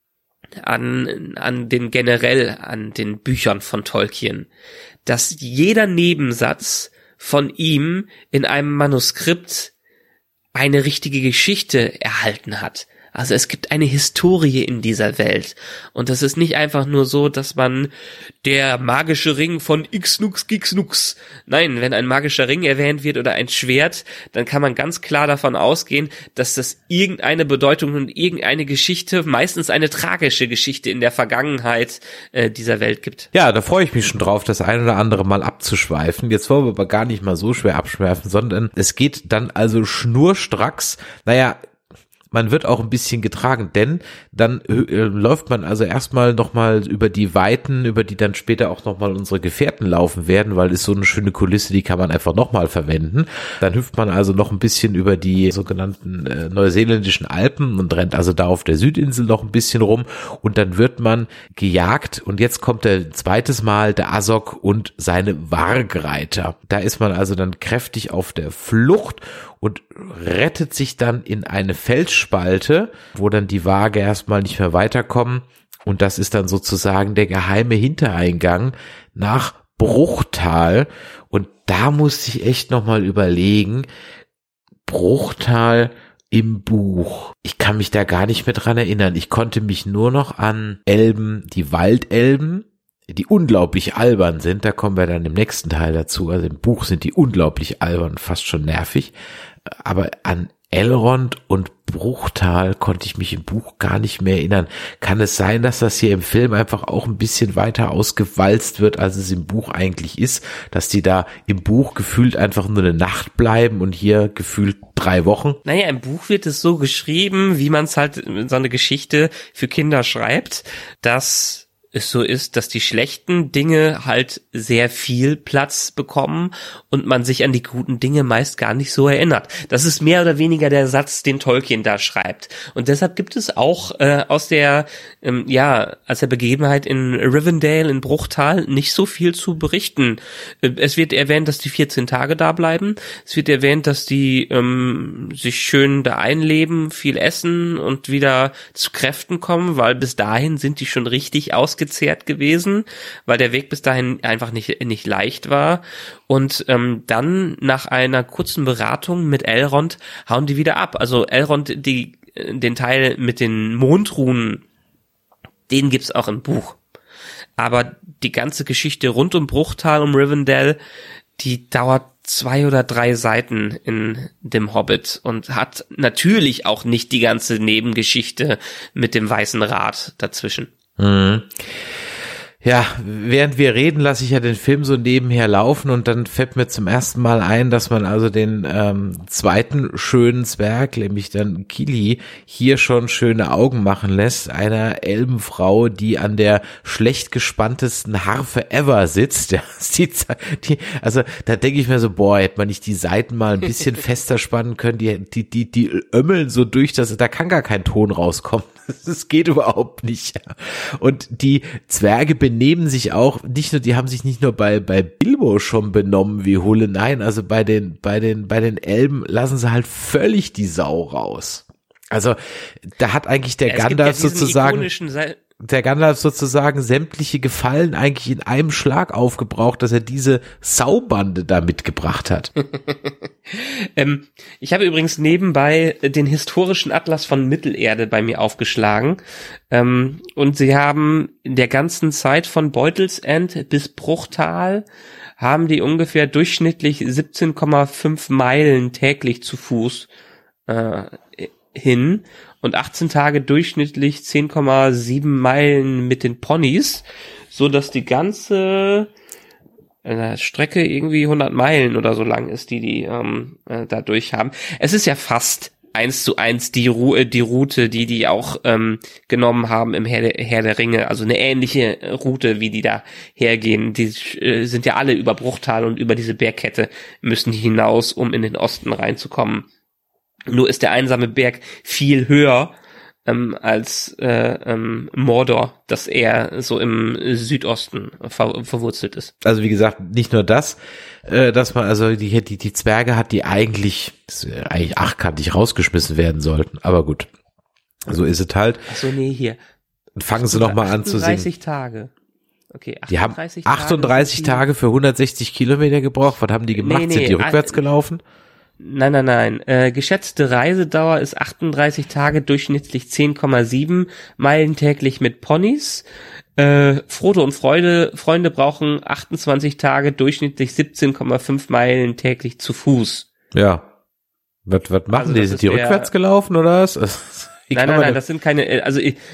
den Büchern von Tolkien, dass jeder Nebensatz von ihm in einem Manuskript eine richtige Geschichte erhalten hat. Also es gibt eine Historie in dieser Welt. Und das ist nicht einfach nur so, dass man der magische Ring von Xnux Gixnux. Nein, wenn ein magischer Ring erwähnt wird oder ein Schwert, dann kann man ganz klar davon ausgehen, dass das irgendeine Bedeutung und irgendeine Geschichte, meistens eine tragische Geschichte in der Vergangenheit dieser Welt gibt. Ja, da freue ich mich schon drauf, das ein oder andere Mal abzuschweifen. Jetzt wollen wir aber gar nicht mal so schwer abschweifen, sondern es geht dann also schnurstracks, man wird auch ein bisschen getragen, denn dann läuft man also erstmal nochmal über die Weiten, über die dann später auch nochmal unsere Gefährten laufen werden, weil ist so eine schöne Kulisse, die kann man einfach nochmal verwenden. Dann hüpft man also noch ein bisschen über die sogenannten neuseeländischen Alpen und rennt also da auf der Südinsel noch ein bisschen rum und dann wird man gejagt und jetzt kommt zweites Mal der Azog und seine Wargreiter. Da ist man also dann kräftig auf der Flucht und rettet sich dann in eine Felsspalte, wo dann die Waage erstmal nicht mehr weiterkommen. Und das ist dann sozusagen der geheime Hintereingang nach Bruchtal. Und da musste ich echt nochmal überlegen, Bruchtal im Buch. Ich kann mich da gar nicht mehr dran erinnern. Ich konnte mich nur noch an Elben, die Waldelben, die unglaublich albern sind, da kommen wir dann im nächsten Teil dazu, also im Buch sind die unglaublich albern, fast schon nervig, aber an Elrond und Bruchtal konnte ich mich im Buch gar nicht mehr erinnern. Kann es sein, dass das hier im Film einfach auch ein bisschen weiter ausgewalzt wird, als es im Buch eigentlich ist, dass die da im Buch gefühlt einfach nur eine Nacht bleiben und hier gefühlt 3 Wochen? Naja, im Buch wird es so geschrieben, wie man es halt so eine Geschichte für Kinder schreibt, dass es so ist, dass die schlechten Dinge halt sehr viel Platz bekommen und man sich an die guten Dinge meist gar nicht so erinnert. Das ist mehr oder weniger der Satz, den Tolkien da schreibt. Und deshalb gibt es auch aus der Begebenheit in Rivendell, in Bruchtal, nicht so viel zu berichten. Es wird erwähnt, dass die 14 Tage da bleiben. Es wird erwähnt, dass die sich schön da einleben, viel essen und wieder zu Kräften kommen, weil bis dahin sind die schon richtig ausgezehrt gewesen, weil der Weg bis dahin einfach nicht leicht war. Und dann nach einer kurzen Beratung mit Elrond hauen die wieder ab. Also Elrond, den Teil mit den Mondrunen, den gibt's auch im Buch. Aber die ganze Geschichte rund um Bruchtal, um Rivendell, die dauert 2 oder 3 Seiten in dem Hobbit und hat natürlich auch nicht die ganze Nebengeschichte mit dem Weißen Rat dazwischen. Ja, während wir reden, lasse ich ja den Film so nebenher laufen und dann fällt mir zum ersten Mal ein, dass man also den zweiten schönen Zwerg, nämlich dann Kili, hier schon schöne Augen machen lässt, einer Elbenfrau, die an der schlecht gespanntesten Harfe ever sitzt. Ja, also da denke ich mir so, hätte man nicht die Saiten mal ein bisschen fester spannen können, die ömmeln so durch, da kann gar kein Ton rauskommen. Das geht überhaupt nicht. Und die Zwerge benehmen sich auch, die haben sich nicht nur bei Bilbo schon benommen wie Hulle, nein, also bei den Elben lassen sie halt völlig die Sau raus. Also da hat eigentlich der Gandalf sozusagen sämtliche Gefallen eigentlich in einem Schlag aufgebraucht, dass er diese Saubande da mitgebracht hat. Ich habe übrigens nebenbei den historischen Atlas von Mittelerde bei mir aufgeschlagen. Und sie haben in der ganzen Zeit von Beutelsend bis Bruchtal haben die ungefähr durchschnittlich 17,5 Meilen täglich zu Fuß hin und 18 Tage durchschnittlich 10,7 Meilen mit den Ponys, so dass die ganze Strecke irgendwie 100 Meilen oder so lang ist, die da durch haben. Es ist ja fast 1:1 die Route, die auch genommen haben im Herr der Ringe, also eine ähnliche Route, wie die da hergehen. Die sind ja alle über Bruchtal und über diese Bergkette müssen die hinaus, um in den Osten reinzukommen. Nur ist der einsame Berg viel höher als Mordor, das eher so im Südosten verwurzelt ist. Also wie gesagt, nicht nur das, dass man also die Zwerge hat, die eigentlich achtkantig rausgeschmissen werden sollten, aber gut, so ist es halt. Ach so, nee, hier. Und fangen sie nochmal an zu singen. 38 Tage. Okay, 38 die haben 38 Tage für 160 Kilometer gebraucht. Was haben die gemacht? Sind die rückwärts gelaufen? Nein. Geschätzte Reisedauer ist 38 Tage, durchschnittlich 10,7 Meilen täglich mit Ponys. Frodo und Freunde brauchen 28 Tage, durchschnittlich 17,5 Meilen täglich zu Fuß. Ja. Was machen also die? Sind die rückwärts gelaufen oder was? Nein, das sind keine,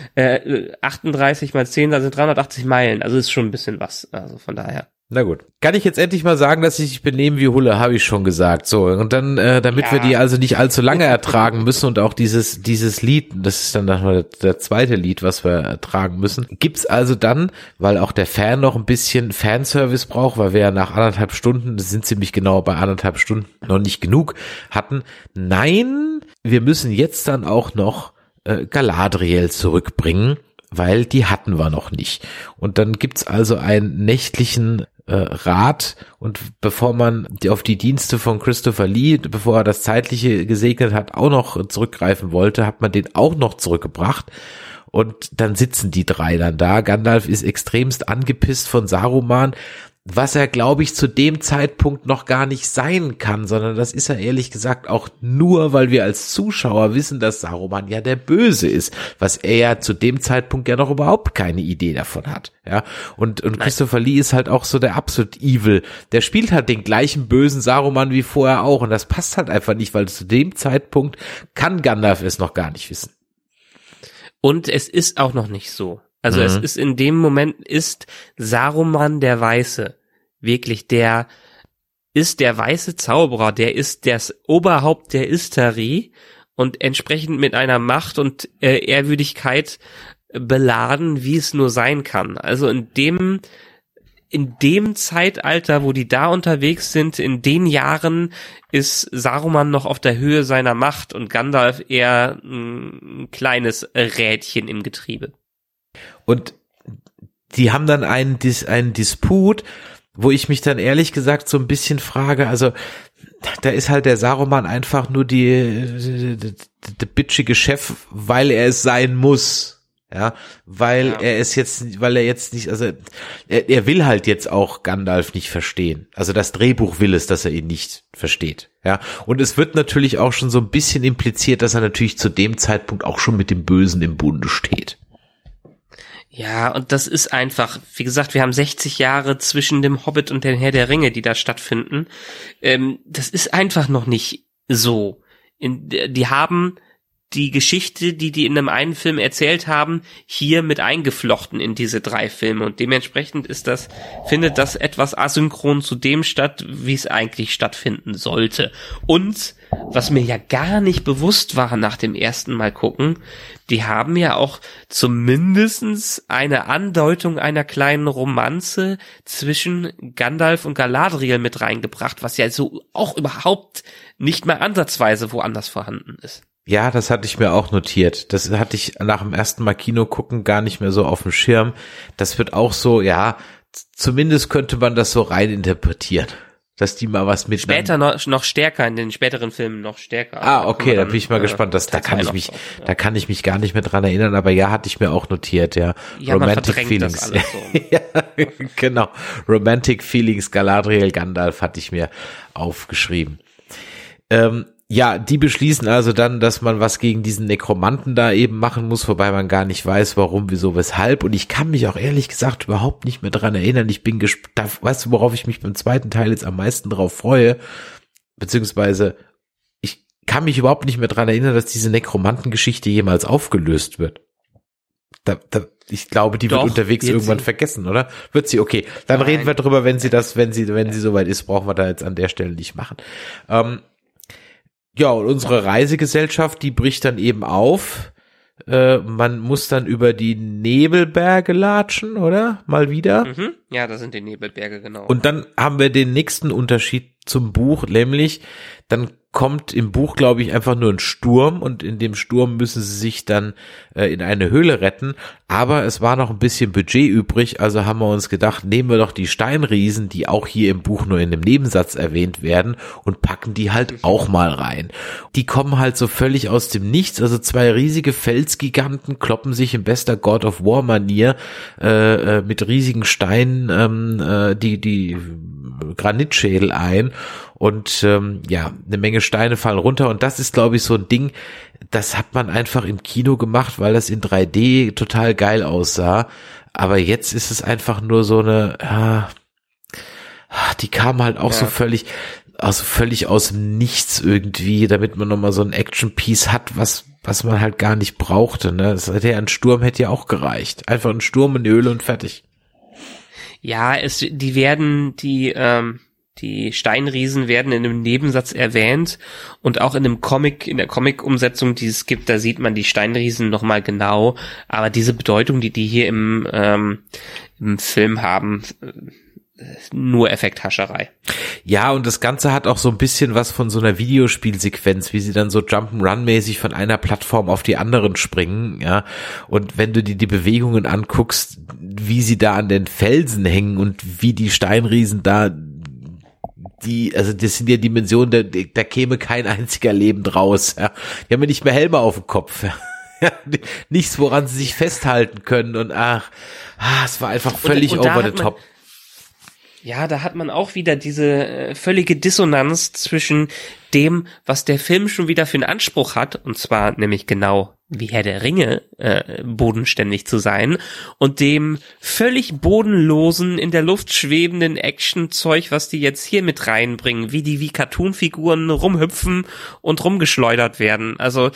38 mal 10, das sind 380 Meilen, also ist schon ein bisschen was, also von daher. Na gut. Kann ich jetzt endlich mal sagen, dass ich benehme wie Hulle, habe ich schon gesagt. So, und dann, damit wir die also nicht allzu lange ertragen müssen und auch dieses Lied, das ist dann nochmal der zweite Lied, was wir ertragen müssen, gibt's also dann, weil auch der Fan noch ein bisschen Fanservice braucht, weil wir ja nach 1,5 Stunden, das sind ziemlich genau bei 1,5 Stunden, noch nicht genug hatten. Nein, wir müssen jetzt dann auch noch Galadriel zurückbringen, weil die hatten wir noch nicht. Und dann gibt's also einen nächtlichen Rat, und bevor man auf die Dienste von Christopher Lee, bevor er das Zeitliche gesegnet hat, auch noch zurückgreifen wollte, hat man den auch noch zurückgebracht. Und dann sitzen die drei dann da. Gandalf ist extremst angepisst von Saruman, was er, glaube ich, zu dem Zeitpunkt noch gar nicht sein kann, sondern das ist er ehrlich gesagt auch nur, weil wir als Zuschauer wissen, dass Saruman ja der Böse ist, was er ja zu dem Zeitpunkt ja noch überhaupt keine Idee davon hat, ja. Und Christopher Lee ist halt auch so der absolut Evil. Der spielt halt den gleichen bösen Saruman wie vorher auch, und das passt halt einfach nicht, weil zu dem Zeitpunkt kann Gandalf es noch gar nicht wissen. Und es ist auch noch nicht so. Also es ist in dem Moment, ist Saruman der Weiße wirklich der weiße Zauberer, der ist das Oberhaupt der Istari und entsprechend mit einer Macht und Ehrwürdigkeit beladen, wie es nur sein kann. Also in dem Zeitalter, wo die da unterwegs sind, in den Jahren ist Saruman noch auf der Höhe seiner Macht und Gandalf eher ein kleines Rädchen im Getriebe. Und die haben dann einen Disput, wo ich mich dann ehrlich gesagt so ein bisschen frage, also da ist halt der Saruman einfach nur der bitchige Chef, weil er es sein muss, ja, weil er jetzt nicht, also er will halt jetzt auch Gandalf nicht verstehen, also das Drehbuch will es, dass er ihn nicht versteht, ja, und es wird natürlich auch schon so ein bisschen impliziert, dass er natürlich zu dem Zeitpunkt auch schon mit dem Bösen im Bunde steht. Ja, und das ist einfach, wie gesagt, wir haben 60 Jahre zwischen dem Hobbit und dem Herr der Ringe, die da stattfinden. Das ist einfach noch nicht so. Die haben die Geschichte, die in einem einen Film erzählt haben, hier mit eingeflochten in diese 3 Filme. Und dementsprechend findet das etwas asynchron zu dem statt, wie es eigentlich stattfinden sollte. Und was mir ja gar nicht bewusst war nach dem ersten Mal gucken, die haben ja auch zumindestens eine Andeutung einer kleinen Romanze zwischen Gandalf und Galadriel mit reingebracht, was ja so auch überhaupt nicht mal ansatzweise woanders vorhanden ist. Ja, das hatte ich mir auch notiert. Das hatte ich nach dem ersten Mal Kino gucken gar nicht mehr so auf dem Schirm. Das wird auch so, ja, zumindest könnte man das so rein interpretieren, dass die mal was mit. Später noch stärker, in den späteren Filmen noch stärker. Ah, okay, da bin ich mal gespannt. Da kann ich mich gar nicht mehr dran erinnern, aber ja, hatte ich mir auch notiert, ja. Ja, Romantic Feelings. Das alles so. Ja, genau. Romantic Feelings, Galadriel, Gandalf hatte ich mir aufgeschrieben. Ja, die beschließen also dann, dass man was gegen diesen Nekromanten da eben machen muss, wobei man gar nicht weiß, warum, wieso, weshalb. Und ich kann mich auch ehrlich gesagt überhaupt nicht mehr dran erinnern. Ich bin gespannt, weißt du, worauf ich mich beim zweiten Teil jetzt am meisten drauf freue? Beziehungsweise, ich kann mich überhaupt nicht mehr dran erinnern, dass diese Nekromantengeschichte jemals aufgelöst wird. Ich glaube, die wird unterwegs irgendwann vergessen, oder? Wird sie? Okay, dann reden wir drüber, wenn sie soweit ist, brauchen wir da jetzt an der Stelle nicht machen. Ja, und unsere Reisegesellschaft, die bricht dann eben auf. Man muss dann über die Nebelberge latschen, oder? Mal wieder. Mhm. Ja, das sind die Nebelberge, genau. Und dann haben wir den nächsten Unterschied zum Buch, nämlich dann kommt im Buch, glaube ich, einfach nur ein Sturm und in dem Sturm müssen sie sich dann in eine Höhle retten, aber es war noch ein bisschen Budget übrig, also haben wir uns gedacht, nehmen wir doch die Steinriesen, die auch hier im Buch nur in einem Nebensatz erwähnt werden und packen die halt auch mal rein. Die kommen halt so völlig aus dem Nichts, also zwei riesige Felsgiganten kloppen sich in bester God of War Manier mit riesigen Steinen die Granitschädel ein und ja, eine Menge Steine fallen runter und das ist, glaube ich, so ein Ding, das hat man einfach im Kino gemacht, weil das in 3D total geil aussah, aber jetzt ist es einfach nur so eine, die kam halt auch so völlig aus dem Nichts irgendwie, damit man nochmal so ein Action-Piece hat, was man halt gar nicht brauchte, ne, ein Sturm hätte ja auch gereicht, einfach ein Sturm in die Höhle und fertig. Ja, die Steinriesen werden in einem Nebensatz erwähnt und auch in der Comic-Umsetzung, die es gibt, da sieht man die Steinriesen nochmal genau, aber diese Bedeutung, die hier im Film haben, nur Effekthascherei. Ja, und das Ganze hat auch so ein bisschen was von so einer Videospielsequenz, wie sie dann so Jump'n'Run-mäßig von einer Plattform auf die anderen springen, ja. Und wenn du dir die Bewegungen anguckst, wie sie da an den Felsen hängen und wie die Steinriesen da, also das sind ja Dimensionen, da käme kein einziger lebend raus, ja. Die haben ja nicht mehr Helme auf dem Kopf, ja. Nichts, woran sie sich festhalten können und es war einfach völlig over the top. Ja, da hat man auch wieder diese völlige Dissonanz zwischen dem, was der Film schon wieder für einen Anspruch hat, und zwar nämlich genau wie Herr der Ringe bodenständig zu sein, und dem völlig bodenlosen, in der Luft schwebenden Action-Zeug, was die jetzt hier mit reinbringen, wie die wie Cartoon-Figuren rumhüpfen und rumgeschleudert werden. Also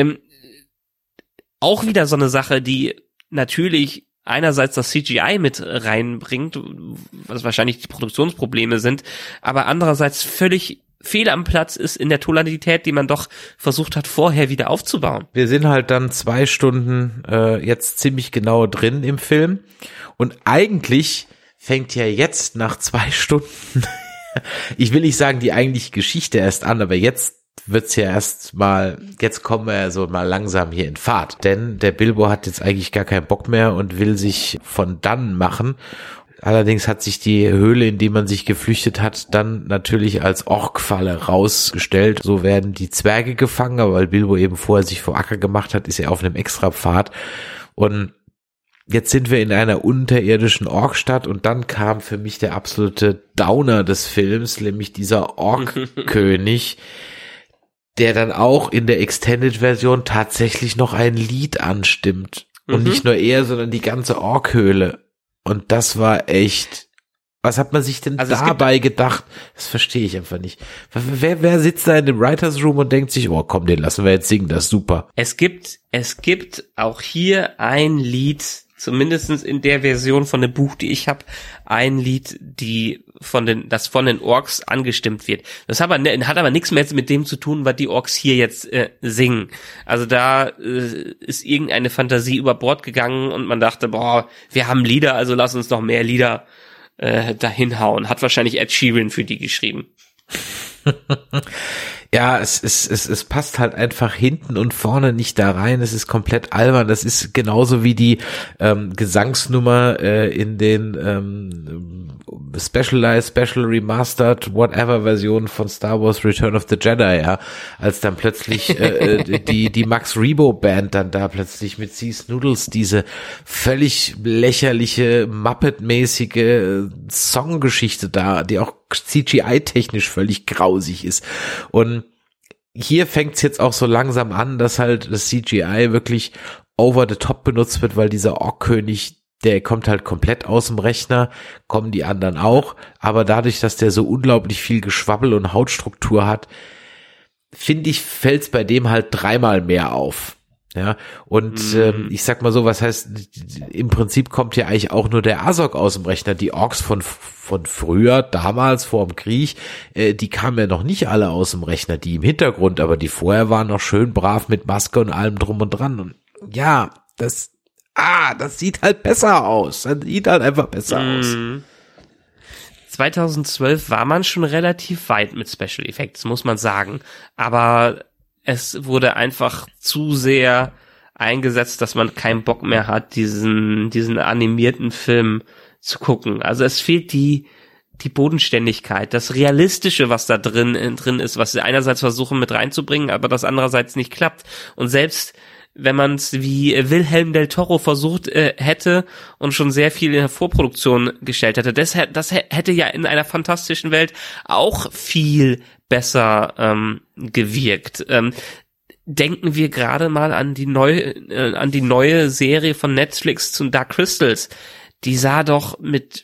auch wieder so eine Sache, die natürlich einerseits das CGI mit reinbringt, was wahrscheinlich die Produktionsprobleme sind, aber andererseits völlig fehl am Platz ist in der Tonalität, die man doch versucht hat, vorher wieder aufzubauen. Wir sind halt dann 2 Stunden jetzt ziemlich genau drin im Film und eigentlich fängt ja jetzt nach 2 Stunden, ich will nicht sagen die eigentliche Geschichte erst an, aber jetzt wird's ja jetzt kommen wir ja so mal langsam hier in Fahrt. Denn der Bilbo hat jetzt eigentlich gar keinen Bock mehr und will sich von dann machen. Allerdings hat sich die Höhle, in die man sich geflüchtet hat, dann natürlich als Orkfalle rausgestellt. So werden die Zwerge gefangen, aber weil Bilbo eben vorher sich vor Acker gemacht hat, ist er auf einem Extrapfad. Und jetzt sind wir in einer unterirdischen Orkstadt und dann kam für mich der absolute Downer des Films, nämlich dieser Orkkönig, der dann auch in der Extended-Version tatsächlich noch ein Lied anstimmt. Und nicht nur er, sondern die ganze Orkhöhle. Und das war echt, was hat man sich denn dabei gedacht? Das verstehe ich einfach nicht. Wer sitzt da in dem Writers Room und denkt sich, oh komm, den lassen wir jetzt singen, das ist super. Es gibt auch hier ein Lied, zumindestens in der Version von dem Buch, die ich habe, ein Lied, das von den Orks angestimmt wird. Das hat aber nichts mehr mit dem zu tun, was die Orks hier jetzt singen. Also da ist irgendeine Fantasie über Bord gegangen und man dachte, wir haben Lieder, also lass uns noch mehr Lieder dahin hauen. Hat wahrscheinlich Ed Sheeran für die geschrieben. Ja, es passt halt einfach hinten und vorne nicht da rein. Es ist komplett albern. Das ist genauso wie die Gesangsnummer in den Special Remastered Whatever Version von Star Wars Return of the Jedi, ja, als dann plötzlich die Max Rebo Band dann da plötzlich mit Seas Noodles diese völlig lächerliche Muppet-mäßige Songgeschichte da, die auch CGI-technisch völlig grausig ist. Und hier fängt's jetzt auch so langsam an, dass halt das CGI wirklich over the top benutzt wird, weil dieser Orkkönig, der kommt halt komplett aus dem Rechner, kommen die anderen auch, aber dadurch, dass der so unglaublich viel Geschwabbel und Hautstruktur hat, finde ich, fällt's bei dem halt 3-mal mehr auf. Ja, und ich sag mal so, was heißt, im Prinzip kommt ja eigentlich auch nur der Azog aus dem Rechner. Die Orks von früher, damals vor dem Krieg, die kamen ja noch nicht alle aus dem Rechner, die im Hintergrund, aber die vorher waren noch schön brav mit Maske und allem drum und dran. Und ja, das sieht halt besser aus. Das sieht halt einfach besser aus. 2012 war man schon relativ weit mit Special Effects, muss man sagen. Aber es wurde einfach zu sehr eingesetzt, dass man keinen Bock mehr hat, diesen animierten Film zu gucken. Also es fehlt die Bodenständigkeit, das Realistische, was da drin ist, was sie einerseits versuchen mit reinzubringen, aber das andererseits nicht klappt. Und selbst wenn man es wie Wilhelm del Toro versucht hätte und schon sehr viel in der Vorproduktion gestellt hätte, das hätte ja in einer fantastischen Welt auch viel besser gewirkt. Denken wir gerade mal an die neue Serie von Netflix zu Dark Crystals. Die sah doch mit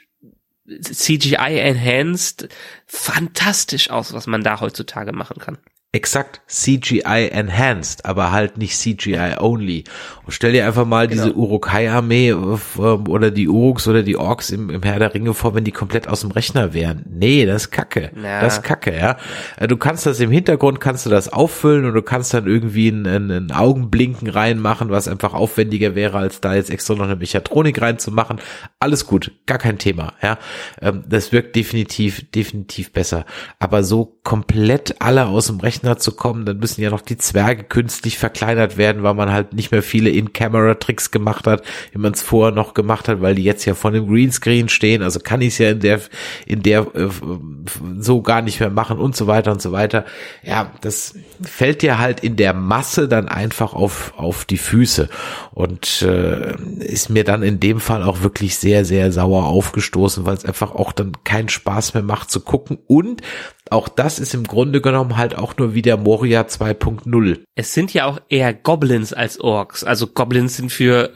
CGI enhanced fantastisch aus, was man da heutzutage machen kann. Exakt, CGI enhanced, aber halt nicht CGI only. Und stell dir einfach mal diese Uruk-hai-Armee oder die Uruks oder die Orks im Herr der Ringe vor, wenn die komplett aus dem Rechner wären. Nee, das ist Kacke. Ja. Das ist Kacke, ja. Du kannst das im Hintergrund, kannst du das auffüllen und du kannst dann irgendwie ein Augenblinken reinmachen, was einfach aufwendiger wäre, als da jetzt extra noch eine Mechatronik reinzumachen. Alles gut, gar kein Thema, ja. Das wirkt definitiv besser. Aber so komplett alle aus dem Rechner zu kommen, dann müssen ja noch die Zwerge künstlich verkleinert werden, weil man halt nicht mehr viele In-Camera-Tricks gemacht hat, wie man es vorher noch gemacht hat, weil die jetzt ja von dem Greenscreen stehen, also kann ich es ja in der so gar nicht mehr machen und so weiter und so weiter. Ja, das fällt dir halt in der Masse dann einfach auf die Füße und ist mir dann in dem Fall auch wirklich sehr, sehr sauer aufgestoßen, weil es einfach auch dann keinen Spaß mehr macht zu gucken und auch das ist im Grunde genommen halt auch nur wieder Moria 2.0. Es sind ja auch eher Goblins als Orks. Also Goblins sind für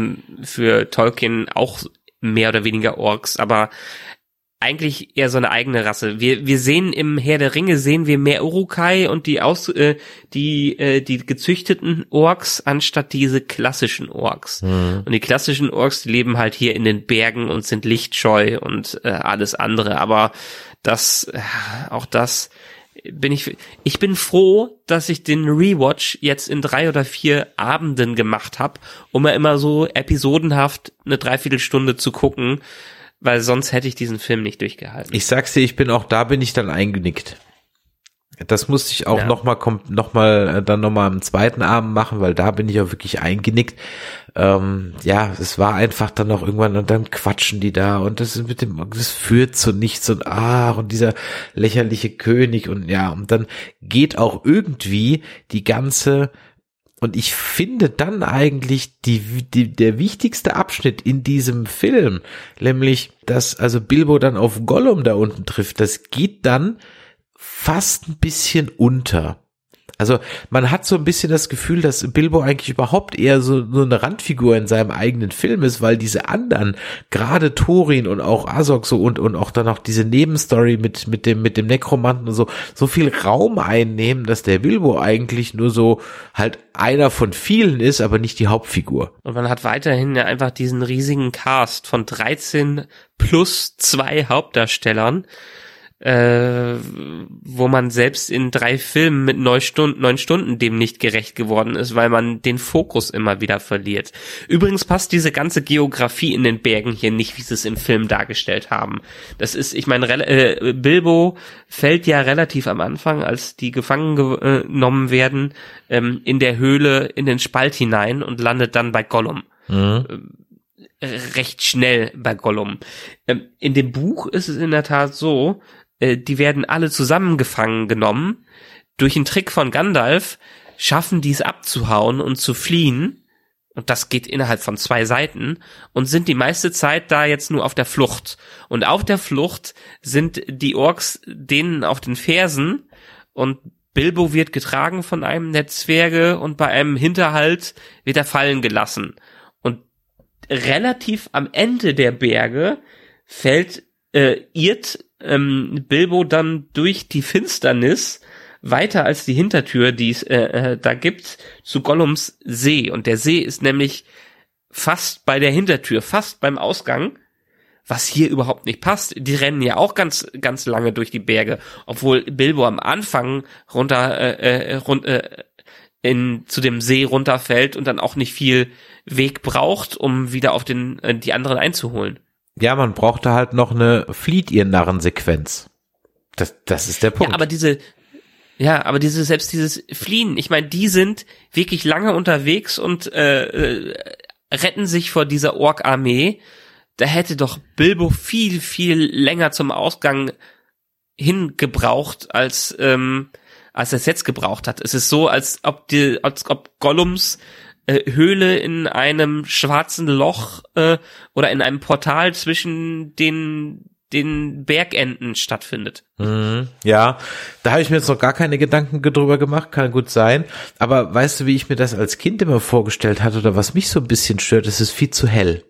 Tolkien auch mehr oder weniger Orks, aber eigentlich eher so eine eigene Rasse. Wir sehen im Herr der Ringe mehr Uruk-hai und die gezüchteten Orks anstatt diese klassischen Orks. Und die klassischen Orks, die leben halt hier in den Bergen und sind lichtscheu und alles andere, aber ich bin froh, dass ich den Rewatch jetzt in 3 oder 4 Abenden gemacht habe, um ja immer so episodenhaft eine Dreiviertelstunde zu gucken, weil sonst hätte ich diesen Film nicht durchgehalten. Ich sag's dir, bin ich dann eingenickt. Das musste ich auch noch mal am zweiten Abend machen, weil da bin ich auch wirklich eingenickt. Es war einfach dann noch irgendwann und dann quatschen die da und das führt zu nichts und und dieser lächerliche König und dann geht auch irgendwie die ganze. Und ich finde dann eigentlich der wichtigste Abschnitt in diesem Film, nämlich, dass also Bilbo dann auf Gollum da unten trifft, das geht dann fast ein bisschen unter. Also man hat so ein bisschen das Gefühl, dass Bilbo eigentlich überhaupt eher so eine Randfigur in seinem eigenen Film ist, weil diese anderen, gerade Thorin und auch Azog so und auch dann auch diese Nebenstory mit dem Nekromanten und so viel Raum einnehmen, dass der Bilbo eigentlich nur so halt einer von vielen ist, aber nicht die Hauptfigur. Und man hat weiterhin ja einfach diesen riesigen Cast von 13 plus 2 Hauptdarstellern, wo man selbst in 3 Filmen mit 9 Stunden dem nicht gerecht geworden ist, weil man den Fokus immer wieder verliert. Übrigens passt diese ganze Geografie in den Bergen hier nicht, wie sie es im Film dargestellt haben. Das ist, ich meine, Bilbo fällt ja relativ am Anfang, als die gefangen genommen werden, in der Höhle in den Spalt hinein und landet dann bei Gollum. Recht schnell bei Gollum. In dem Buch ist es in der Tat so, die werden alle zusammengefangen genommen. Durch einen Trick von Gandalf schaffen die es abzuhauen und zu fliehen. Und das geht innerhalb von 2 Seiten. Und sind die meiste Zeit da jetzt nur auf der Flucht. Und auf der Flucht sind die Orks denen auf den Fersen. Und Bilbo wird getragen von einem der Zwerge. Und bei einem Hinterhalt wird er fallen gelassen. Und relativ am Ende der Berge irrt Bilbo dann durch die Finsternis, weiter als die Hintertür, die es da gibt, zu Gollums See. Und der See ist nämlich fast bei der Hintertür, fast beim Ausgang, was hier überhaupt nicht passt. Die rennen ja auch ganz, ganz lange durch die Berge, obwohl Bilbo am Anfang zu dem See runterfällt und dann auch nicht viel Weg braucht, um wieder auf die anderen einzuholen. Ja, man brauchte halt noch eine Flieht ihr Narren-Sequenz. Das ist der Punkt. Aber selbst dieses Fliehen, ich meine, die sind wirklich lange unterwegs und retten sich vor dieser Ork-Armee. Da hätte doch Bilbo viel, viel länger zum Ausgang hingebraucht, als er es jetzt gebraucht hat. Es ist so, als ob Gollums Höhle in einem schwarzen Loch oder in einem Portal zwischen den Bergenden stattfindet. Ja, da habe ich mir jetzt noch gar keine Gedanken drüber gemacht, kann gut sein. Aber weißt du, wie ich mir das als Kind immer vorgestellt hatte oder was mich so ein bisschen stört, es ist viel zu hell.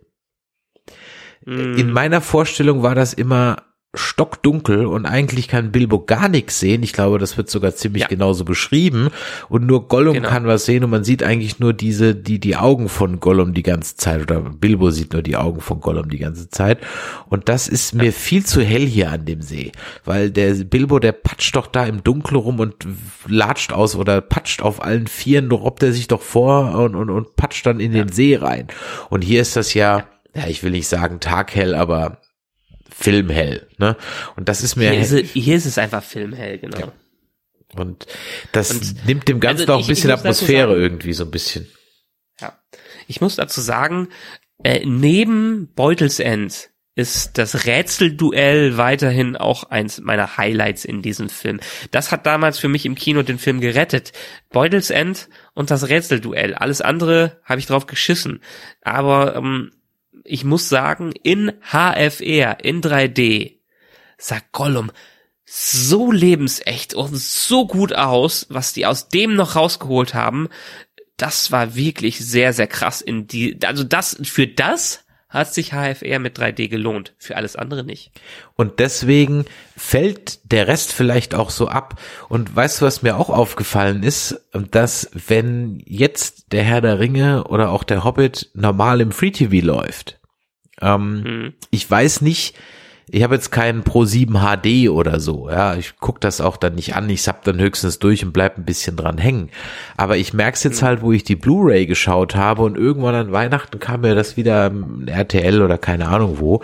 In meiner Vorstellung war das immer stockdunkel und eigentlich kann Bilbo gar nichts sehen. Ich glaube, das wird sogar ziemlich genauso beschrieben und nur Gollum kann was sehen und man sieht eigentlich nur die Augen von Gollum die ganze Zeit oder Bilbo sieht nur die Augen von Gollum die ganze Zeit und das ist mir viel zu hell hier an dem See, weil der Bilbo, der patscht doch da im Dunkeln rum und latscht aus oder patscht auf allen Vieren, robbt er sich doch vor und patscht dann in den See rein und hier ist das ja, ich will nicht sagen taghell, aber filmhell, ne? Und das ist mir... Hier ist es einfach filmhell, genau. Ja. Und das nimmt dem Ganzen auch ein bisschen Atmosphäre sagen, irgendwie so ein bisschen. Ja. Ich muss dazu sagen, neben Beutelsend ist das Rätselduell weiterhin auch eins meiner Highlights in diesem Film. Das hat damals für mich im Kino den Film gerettet. Beutelsend und das Rätselduell. Alles andere habe ich drauf geschissen. Aber ich muss sagen, in HFR, in 3D, sah Gollum so lebensecht und so gut aus, was die aus dem noch rausgeholt haben. Das war wirklich sehr, sehr krass für das hat sich HFR mit 3D gelohnt, für alles andere nicht. Und deswegen fällt der Rest vielleicht auch so ab. Und weißt du, was mir auch aufgefallen ist, dass wenn jetzt der Herr der Ringe oder auch der Hobbit normal im Free-TV läuft, ich weiß nicht, ich habe jetzt keinen Pro7 HD oder so, ja, ich gucke das auch dann nicht an, ich zapp dann höchstens durch und bleib ein bisschen dran hängen, aber ich merk's jetzt halt, wo ich die Blu-ray geschaut habe und irgendwann an Weihnachten kam mir das wieder im RTL oder keine Ahnung wo,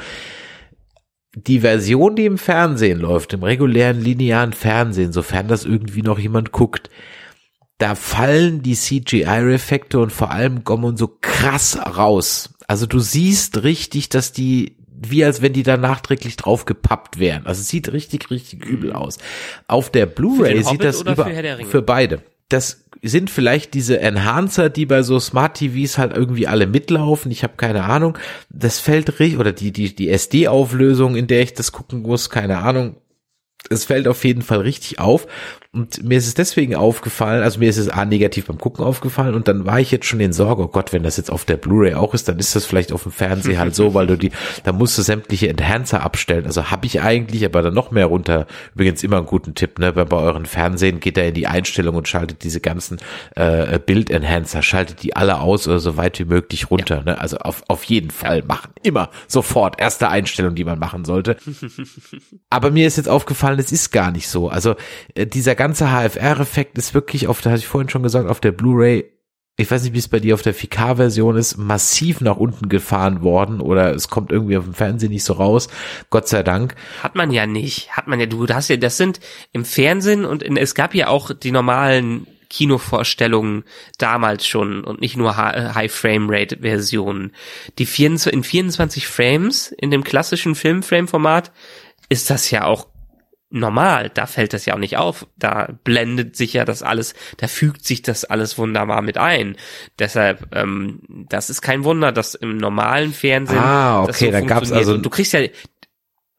die Version, die im Fernsehen läuft, im regulären linearen Fernsehen, sofern das irgendwie noch jemand guckt, da fallen die CGI-Effekte und vor allem Gollum so krass raus. Also du siehst richtig, dass die, wie als wenn die da nachträglich drauf gepappt wären. Also es sieht richtig, richtig übel aus. Auf der Blu-ray sieht das für beide. Das sind vielleicht diese Enhancer, die bei so Smart TVs halt irgendwie alle mitlaufen. Ich habe keine Ahnung. Das fällt richtig, oder die SD-Auflösung, in der ich das gucken muss, keine Ahnung. Es fällt auf jeden Fall richtig auf und mir ist es deswegen aufgefallen, also mir ist es negativ beim Gucken aufgefallen und dann war ich jetzt schon in Sorge, oh Gott, wenn das jetzt auf der Blu-ray auch ist, dann ist das vielleicht auf dem Fernseher halt so, weil da musst du sämtliche Enhancer abstellen, also habe ich eigentlich, aber dann noch mehr runter, übrigens immer einen guten Tipp, ne, bei euren Fernsehen geht da in die Einstellung und schaltet diese ganzen Bild-Enhancer, schaltet die alle aus oder so weit wie möglich runter, ne, also auf jeden Fall machen, immer, sofort, erste Einstellung, die man machen sollte. Aber mir ist jetzt aufgefallen, es ist gar nicht so, also dieser ganze HFR-Effekt ist wirklich da hatte ich vorhin schon gesagt, auf der Blu-ray, ich weiß nicht, wie es bei dir auf der 4K-Version ist, massiv nach unten gefahren worden oder es kommt irgendwie auf dem Fernsehen nicht so raus, Gott sei Dank. Hat man ja nicht, du hast ja, das sind im Fernsehen und es gab ja auch die normalen Kinovorstellungen damals schon und nicht nur High-Frame-Rate-Versionen. In 24 Frames in dem klassischen Film-Frame-Format ist das ja auch normal, da fällt das ja auch nicht auf, da blendet sich ja das alles, da fügt sich das alles wunderbar mit ein. Deshalb, das ist kein Wunder, dass im normalen Fernsehen okay, das so dann gab's also, und du kriegst ja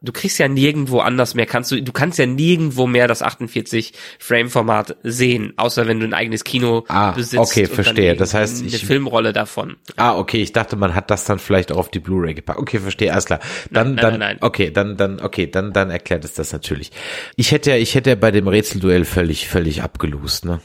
Du kriegst ja nirgendwo anders mehr, du kannst ja nirgendwo mehr das 48-Frame-Format sehen, außer wenn du ein eigenes Kino besitzt. Okay, verstehe. Das heißt, eine Filmrolle davon. Okay, ich dachte, man hat das dann vielleicht auch auf die Blu-ray gepackt. Okay, verstehe, alles klar. Nein. Okay, dann erklärt es das natürlich. Ich hätte ja bei dem Rätselduell völlig abgelost, ne?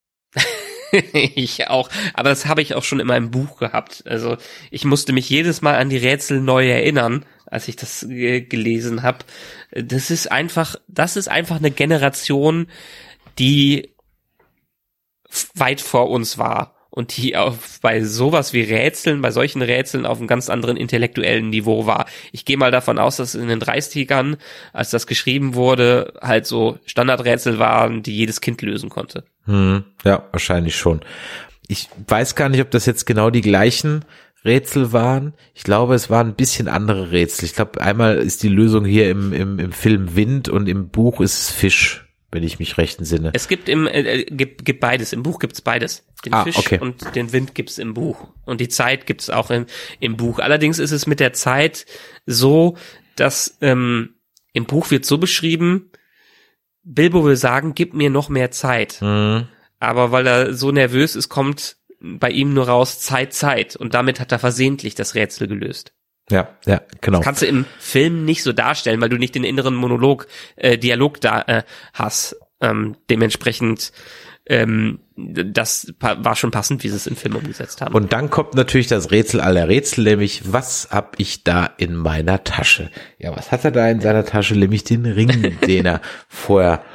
Ich auch, aber das habe ich auch schon in meinem Buch gehabt. Also ich musste mich jedes Mal an die Rätsel neu erinnern, als ich das gelesen habe. Das ist einfach eine Generation, die weit vor uns war und die auch bei sowas wie Rätseln, bei solchen Rätseln auf einem ganz anderen intellektuellen Niveau war. Ich gehe mal davon aus, dass in den 30ern, als das geschrieben wurde, halt so Standardrätsel waren, die jedes Kind lösen konnte. Ja, wahrscheinlich schon. Ich weiß gar nicht, ob das jetzt genau die gleichen Rätsel waren. Ich glaube, es waren ein bisschen andere Rätsel. Ich glaube, einmal ist die Lösung hier im Film Wind und im Buch ist es Fisch, wenn ich mich recht entsinne. Es gibt gibt beides. Im Buch gibt's beides. Den Fisch und den Wind gibt's im Buch. Und die Zeit gibt's auch im Buch. Allerdings ist es mit der Zeit so, dass im Buch wird so beschrieben, Bilbo will sagen, gib mir noch mehr Zeit. Aber weil er so nervös ist, kommt bei ihm nur raus Zeit. Und damit hat er versehentlich das Rätsel gelöst. Ja, genau. Das kannst du im Film nicht so darstellen, weil du nicht den inneren Dialog da hast. Dementsprechend, das war schon passend, wie sie es im Film umgesetzt haben. Und dann kommt natürlich das Rätsel aller Rätsel, nämlich, was hab ich da in meiner Tasche? Ja, was hat er da in seiner Tasche? Nämlich den Ring, den er vorher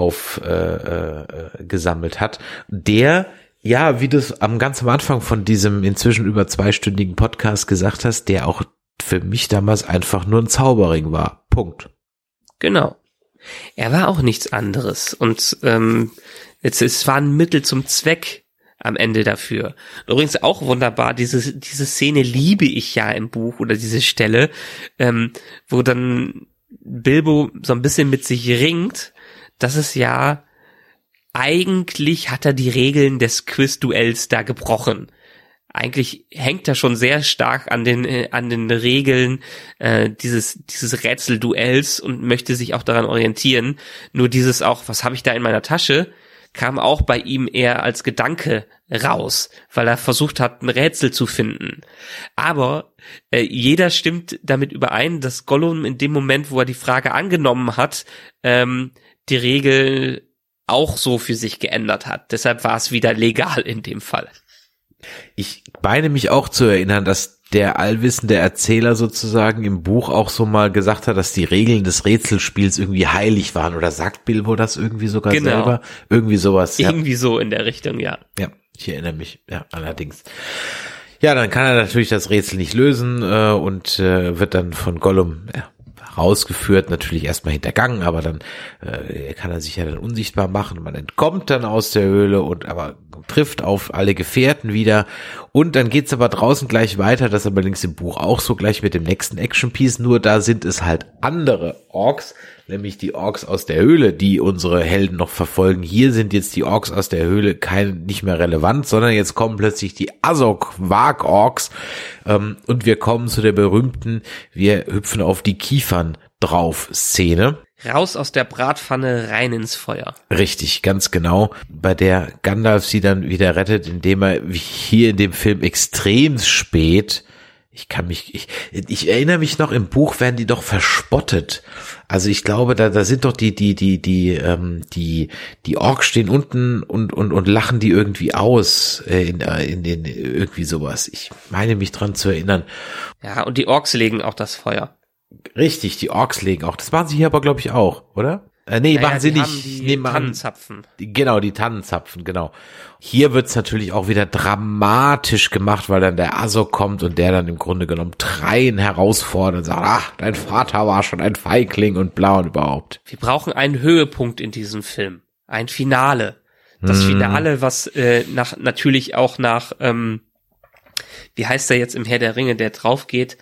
gesammelt hat. Der, ja, wie du es ganz am Anfang von diesem inzwischen über 2-stündigen Podcast gesagt hast, der auch für mich damals einfach nur ein Zauberring war. Punkt. Genau. Er war auch nichts anderes. Und es war ein Mittel zum Zweck am Ende dafür. Übrigens auch wunderbar, diese Szene liebe ich ja im Buch, oder diese Stelle, wo dann Bilbo so ein bisschen mit sich ringt. Das ist ja, eigentlich hat er die Regeln des Quizduells da gebrochen. Eigentlich hängt er schon sehr stark an den Regeln dieses Rätselduells und möchte sich auch daran orientieren. Nur dieses auch, was habe ich da in meiner Tasche, kam auch bei ihm eher als Gedanke raus, weil er versucht hat, ein Rätsel zu finden. Aber jeder stimmt damit überein, dass Gollum in dem Moment, wo er die Frage angenommen hat, die Regel auch so für sich geändert hat. Deshalb war es wieder legal in dem Fall. Ich meine mich auch zu erinnern, dass der allwissende Erzähler sozusagen im Buch auch so mal gesagt hat, dass die Regeln des Rätselspiels irgendwie heilig waren. Oder sagt Bilbo das irgendwie sogar selber? Irgendwie sowas. Ja. Irgendwie so in der Richtung, ja. Ja, ich erinnere mich, ja, allerdings. Ja, dann kann er natürlich das Rätsel nicht lösen und wird dann von Gollum rausgeführt, natürlich erstmal hintergangen, aber dann kann er sich ja dann unsichtbar machen. Man entkommt dann aus der Höhle und aber trifft auf alle Gefährten wieder. Und dann geht's aber draußen gleich weiter, das allerdings im Buch auch so gleich mit dem nächsten Action-Piece, nur da sind es halt andere Orks, nämlich die Orks aus der Höhle, die unsere Helden noch verfolgen. Hier sind jetzt die Orks aus der Höhle nicht mehr relevant, sondern jetzt kommen plötzlich die Azog-Wag-Orks und wir kommen zu der berühmten, wir hüpfen auf die Kiefern drauf Szene. Raus aus der Bratpfanne, rein ins Feuer. Richtig, ganz genau. Bei der Gandalf sie dann wieder rettet, indem er wie hier in dem Film extrem spät, ich erinnere mich noch, im Buch werden die doch verspottet. Also ich glaube, da sind doch die Orks stehen unten und lachen die irgendwie aus, in den, irgendwie sowas. Ich meine mich dran zu erinnern. Ja, und die Orks legen auch das Feuer. Richtig, die Orks legen auch. Das machen sie hier aber, glaube ich, auch, oder? Machen sie nicht. Die Tannenzapfen. Genau, die Tannenzapfen, genau. Hier wird's natürlich auch wieder dramatisch gemacht, weil dann der Azog kommt und der dann im Grunde genommen Treien herausfordert und sagt, dein Vater war schon ein Feigling und bla und überhaupt. Wir brauchen einen Höhepunkt in diesem Film. Ein Finale. Das Finale, was natürlich auch nach, wie heißt der jetzt im Herr der Ringe, der drauf geht?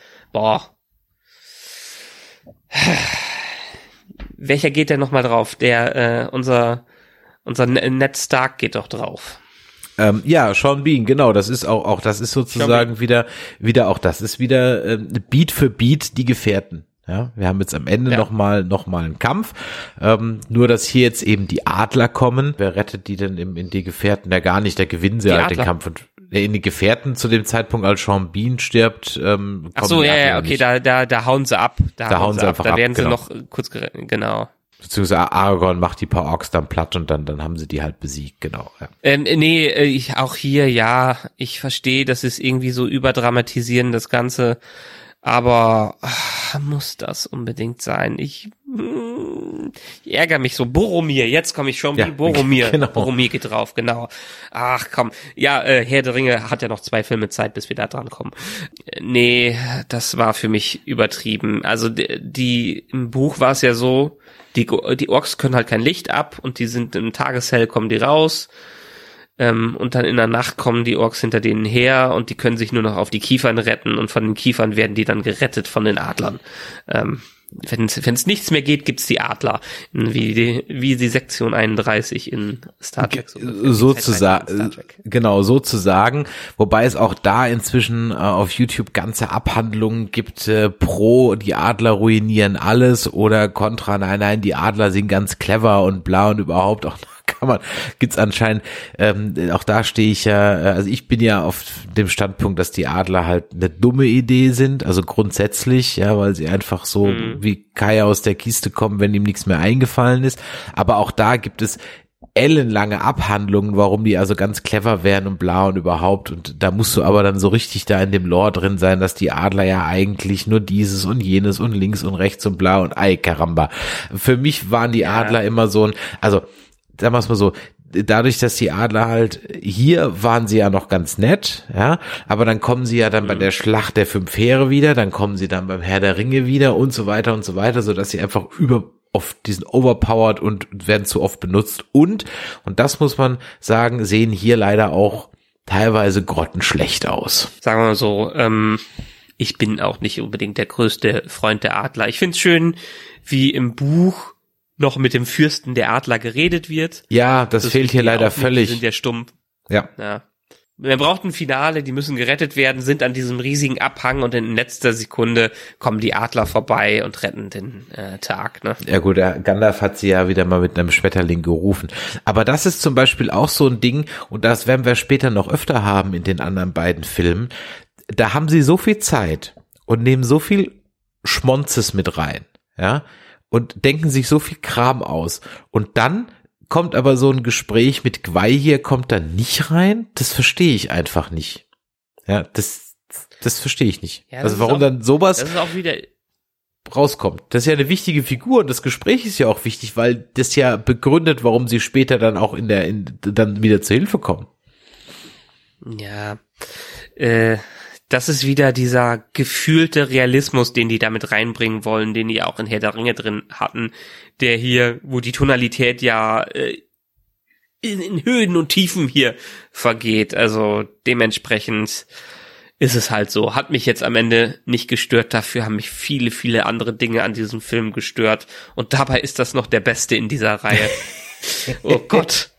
Welcher geht denn nochmal drauf? Der, unser Ned Stark geht doch drauf. Ja, Sean Bean, genau, das ist auch das ist sozusagen wieder Beat für Beat die Gefährten. Ja, wir haben jetzt am Ende noch mal einen Kampf. Nur, dass hier jetzt eben die Adler kommen. Wer rettet die denn in die Gefährten? Ja, gar nicht. Da gewinnen sie halt den Kampf. Und in die Gefährten zu dem Zeitpunkt, als Sean Bean stirbt, ach so, ja, okay, da hauen sie ab. Da hauen sie einfach ab. Da werden sie noch kurz gerettet, genau. Beziehungsweise Aragorn macht die paar Orks dann platt und dann haben sie die halt besiegt, genau. Ja. Auch hier, ja, ich verstehe, das ist irgendwie so überdramatisieren, das Ganze, aber muss das unbedingt sein? Ich ärgere mich so. Boromir, jetzt komme ich schon wie Boromir. Genau. Boromir geht drauf, genau. Ach komm, ja, Herr der Ringe hat ja noch 2 Filme Zeit, bis wir da dran kommen. Nee, das war für mich übertrieben. Also im Buch war es ja so, die Orks können halt kein Licht ab und die sind im Tageshell, kommen die raus und dann in der Nacht kommen die Orks hinter denen her und die können sich nur noch auf die Kiefern retten und von den Kiefern werden die dann gerettet von den Adlern. Wenn es nichts mehr geht, gibt's die Adler, wie die Sektion 31 in Star Trek. Sozusagen, genau, sozusagen, wobei es auch da inzwischen auf YouTube ganze Abhandlungen gibt, pro, die Adler ruinieren alles oder kontra, nein, die Adler sind ganz clever und bla und überhaupt auch gibt's anscheinend, auch da stehe ich ja, also ich bin ja auf dem Standpunkt, dass die Adler halt eine dumme Idee sind, also grundsätzlich, ja, weil sie einfach so wie Kai aus der Kiste kommen, wenn ihm nichts mehr eingefallen ist, aber auch da gibt es ellenlange Abhandlungen, warum die also ganz clever wären und bla und überhaupt, und da musst du aber dann so richtig da in dem Lore drin sein, dass die Adler ja eigentlich nur dieses und jenes und links und rechts und bla und ei, Karamba. Für mich waren die Adler immer so also sagen wir es mal so, dadurch, dass die Adler halt, hier waren sie ja noch ganz nett, ja, aber dann kommen sie ja dann bei der Schlacht der 5 Heere wieder, dann kommen sie dann beim Herr der Ringe wieder und so weiter, so dass sie einfach die sind overpowered und werden zu oft benutzt und das muss man sagen, sehen hier leider auch teilweise grottenschlecht aus. Sagen wir mal so, ich bin auch nicht unbedingt der größte Freund der Adler. Ich find's schön, wie im Buch noch mit dem Fürsten der Adler geredet wird. Ja, das fehlt hier leider völlig. Die sind ja stumpf. Ja. Man braucht ein Finale, die müssen gerettet werden, sind an diesem riesigen Abhang und in letzter Sekunde kommen die Adler vorbei und retten den Tag. Ne? Ja gut, der Gandalf hat sie ja wieder mal mit einem Schmetterling gerufen. Aber das ist zum Beispiel auch so ein Ding, und das werden wir später noch öfter haben in den anderen beiden Filmen. Da haben sie so viel Zeit und nehmen so viel Schmonzes mit rein, ja, und denken sich so viel Kram aus. Und dann kommt aber so ein Gespräch mit Gwei hier, kommt da nicht rein? Das verstehe ich einfach nicht. Ja, das verstehe ich nicht. Ja, also warum auch, dann sowas das ist auch wieder rauskommt. Das ist ja eine wichtige Figur und das Gespräch ist ja auch wichtig, weil das ja begründet, warum sie später dann auch dann wieder zur Hilfe kommen. Ja, das ist wieder dieser gefühlte Realismus, den die damit reinbringen wollen, den die auch in Herr der Ringe drin hatten, der hier, wo die Tonalität ja in Höhen und Tiefen hier vergeht. Also dementsprechend ist es halt so. Hat mich jetzt am Ende nicht gestört, dafür haben mich viele, viele andere Dinge an diesem Film gestört. Und dabei ist das noch der Beste in dieser Reihe. Oh Gott.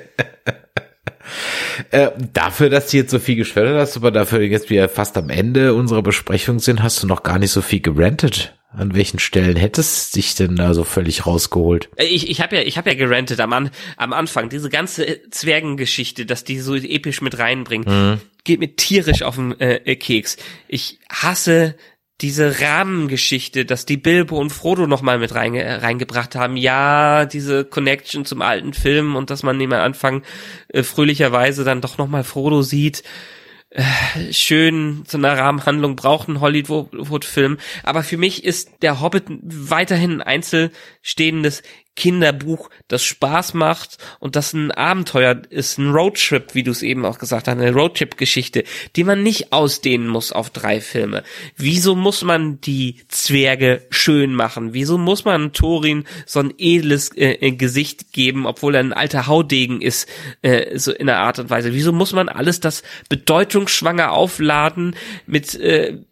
Dafür, dass du jetzt so viel geschwärmt hast, aber dafür jetzt wir fast am Ende unserer Besprechung sind, hast du noch gar nicht so viel gerantet. An welchen Stellen hättest du dich denn da so völlig rausgeholt? Ich hab ja gerantet am Anfang. Diese ganze Zwergengeschichte, dass die so episch mit reinbringen, geht mir tierisch auf den Keks. Ich hasse diese Rahmengeschichte, dass die Bilbo und Frodo nochmal mit reingebracht haben. Ja, diese Connection zum alten Film und dass man am Anfang fröhlicherweise dann doch nochmal Frodo sieht. Schön, so eine Rahmenhandlung braucht ein Hollywood-Film. Aber für mich ist der Hobbit weiterhin ein einzelstehendes Kinderbuch, das Spaß macht und das ein Abenteuer ist, ein Roadtrip, wie du es eben auch gesagt hast, eine Roadtrip-Geschichte, die man nicht ausdehnen muss auf 3 Filme. Wieso muss man die Zwerge schön machen? Wieso muss man Thorin so ein edles Gesicht geben, obwohl er ein alter Haudegen ist, so in einer Art und Weise? Wieso muss man alles das bedeutungsschwanger aufladen mit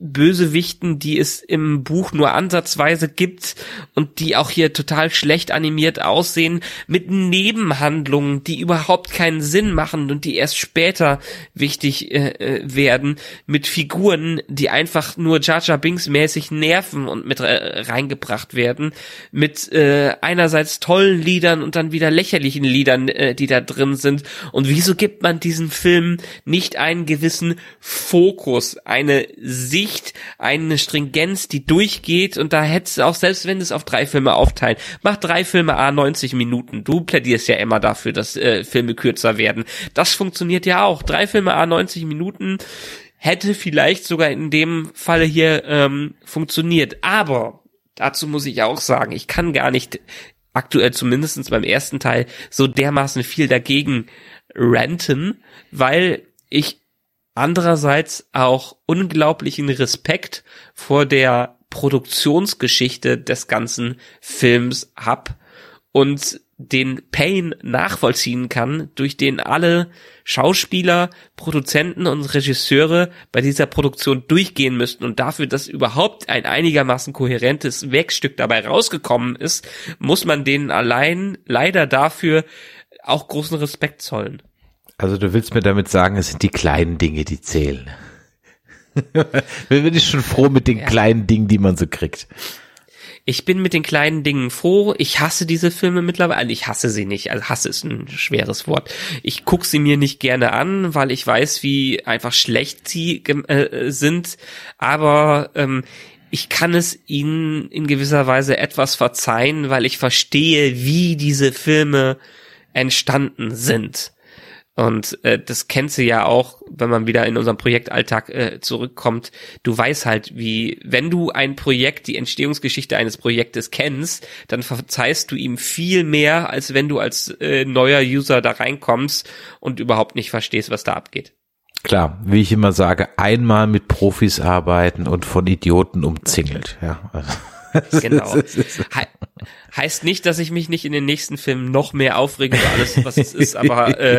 Bösewichten, die es im Buch nur ansatzweise gibt und die auch hier total schlecht animiert animiert aussehen, mit Nebenhandlungen, die überhaupt keinen Sinn machen und die erst später wichtig werden, mit Figuren, die einfach nur Jar Jar Binks mäßig nerven und mit reingebracht werden, mit einerseits tollen Liedern und dann wieder lächerlichen Liedern, die da drin sind. Und wieso gibt man diesen Film nicht einen gewissen Fokus, eine Sicht, eine Stringenz, die durchgeht, und da hättest du auch, selbst wenn du es auf 3 Filme aufteilen, mach 3 Filme à 90 Minuten. Du plädierst ja immer dafür, dass Filme kürzer werden. Das funktioniert ja auch. 3 Filme à 90 Minuten hätte vielleicht sogar in dem Falle hier funktioniert. Aber dazu muss ich auch sagen, ich kann gar nicht aktuell zumindest beim ersten Teil so dermaßen viel dagegen ranten, weil ich andererseits auch unglaublichen Respekt vor der Produktionsgeschichte des ganzen Films hab und den Pain nachvollziehen kann, durch den alle Schauspieler, Produzenten und Regisseure bei dieser Produktion durchgehen müssten, und dafür, dass überhaupt ein einigermaßen kohärentes Werkstück dabei rausgekommen ist, muss man denen allein leider dafür auch großen Respekt zollen. Also du willst mir damit sagen, es sind die kleinen Dinge, die zählen. Bin ich schon froh mit den kleinen Dingen, die man so kriegt. Ich bin mit den kleinen Dingen froh. Ich hasse diese Filme mittlerweile. Ich hasse sie nicht. Also Hasse ist ein schweres Wort. Ich gucke sie mir nicht gerne an, weil ich weiß, wie einfach schlecht sie sind. Aber ich kann es ihnen in gewisser Weise etwas verzeihen, weil ich verstehe, wie diese Filme entstanden sind. Und das kennst du ja auch, wenn man wieder in unserem Projektalltag zurückkommt. Du weißt halt, wie, wenn du ein Projekt, die Entstehungsgeschichte eines Projektes kennst, dann verzeihst du ihm viel mehr, als wenn du als neuer User da reinkommst und überhaupt nicht verstehst, was da abgeht. Klar, wie ich immer sage, einmal mit Profis arbeiten und von Idioten umzingelt. Ja. Genau. Heißt nicht, dass ich mich nicht in den nächsten Filmen noch mehr aufrege über alles, was es ist, aber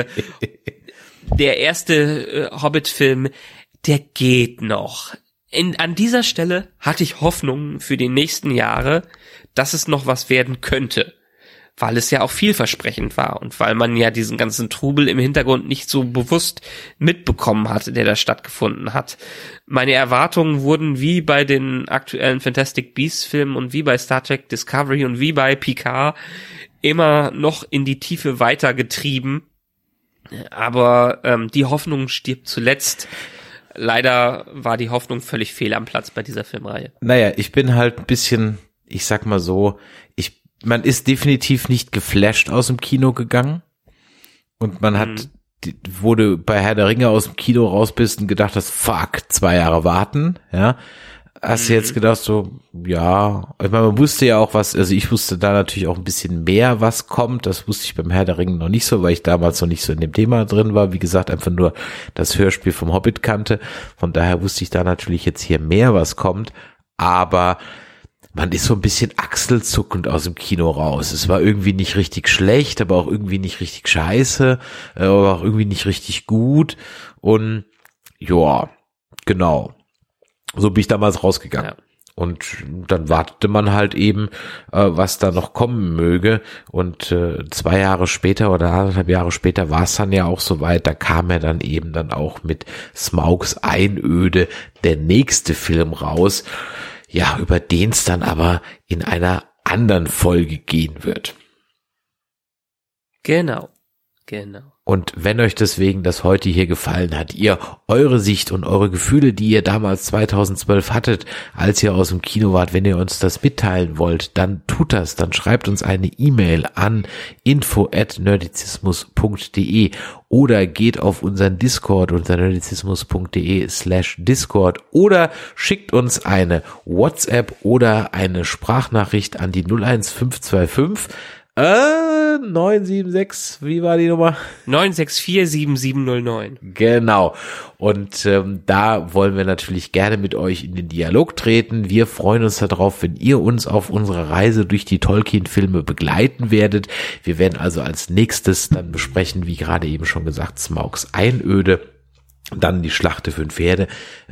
der erste Hobbit-Film, der geht noch. An dieser Stelle hatte ich Hoffnung für die nächsten Jahre, dass es noch was werden könnte, weil es ja auch vielversprechend war und weil man ja diesen ganzen Trubel im Hintergrund nicht so bewusst mitbekommen hatte, der da stattgefunden hat. Meine Erwartungen wurden wie bei den aktuellen Fantastic Beasts Filmen und wie bei Star Trek Discovery und wie bei Picard immer noch in die Tiefe weitergetrieben. Aber die Hoffnung stirbt zuletzt. Leider war die Hoffnung völlig fehl am Platz bei dieser Filmreihe. Naja, ich bin halt ein bisschen, ich sag mal so, man ist definitiv nicht geflasht aus dem Kino gegangen und man hat, wo du bei Herr der Ringe aus dem Kino raus bist und gedacht hast, fuck, 2 Jahre warten, ja, hast du jetzt gedacht so, ja, ich meine, man wusste ja auch was, also ich wusste da natürlich auch ein bisschen mehr, was kommt, das wusste ich beim Herr der Ringe noch nicht so, weil ich damals noch nicht so in dem Thema drin war, wie gesagt, einfach nur das Hörspiel vom Hobbit kannte, von daher wusste ich da natürlich jetzt hier mehr, was kommt, aber man ist so ein bisschen achselzuckend aus dem Kino raus. Es war irgendwie nicht richtig schlecht, aber auch irgendwie nicht richtig scheiße, aber auch irgendwie nicht richtig gut. Und ja, genau. So bin ich damals rausgegangen. Ja. Und dann wartete man halt eben, was da noch kommen möge. Und 2 Jahre später oder 1,5 Jahre später war es dann ja auch soweit. Da kam ja dann eben dann auch mit Smaugs Einöde der nächste Film raus. Ja, über den es dann aber in einer anderen Folge gehen wird. Genau. Und wenn euch deswegen das heute hier gefallen hat, ihr eure Sicht und eure Gefühle, die ihr damals 2012 hattet, als ihr aus dem Kino wart, wenn ihr uns das mitteilen wollt, dann tut das, dann schreibt uns eine E-Mail an info@nerdizismus.de oder geht auf unseren Discord unter nerdizismus.de/Discord oder schickt uns eine WhatsApp oder eine Sprachnachricht an die 01525 976, wie war die Nummer? 9647709. Genau. Und da wollen wir natürlich gerne mit euch in den Dialog treten. Wir freuen uns darauf, wenn ihr uns auf unserer Reise durch die Tolkien-Filme begleiten werdet. Wir werden also als nächstes dann besprechen, wie gerade eben schon gesagt, Smaugs Einöde. Dann die Schlacht der 5 Heere,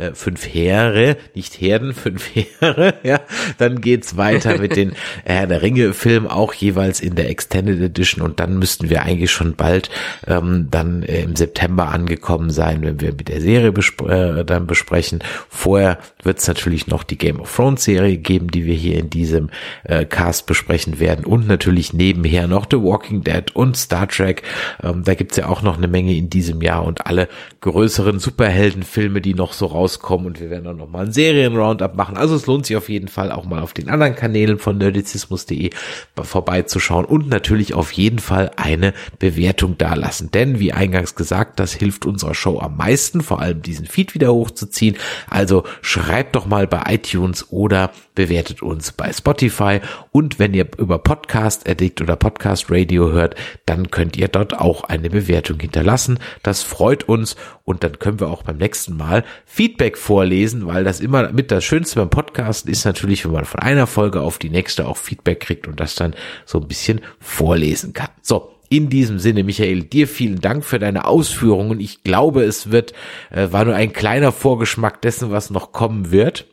nicht Herden, 5 Heere, ja. Dann geht's weiter mit den Herr der Ringe-Filmen, auch jeweils in der Extended Edition, und dann müssten wir eigentlich schon bald dann im September angekommen sein, wenn wir mit der Serie dann besprechen. Vorher wird's natürlich noch die Game of Thrones Serie geben, die wir hier in diesem Cast besprechen werden, und natürlich nebenher noch The Walking Dead und Star Trek. Da gibt's ja auch noch eine Menge in diesem Jahr und alle größeren Superheldenfilme, die noch so rauskommen, und wir werden auch noch mal einen Serien-Roundup machen. Also es lohnt sich auf jeden Fall auch mal auf den anderen Kanälen von nerdizismus.de vorbeizuschauen und natürlich auf jeden Fall eine Bewertung dalassen, denn wie eingangs gesagt, das hilft unserer Show am meisten, vor allem diesen Feed wieder hochzuziehen. Also schreibt doch mal bei iTunes oder bewertet uns bei Spotify, und wenn ihr über Podcast Addict oder Podcast Radio hört, dann könnt ihr dort auch eine Bewertung hinterlassen. Das freut uns, und dann können wir auch beim nächsten Mal Feedback vorlesen, weil das immer mit das Schönste beim Podcasten ist natürlich, wenn man von einer Folge auf die nächste auch Feedback kriegt und das dann so ein bisschen vorlesen kann. So. In diesem Sinne, Michael, dir vielen Dank für deine Ausführungen. Ich glaube, es war nur ein kleiner Vorgeschmack dessen, was noch kommen wird.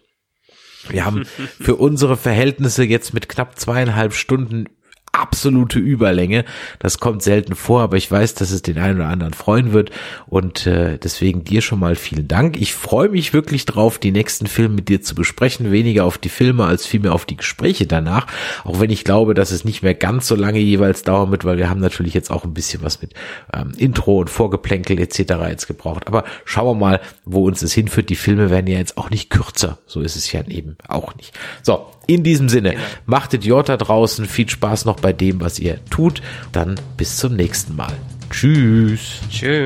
Wir haben für unsere Verhältnisse jetzt mit knapp 2,5 Stunden absolute Überlänge. Das kommt selten vor, aber ich weiß, dass es den einen oder anderen freuen wird, und deswegen dir schon mal vielen Dank. Ich freue mich wirklich drauf, die nächsten Filme mit dir zu besprechen, weniger auf die Filme als vielmehr auf die Gespräche danach, auch wenn ich glaube, dass es nicht mehr ganz so lange jeweils dauern wird, weil wir haben natürlich jetzt auch ein bisschen was mit Intro und Vorgeplänkel etc. jetzt gebraucht, aber schauen wir mal, wo uns das hinführt. Die Filme werden ja jetzt auch nicht kürzer, so ist es ja eben auch nicht. So, in diesem Sinne, macht Idiot da draußen, viel Spaß noch bei dem, was ihr tut. Dann bis zum nächsten Mal. Tschüss. Tschüss.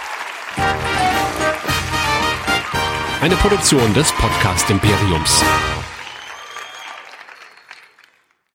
Eine Produktion des Podcast Imperiums.